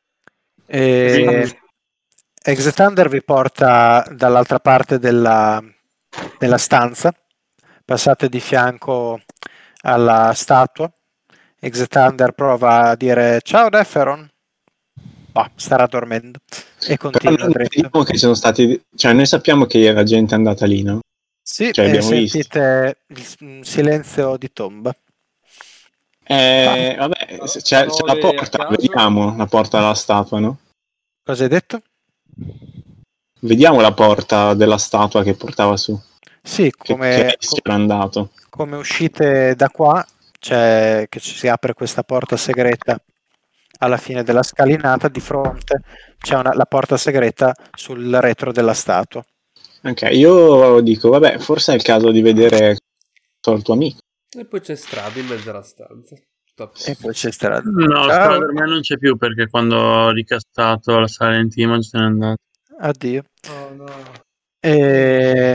E Exetander vi porta dall'altra parte della, della stanza, passate di fianco alla statua. Exetander prova a dire ciao Neferon. Oh, starà dormendo e Però continua noi dritto. vediamo che ci sono stati, cioè noi sappiamo che la gente è andata lì, no? Sì, Cioè, e abbiamo visto. sentite il s- silenzio di tomba. Eh, vabbè, se c'è, c'è la Parole a porta, caso. vediamo la porta della statua, no? Cosa hai detto? Vediamo la porta della statua che portava su, Sì, che, come, che si era andato. come uscite da qua, c'è che ci si apre questa porta segreta alla fine della scalinata, di fronte c'è una- la porta segreta sul retro della statua. Ok, io dico, vabbè, forse è il caso di vedere il tuo amico. E poi c'è Strada in mezzo alla stanza. Sta- E poi c'è strada. No, Ciao, Strada ormai non c'è più perché quando ho ricastato la Silent Image se n'è andato. addio. Oh no, E...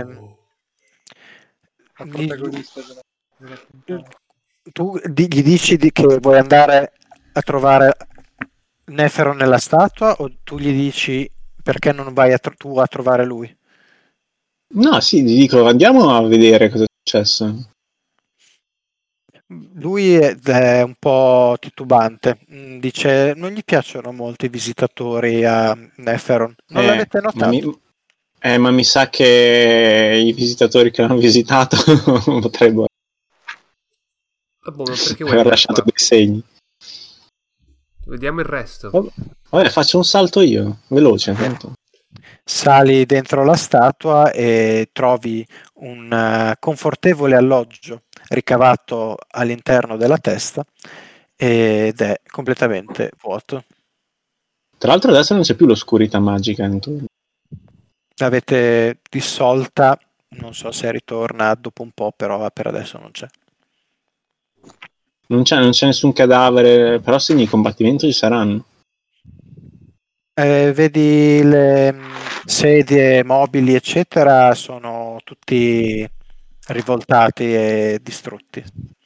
la gli- protagonista della, della puntata. tu di- gli dici di- che vuoi andare a trovare Neferon nella statua o tu gli dici perché non vai a tro- tu a trovare lui? No, sì, gli dico, andiamo a vedere cosa è successo. Lui è, è un po' titubante, mm, dice non gli piacciono molto i visitatori a Neferon, non Eh, l'avete ma notato? mi, eh, ma mi sa che i visitatori che l'hanno visitato potrebbero Ah, boh, ma perché vuoi aver venire lasciato qua? dei segni. Vediamo il resto. Vabbè, vabbè, faccio un salto io, veloce. Tanto. Sali dentro la statua e trovi un eh, confortevole alloggio ricavato all'interno della testa ed è completamente vuoto. Tra l'altro adesso non c'è più l'oscurità magica intorno. L'avete dissolta, non so se ritorna dopo un po', però per adesso non c'è. Non c'è, non c'è nessun cadavere, però segni di combattimento ci saranno. Eh, vedi le mh, sedie, mobili, eccetera, sono tutti rivoltati e distrutti.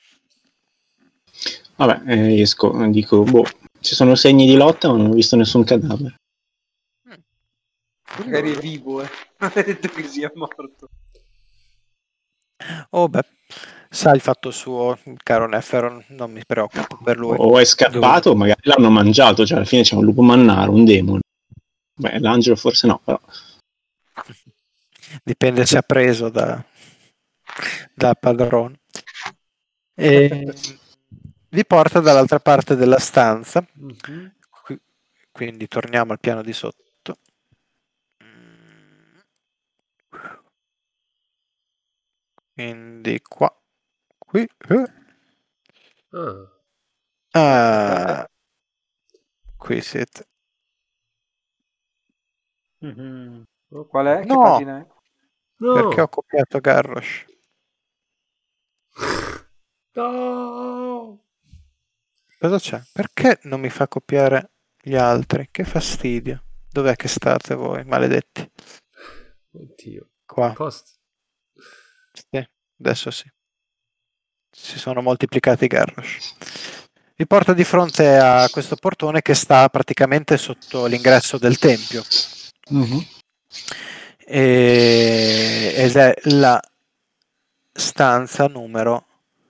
Vabbè, eh, esco, dico, boh, ci sono segni di lotta ma non ho visto nessun cadavere. Magari è vivo, eh. Non è detto che sia morto. Oh beh, sa il fatto suo, caro Neferon, non mi preoccupo per lui. O è scappato, magari l'hanno mangiato, cioè alla fine c'è un lupo mannaro, un demone. Beh, l'angelo forse no, però. Dipende se ha preso da, da padrone. E vi porta dall'altra parte della stanza, Mhm. qui- quindi torniamo al piano di sotto. Quindi qua, qui, eh. Ah, Ah, qui siete. Mhm. Qual è? Che No, pagina è? perché ho no! copiato Garrosh. No! Cosa c'è? Perché non mi fa copiare gli altri? Che fastidio. Dov'è che state voi, maledetti? Oddio. Qua. Post. Sì, adesso sì. Si sono moltiplicati i Garrosh. Vi porta di fronte a questo portone che sta praticamente sotto l'ingresso del tempio. Mm-hmm. E... ed è la stanza numero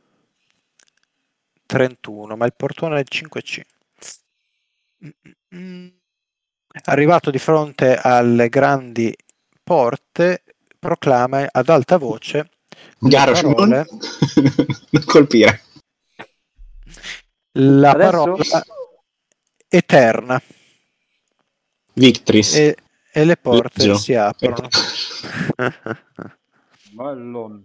trentuno, ma il portone è il cinque C. Mm-mm. Arrivato di fronte alle grandi porte proclama ad alta voce le Garrosh, non, parole, non colpire. la Adesso? parola eterna Victris. e, e le porte Leggio. si aprono. Bello.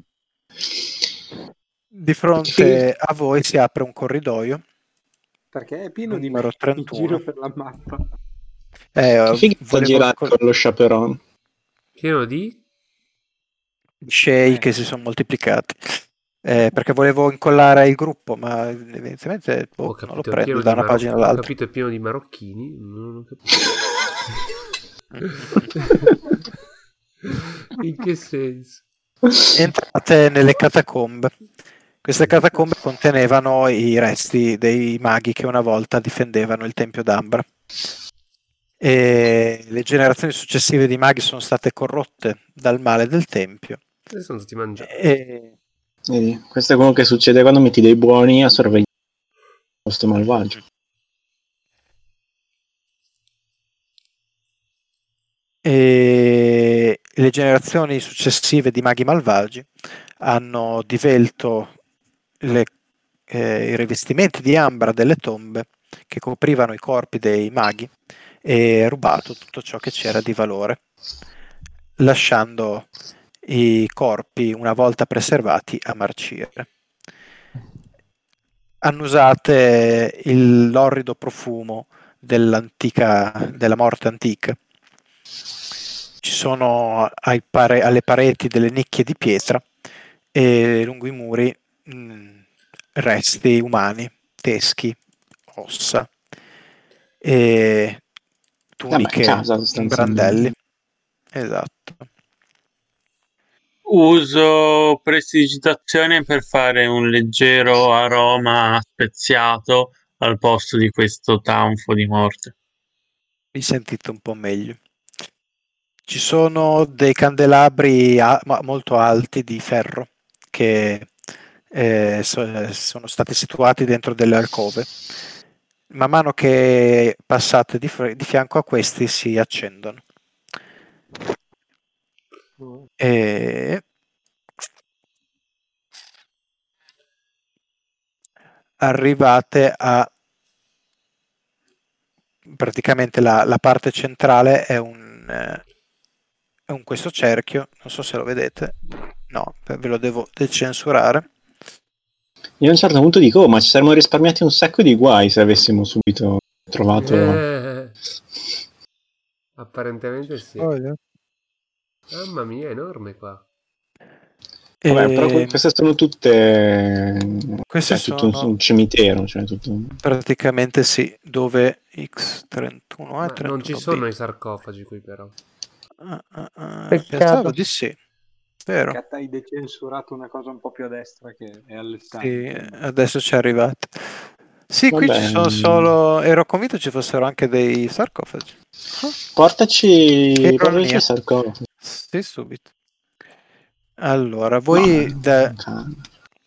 Di fronte a voi si apre un corridoio. Perché è pieno di Numero me in trentuno. giro per la mappa. Eh, Che figata volevo girare scol- con lo chaperon. Pieno di? Shei Eh. che si sono moltiplicati. Eh, perché volevo incollare il gruppo, ma evidentemente boh, Ho non capito, lo è prendo pieno da di una marocchi- pagina ho all'altra. capito, è pieno di marocchini. Non ho capito. In che senso? Entrate nelle catacombe. Queste catacombe contenevano i resti dei maghi che una volta difendevano il Tempio d'Ambra. E le generazioni successive di maghi sono state corrotte dal male del Tempio. E sono stati mangiati. E Vedi, questo è quello che succede quando metti dei buoni a sorvegliare questo malvagio. E le generazioni successive di maghi malvagi hanno divelto le, eh, i rivestimenti di ambra delle tombe che coprivano i corpi dei maghi e rubato tutto ciò che c'era di valore, lasciando i corpi una volta preservati a marcire. Annusate il, l'orrido profumo dell'antica, della morte antica. Ci sono ai pare, alle pareti delle nicchie di pietra e lungo i muri mh, resti umani, teschi, ossa e tuniche Vabbè, casa, in sostanzialmente. brandelli. Esatto. Uso prestidigitazione per fare un leggero aroma speziato al posto di questo tanfo di morte. Vi sentite un po' meglio. Ci sono dei candelabri a- ma molto alti di ferro che eh, so- sono stati situati dentro delle alcove. Man mano che passate di, fr- di fianco a questi si accendono. E arrivate a praticamente la, la parte centrale è un, eh, è un questo cerchio, non so se lo vedete, no, ve lo devo decensurare. Io a un certo punto dico, oh, ma ci saremmo risparmiati un sacco di guai se avessimo subito trovato... Eh, apparentemente sì. Oh, yeah. Mamma mia, è enorme qua. Vabbè, però que- E queste sono tutte... queste cioè, tutto un, sono un cimitero, cioè tutto... praticamente sì, dove X trentuno A Ma non ci trentuno B. sono i sarcofagi qui però. Ah, ah, ah, Peccato. pensavo di sì, vero? Perché hai decensurato una cosa un po' più a destra che è Sì, allettante. adesso ci è arrivato. Sì, qui Vabbè, ci sono solo. Ero convinto ci fossero anche dei sarcofagi. Portaci, Che portaci ironia. il sarcofago. Sì, subito. Allora, voi. No, da- calma.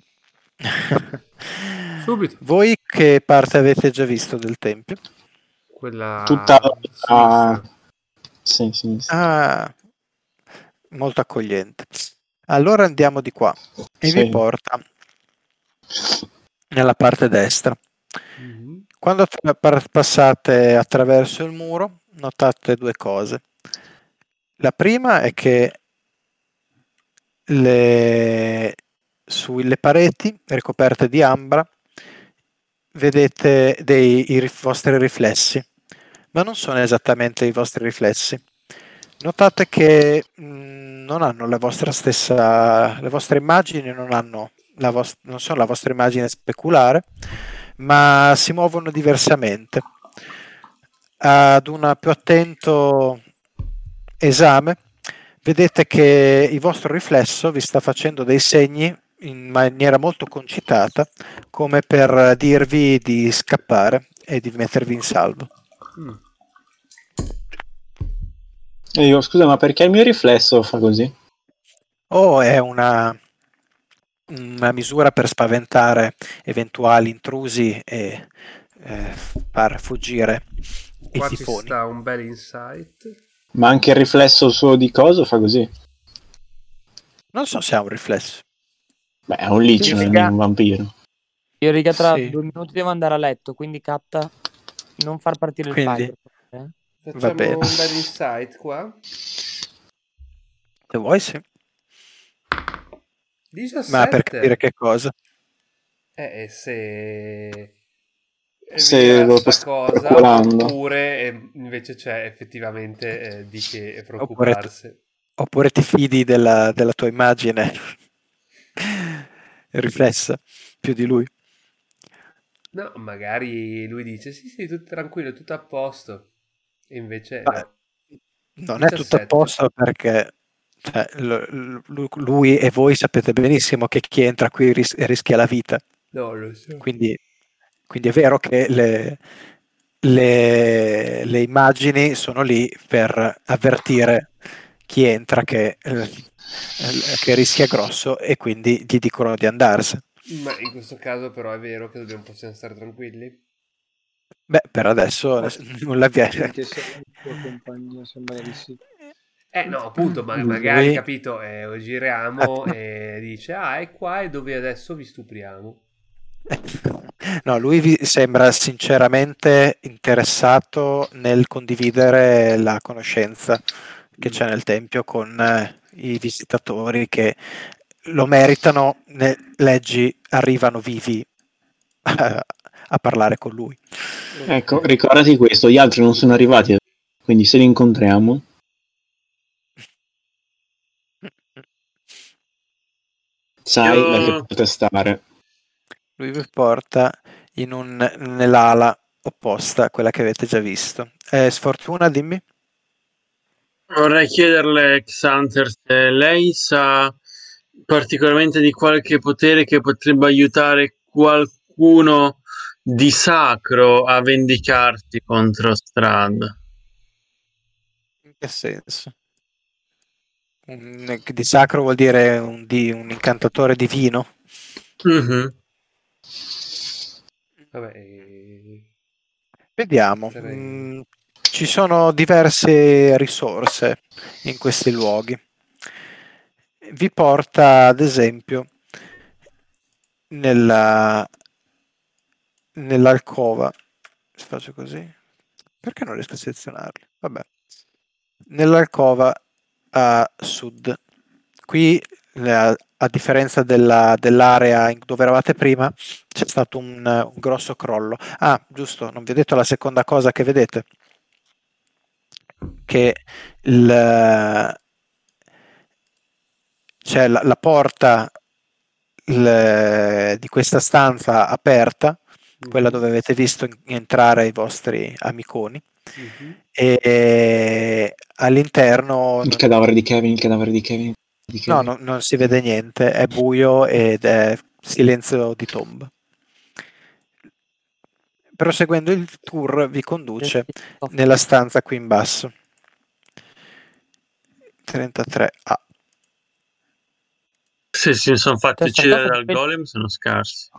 Subito. Voi che parte avete già visto del tempio? Quella Tutta sinistra. sì, sì, sì. Ah, molto accogliente. Allora andiamo di qua e Sì. vi porta nella parte destra. Mhm. Quando attra- par- passate attraverso il muro, notate due cose. La prima è che le, sulle pareti ricoperte di ambra vedete dei i rif- vostri riflessi, ma non sono esattamente i vostri riflessi. Notate che mh, non hanno la vostra stessa, le vostre immagini non hanno la vos- non sono la vostra immagine speculare, ma si muovono diversamente. Ad un più attento esame vedete che il vostro riflesso vi sta facendo dei segni in maniera molto concitata, come per dirvi di scappare e di mettervi in salvo. Mm. E io, scusa, ma perché il mio riflesso fa così? O è una, una misura per spaventare eventuali intrusi e eh, far fuggire i Qua ci tifoni. sta un bel insight. Ma anche il riflesso suo di coso fa così. Non so se ha un riflesso. Beh, è un lich, Sì, non è raga. un vampiro. Io riga tra Sì. due minuti devo andare a letto, quindi Catta, non far partire il Quindi- file. per favore, eh. Facciamo bene. un bel insight qua. Se vuoi, sì. diciassette. Ma per capire che cosa? Eh, e se... è Se vera lo sta sto cosa, calcolando. oppure eh, invece c'è effettivamente eh, di che Oppure, preoccuparsi. oppure ti fidi della, della tua immagine riflessa più di lui. No, magari lui dice sì, sì, tutto tranquillo, tutto a posto. E invece Ma no. non è tutto a diciassette. posto perché cioè, lo- lo- lui e voi sapete benissimo che chi entra qui ris- rischia la vita. No, lo so. Quindi, quindi è vero che le, le- le immagini sono lì per avvertire chi entra che, eh, che rischia grosso e quindi gli dicono di andarsene. Ma in questo caso però è vero che dobbiamo, possiamo stare tranquilli? Beh, per adesso Beh, nulla viene. Finché sei in tua compagnia sembra di sì. Eh no, appunto, ma Lui- magari, capito, eh, giriamo Ah. e dice ah, è qua e dove adesso vi stupriamo. No, lui vi sembra sinceramente interessato nel condividere la conoscenza che c'è nel tempio con eh, i visitatori che lo meritano. Ne- leggi arrivano vivi a, a parlare con lui. Ecco, ricordati questo, gli altri non sono arrivati, quindi se li incontriamo, sai Io- da che parte stare. Lui vi porta in un, nell'ala opposta a quella che avete già visto. Eh, Sfortuna, dimmi. Vorrei chiederle, Xanter, se lei sa particolarmente di qualche potere che potrebbe aiutare qualcuno di sacro a vendicarsi contro Strad. In che senso? Un- di sacro vuol dire un, di, un incantatore divino? Mhm. Vabbè, eh, Vediamo. sarei... Mm, ci sono diverse risorse in questi luoghi. Vi porta, ad esempio, nella, nell'alcova. Se faccio così, perché non riesco a selezionarli? Vabbè. Nell'alcova a sud. Qui, a, a differenza della- dell'area in- dove eravate prima, c'è stato un, un grosso crollo. Ah, giusto, non vi ho detto la seconda cosa che vedete. Che il, c'è la, la porta il- di questa stanza aperta, quella dove avete visto in- entrare i vostri amiconi, Mhm. e all'interno Il non- cadavere di Kevin, il cadavere di Kevin. Di no, Kevin. no, non si vede niente, è buio ed è silenzio di tomba. Proseguendo il tour vi conduce nella stanza qui in basso. trentatré A. Se si sono fatti Testa uccidere coffa dal di- golem sono scarsi.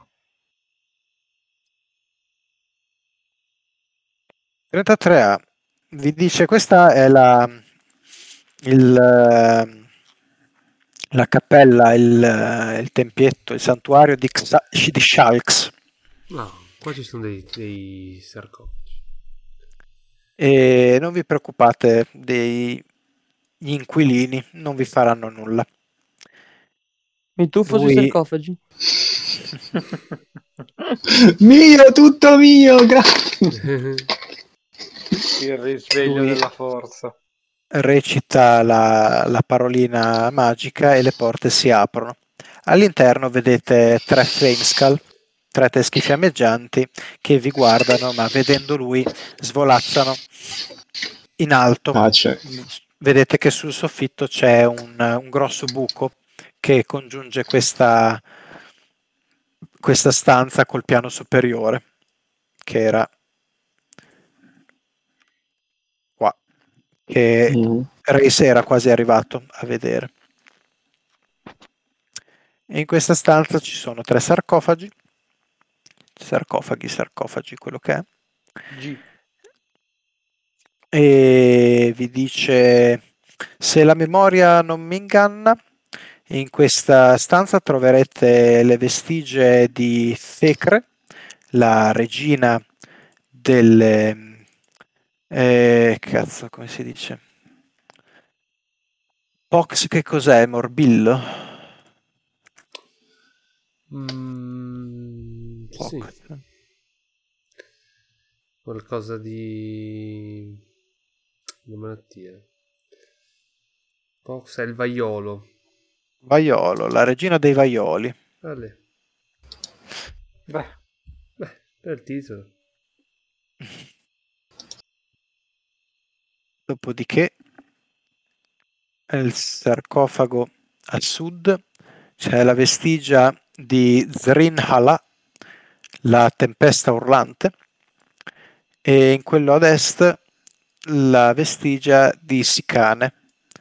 trentatré A vi dice questa è la il, eh, la cappella, il, eh, il tempietto, il santuario di, Xa- di Shalx. No, qua ci sono dei, dei sarcofagi. E non vi preoccupate, dei gli inquilini non vi faranno nulla. Mi tuffo sui Lui- sarcofagi. Mio, tutto mio, grazie. Il risveglio Lui- della forza. recita la, la parolina magica e le porte si aprono. All'interno vedete tre Flameskull, tre teschi fiammeggianti che vi guardano, ma vedendo lui svolazzano in alto. Pace. Vedete che sul soffitto c'è un, un grosso buco che congiunge questa, questa stanza col piano superiore, che era qua, che Mm. Reis era quasi arrivato a vedere. E in questa stanza ci sono tre sarcofagi, sarcofagi, sarcofagi, quello che è. G. e vi dice: se la memoria non mi inganna, in questa stanza troverete le vestigie di Thecre, la regina delle... Eh, cazzo, come si dice? Pox, che cos'è? Morbillo? Mm, sì, Pox. qualcosa di... una malattia. Pox è il vaiolo. Vaiolo, la regina dei vaioli. Vale. Beh, Beh, per titolo. Dopodiché il sarcofago a sud c'è la vestigia di Zrinhala, la tempesta urlante, e in quello ad est la vestigia di Sicane,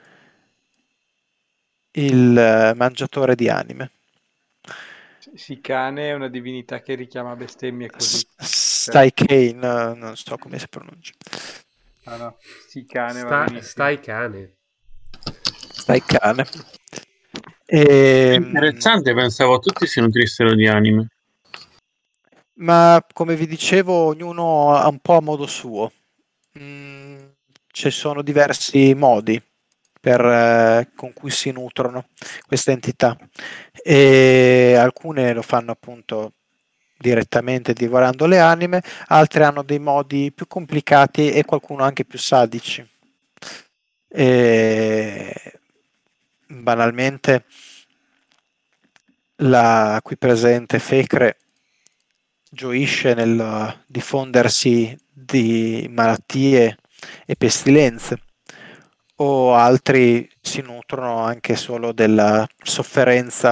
il eh, mangiatore di anime. Sicane è una divinità che richiama bestemmie così. Staikane, non so come si pronuncia. Ah no, Sicane va Sta, benissimo. stai cane. Staikane. E, Interessante, pensavo tutti si nutrissero di anime. ma come vi dicevo, ognuno ha un po' a modo suo. Mm, ci sono diversi modi per, eh, con cui si nutrono queste entità, e alcune lo fanno appunto direttamente divorando le anime, altre hanno dei modi più complicati e qualcuno anche più sadici. E, banalmente, la qui presente Fecre gioisce nel diffondersi di malattie e pestilenze, o altri si nutrono anche solo della sofferenza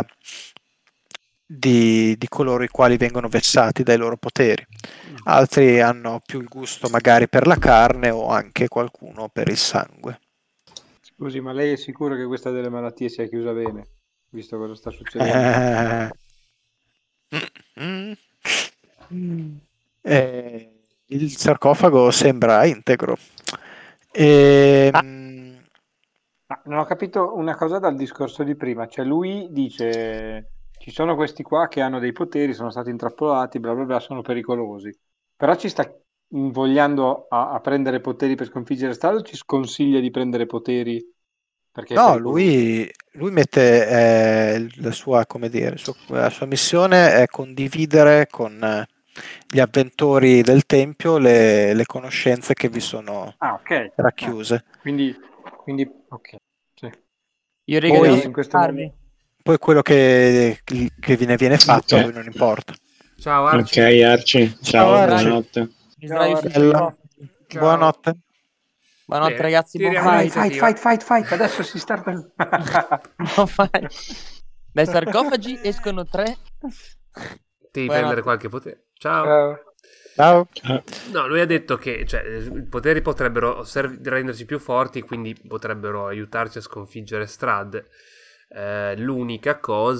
di, di coloro i quali vengono vessati dai loro poteri. Altri hanno più il gusto magari per la carne, o anche qualcuno per il sangue. Scusi, ma lei è sicuro che questa delle malattie sia chiusa bene, visto cosa sta succedendo? Eh, eh, il sarcofago sembra integro. E, Ah. Ma non ho capito una cosa dal discorso di prima, cioè lui dice ci sono questi qua che hanno dei poteri, sono stati intrappolati, bla bla bla, sono pericolosi, però ci sta invogliando a, a prendere poteri per sconfiggere Stato, ci sconsiglia di prendere poteri perché è no, pericoloso. lui, lui mette eh, la sua, come dire, il suo- la sua missione è condividere con eh, gli avventori del Tempio le, le conoscenze che vi sono Ah, ok. racchiuse. Ah, quindi, quindi, ok. Sì. Io Poi- riga, devo in questo salutarvi. momento- Poi quello che, che viene, viene fatto Ok. a lui non importa. Ciao Arci. Ok, Arci, Ciao, ciao, Arci. buonanotte. Mi sdraio sui Bello. sarcofagi. Ciao. Buonanotte. Buonanotte Bene, ragazzi, buon tiriamo Vai, fight. vai, l'iniziativa. fight, fight, fight, adesso si sta per... Buon fight. Dai sarcofagi escono tre. Devi Buonanotte. prendere qualche potere. Ciao. Ciao. Ciao. Ciao. No, lui ha detto che cioè, i poteri potrebbero serv- renderci più forti, quindi potrebbero aiutarci a sconfiggere Strahd. Eh, l'unica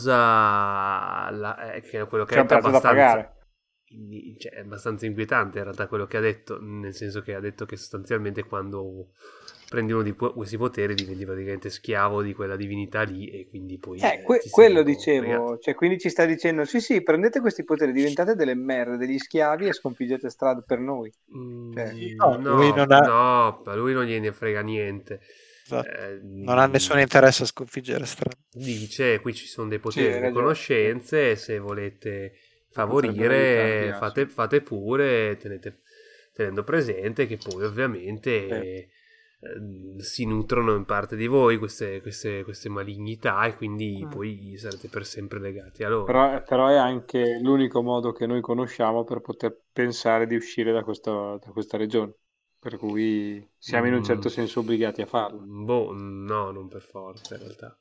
cosa la- è che quello che C'è ha un detto è prezzo da abbastanza, pagare. quindi, cioè, è abbastanza inquietante in realtà quello che ha detto, nel senso che ha detto che sostanzialmente quando prendi uno di que- questi poteri diventi praticamente schiavo di quella divinità lì, e quindi poi Eh, eh, que- ti senti quello un po' fregato. dicevo, cioè quindi ci sta dicendo sì sì, prendete questi poteri, diventate delle merde, degli schiavi e sconfiggete Strahd per noi. Mm, Cioè, No, lui no, non ha- no, a lui non gliene frega niente. Esatto. Eh, Non ha nessun interesse a sconfiggere Strahd. dice qui ci sono dei Sì, poteri, hai delle ragione, conoscenze, e se volete potrebbero favorire aiutarvi, ah, fate, sì. fate pure, tenete, tenendo presente che poi ovviamente eh, si nutrono in parte di voi queste, queste, queste malignità, e quindi Mm. poi sarete per sempre legati a loro. Però, però è anche l'unico modo che noi conosciamo per poter pensare di uscire da questa, da questa regione, per cui siamo in un certo Mm, senso obbligati a farlo. boh, no, non per forza in realtà.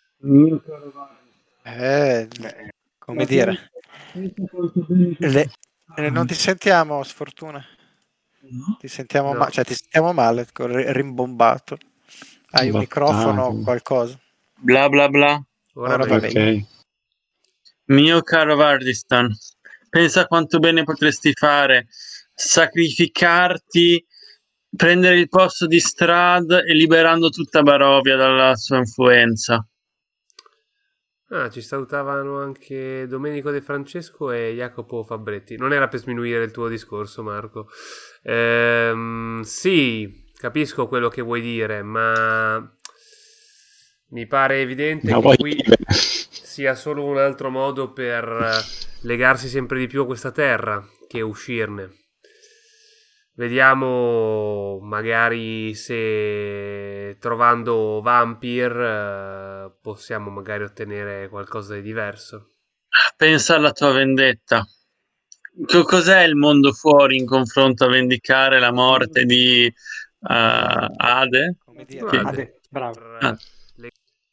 Eh, Beh, come dire, le- eh, non ti sentiamo, sfortuna. Ti sentiamo, No. ma- cioè, ti sentiamo male, co- ri- rimbombato. Hai un microfono o Battato. qualcosa? Bla bla bla. Ora Ora va meglio. meglio. Ok. Mio caro Vardistan, pensa quanto bene potresti fare sacrificarti prendere il posto di Strad e liberando tutta Barovia dalla sua influenza. Ah, ci salutavano anche Domenico De Francesco e Jacopo Fabretti. Non era per sminuire il tuo discorso, Marco. Ehm, sì, capisco quello che vuoi dire, ma mi pare evidente No, che voglio qui dire. sia solo un altro modo per eh, legarsi sempre di più a questa terra che uscirne. Vediamo magari se trovando Vampir eh, possiamo magari ottenere qualcosa di diverso. Pensa alla tua vendetta. Co- Cos'è il mondo fuori in confronto a vendicare la morte di eh, Ade? Come dire, Che- Ade, Ade, bravo. per, Ah. le-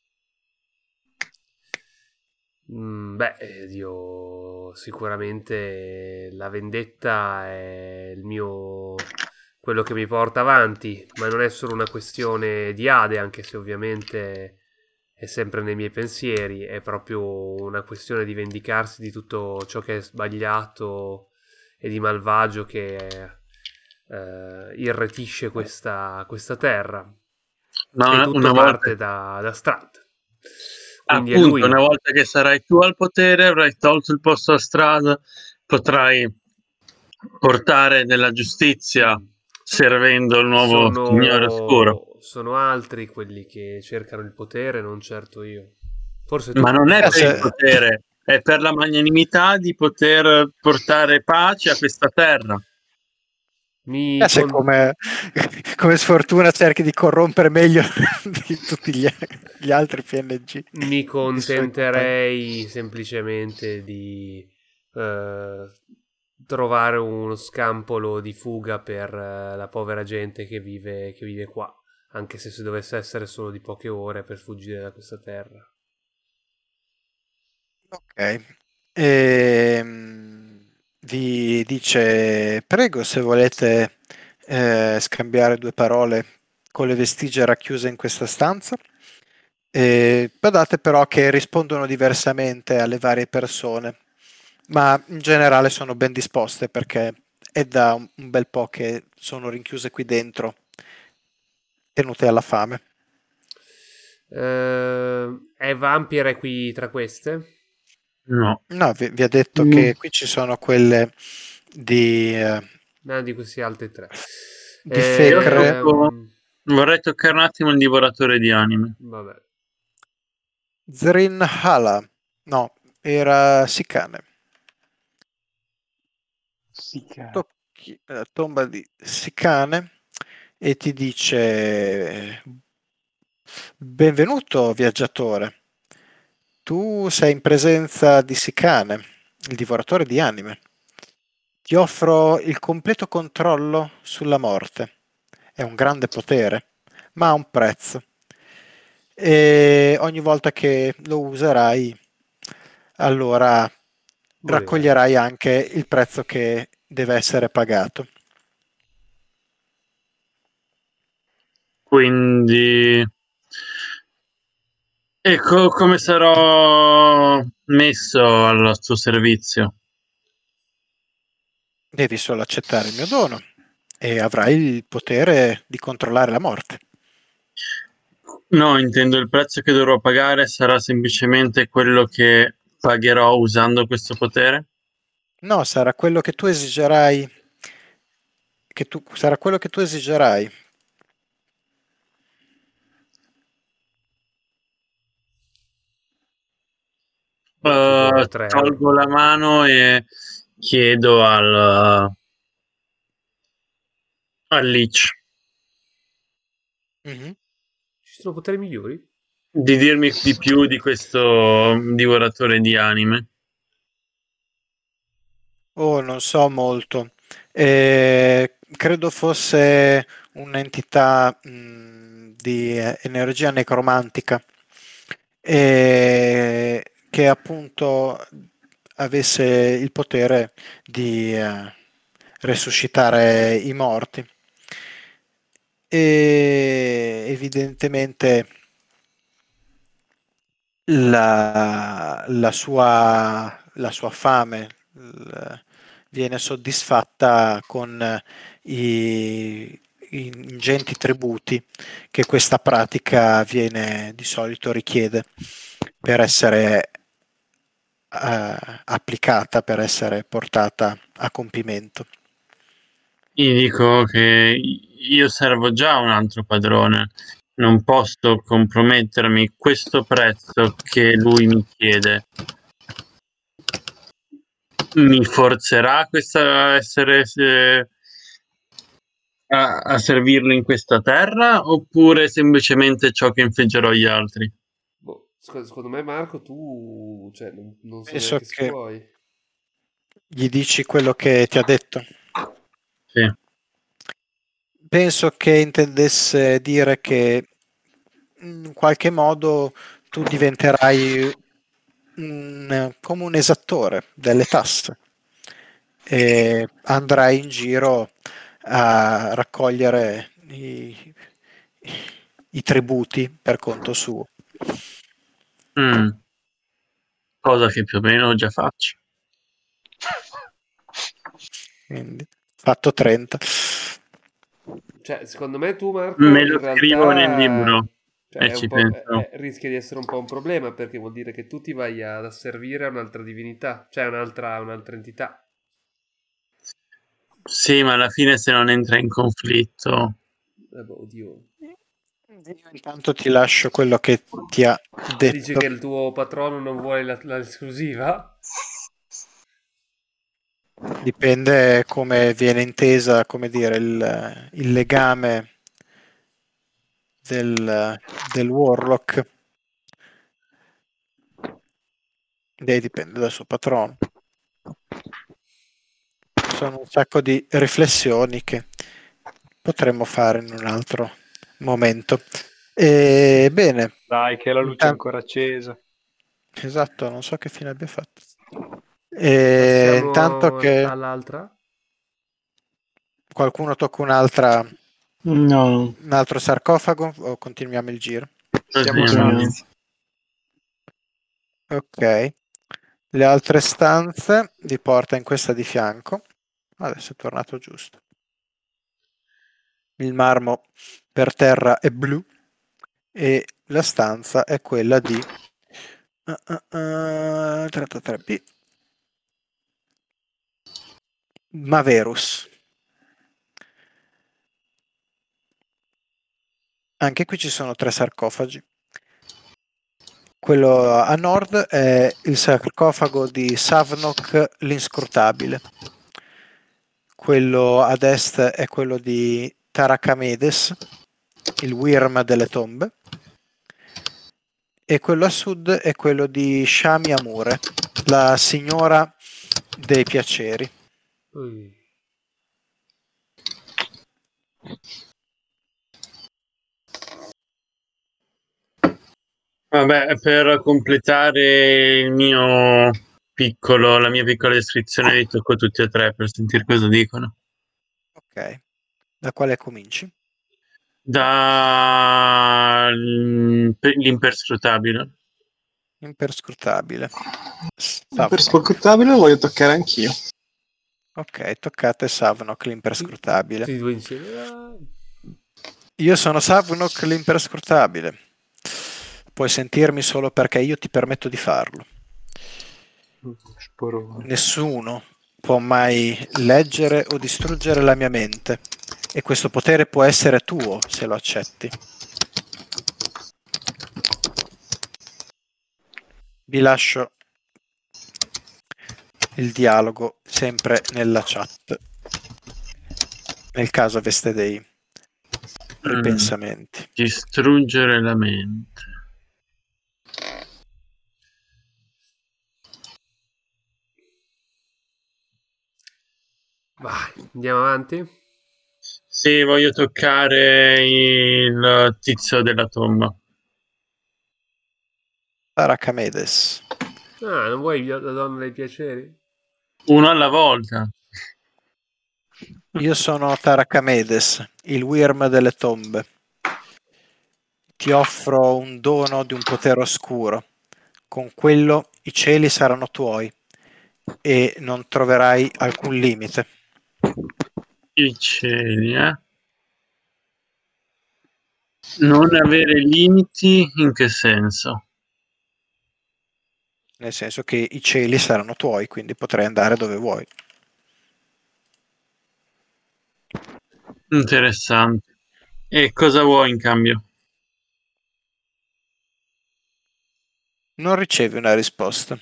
Mm, beh, eh, Dio, sicuramente la vendetta è il mio, quello che mi porta avanti, ma non è solo una questione di Ade, anche se ovviamente è sempre nei miei pensieri, è proprio una questione di vendicarsi di tutto ciò che è sbagliato e di malvagio che eh, irretisce questa, questa terra. Ma E una, tutto una volta, parte da, da Strahd. Quindi è appunto, lui. una volta che sarai tu al potere, avrai tolto il posto a Strada, potrai portare della giustizia servendo il nuovo Signore Oscuro. Sono, sono altri quelli che cercano il potere, non certo io. Forse Ma tu. non è Eh, per il se- potere, è per la magnanimità di poter portare pace a questa terra. Mi eh, se con- come, come sfortuna cerchi di corrompere meglio di tutti gli, gli altri P N G. mi i suoi compagni. contenterei semplicemente di eh, trovare uno scampolo di fuga per eh, la povera gente che vive, che vive qua, anche se si dovesse essere solo di poche ore per fuggire da questa terra. Ok. Ehm, vi dice, prego se volete eh, scambiare due parole con le vestigie racchiuse in questa stanza. E badate però che rispondono diversamente alle varie persone, ma in generale sono ben disposte perché è da un un bel po' che sono rinchiuse qui dentro, tenute alla fame. Eh, è Vampire qui tra queste? No. No, vi, vi ha detto Mm. che qui ci sono quelle di, eh, No, di questi altri tre. di Io Fecre. tocco- Ehm, vorrei toccare un attimo il divoratore di anime. vabbè. Zrin Hala, no, era Sicane. Sì, che- Tocchi la tomba di Sicane e ti dice: benvenuto, viaggiatore. Tu sei in presenza di Sicane, il divoratore di anime. Ti offro il completo controllo sulla morte. È un grande potere, ma ha un prezzo. E ogni volta che lo userai, allora Morirai. raccoglierai anche il prezzo che deve essere pagato. Quindi, ecco come sarò messo al suo servizio. Devi solo accettare il mio dono e avrai il potere di controllare la morte. No, intendo il prezzo che dovrò pagare sarà semplicemente quello che pagherò usando questo potere? No, sarà quello che tu esigerai. Che tu, sarà quello che tu esigerai. Tipo Uh, tre tolgo euro. la mano e chiedo al, al Lich Mhm. Ci sono poteri migliori? di dirmi di più di questo divoratore di anime. Oh, non so molto. Eh, credo fosse un'entità mh, di eh, energia necromantica e che appunto avesse il potere di eh, resuscitare i morti. E evidentemente la, la sua, la sua fame l- viene soddisfatta con i, ingenti tributi che questa pratica viene di solito richiede per essere eh, applicata, per essere portata a compimento. Io dico che io servo già un altro padrone, non posso compromettermi questo prezzo che lui mi chiede. Mi forzerà questa a essere eh, a, a servirlo in questa terra, oppure semplicemente ciò che infliggerò agli altri? Boh, sc- secondo me, Marco, tu cioè, non, non so Penso neanche se che puoi. gli dici quello che ti ha detto. Sì. Penso che intendesse dire che in qualche modo tu diventerai un, come un esattore delle tasse e andrai in giro a raccogliere i, i tributi per conto suo. Mm. Cosa che più o meno già faccio. Quindi, fatto trenta. Cioè, secondo me tu, Marco, Me in lo scrivo nel realtà libro cioè, e è un ci po', penso. è- è- rischia di essere un po' un problema perché vuol dire che tu ti vai ad asservire a un'altra divinità, cioè un'altra, un'altra entità. Sì, ma alla fine se non entra in conflitto. Eh, boh, oddio. Io intanto ti lascio quello che ti ha Dici detto. che il tuo patrono non vuole la- la- l'esclusiva? Dipende come viene intesa, come dire, il, il legame del, del Warlock. Dei dipende dal suo patrono. Sono un sacco di riflessioni che potremmo fare in un altro momento. E, bene, Dai, che la luce è intan- ancora accesa. esatto, non so che fine abbia fatto. E, intanto Passiamo che all'altra. qualcuno tocca un'altra, No, un altro sarcofago o continuiamo il giro? Siamo Continuiamo. sazi. Ok. Le altre stanze vi porta in questa di fianco. Adesso è tornato giusto. Il marmo per terra è blu e la stanza è quella di uh, uh, uh, trentatré B Maverus. Anche qui ci sono tre sarcofagi. Quello a nord è il sarcofago di Savnok l'inscrutabile. Quello ad est è quello di Taracamedes, il Wyrm delle tombe. E quello a sud è quello di Shami Amure, la signora dei piaceri. Ui. Vabbè, per completare il mio piccolo, la mia piccola descrizione li tocco tutti e tre per sentire cosa dicono. Ok, da quale cominci? Da l'imperscrutabile. Imperscrutabile. per Savnok. scrutabile lo voglio toccare anch'io. Ok, toccate Savnok l'imperscrutabile. Tutti e due insieme. Ah. Io sono Savnok l'imperscrutabile. Puoi sentirmi solo perché io ti permetto di farlo. Sporone. Nessuno può mai leggere o distruggere la mia mente e questo potere può essere tuo se lo accetti. Vi lascio il dialogo sempre nella chat, nel caso aveste dei ripensamenti. Mm, distruggere la mente. Vai, andiamo avanti. Sì, voglio toccare il tizio della tomba. Taracamedes. Ah, non vuoi la donna dei piaceri? Uno alla volta. Io sono Taracamedes, il Wyrm delle tombe. Ti offro un dono di un potere oscuro. Con quello i cieli saranno tuoi e non troverai alcun limite. I cieli, eh? Non avere limiti in che senso? Nel senso che i cieli saranno tuoi, quindi potrai andare dove vuoi. Interessante. E cosa vuoi in cambio? Non ricevi una risposta.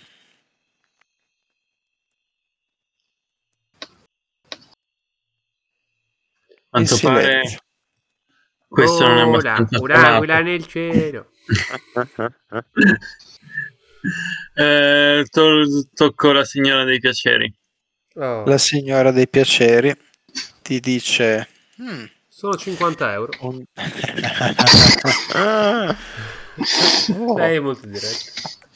A quanto Il pare silenzio. questo non è Vola, abbastanza un'aquila affamato. nel cielo. eh, to- tocco la signora dei piaceri. Oh, La signora dei piaceri ti dice... "Hmm, sono cinquanta euro. un... Lei è molto diretta.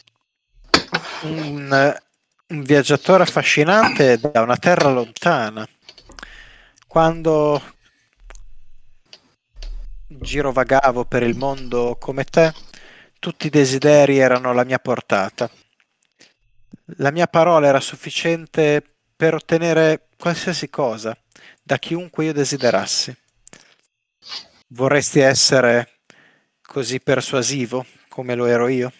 un, un viaggiatore affascinante da una terra lontana. Quando girovagavo per il mondo come te, tutti i desideri erano alla mia portata. La mia parola era sufficiente per ottenere qualsiasi cosa da chiunque io desiderassi. Vorresti essere così persuasivo come lo ero io?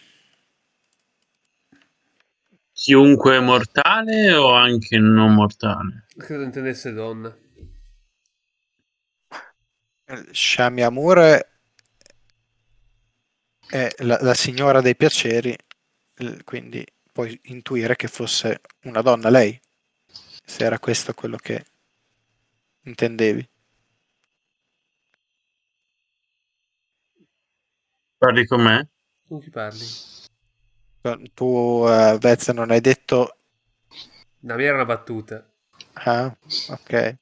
Chiunque mortale o anche non mortale? Credo intendesse donna. Shamiamur è la, la signora dei piaceri, l- quindi puoi intuire che fosse una donna lei, se era questo quello che intendevi. Parli con me? Con chi parli? Tu, uh, Vez, non hai detto... La mia era una battuta. Ah, ok.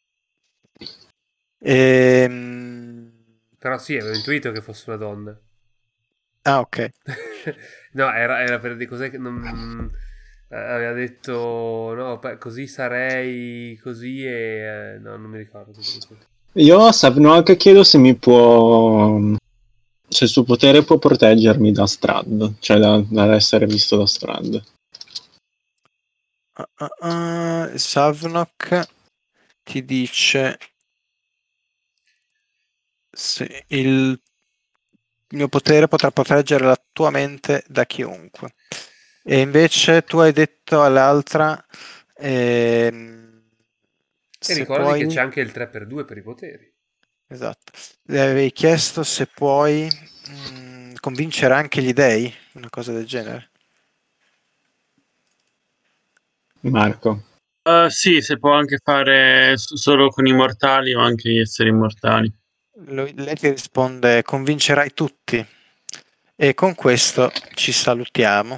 Ehm... Però sì, avevo intuito che fosse una donna. Ah, ok. No, era, era per dire cos'è che non... eh, aveva detto, no, pa- così sarei, così e... eh, no, non mi ricordo. Io a Savnok chiedo se mi può... se il suo potere può proteggermi da Strad, cioè da, dall'essere visto da Strad. Uh, uh, uh, Savnok ti dice se il mio potere potrà proteggere la tua mente da chiunque. E invece tu hai detto all'altra ehm, E se ricordati puoi... che c'è anche il tre per due per i poteri. Esatto. Le avevi chiesto se puoi mh, convincere anche gli dei, una cosa del genere. Marco. Uh, sì, si può anche fare s- solo con i mortali o anche gli esseri immortali. Lui- lei ti risponde: convincerai tutti. E con questo ci salutiamo.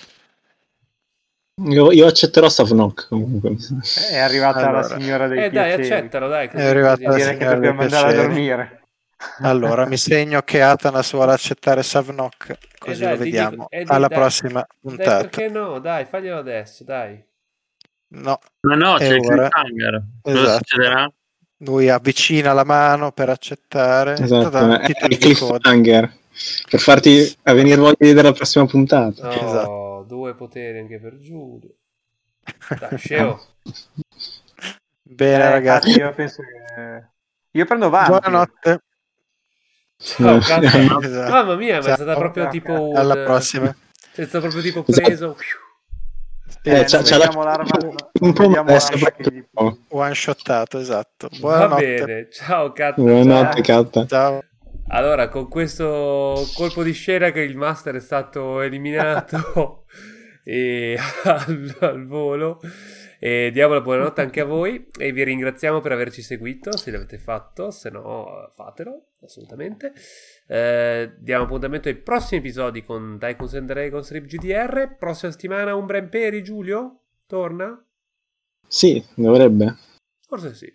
Io, io accetterò Savnok comunque. È arrivata Allora. la signora dei Eh dai, piaceri. accettalo, dai. È Così, arrivata così. la Direi che signora dei dobbiamo andare a piaceri. dormire. Allora, mi segno che Atanas vuole accettare Savnok, Eh così dai, lo digli- vediamo eh, di- alla dai, prossima dai, puntata. perché no? Dai, faglielo adesso, dai. No, Ma no, è c'è il ora. cliffhanger. Cosa Esatto. succederà? Lui avvicina la mano per accettare. Esatto, Ta-da, è titolo il di coda. cliffhanger. Per farti venire voglia di vedere la prossima puntata. Oh, Esatto. due poteri anche per Giulio. Dai, Sceo. Bene, Eh, ragazzi. infatti io penso che... Io prendo Vampir. Buonanotte. Ciao, Kat. Esatto. Mamma mia, ma è Ciao. stata proprio tipo un... Alla prossima. È stato proprio tipo Esatto. preso. Sì, Eh, Eh, c'ha, non c'ha la... vediamo l'arma, un po', ma vediamo adesso l'arma che proprio- gli punta. one shottato, esatto. Va Buonanotte. bene. Ciao, Kat. Buonanotte, Ciao. Katta. Ciao. Allora, con questo colpo di scena che il master è stato eliminato e al, al volo, e diamo la buonanotte anche a voi e vi ringraziamo per averci seguito, se l'avete fatto, se no fatelo, assolutamente. Eh, diamo appuntamento ai prossimi episodi con Tycoons and Dragons Rip G D R. Prossima settimana Umbra Imperi, Giulio? Torna? Sì, dovrebbe. Forse sì.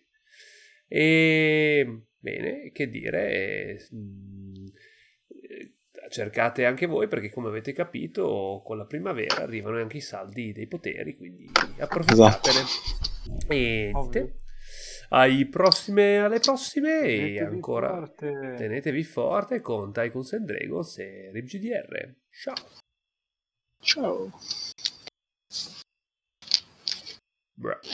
E bene, che dire, eh, mh, eh, cercate anche voi perché come avete capito con la primavera arrivano anche i saldi dei poteri, quindi approfittatene. E niente, ai prossime, alle prossime e Tenetevi ancora forte. tenetevi forte con Tycoons and Dragons e Rip G D R. Ciao. Ciao. Bruh.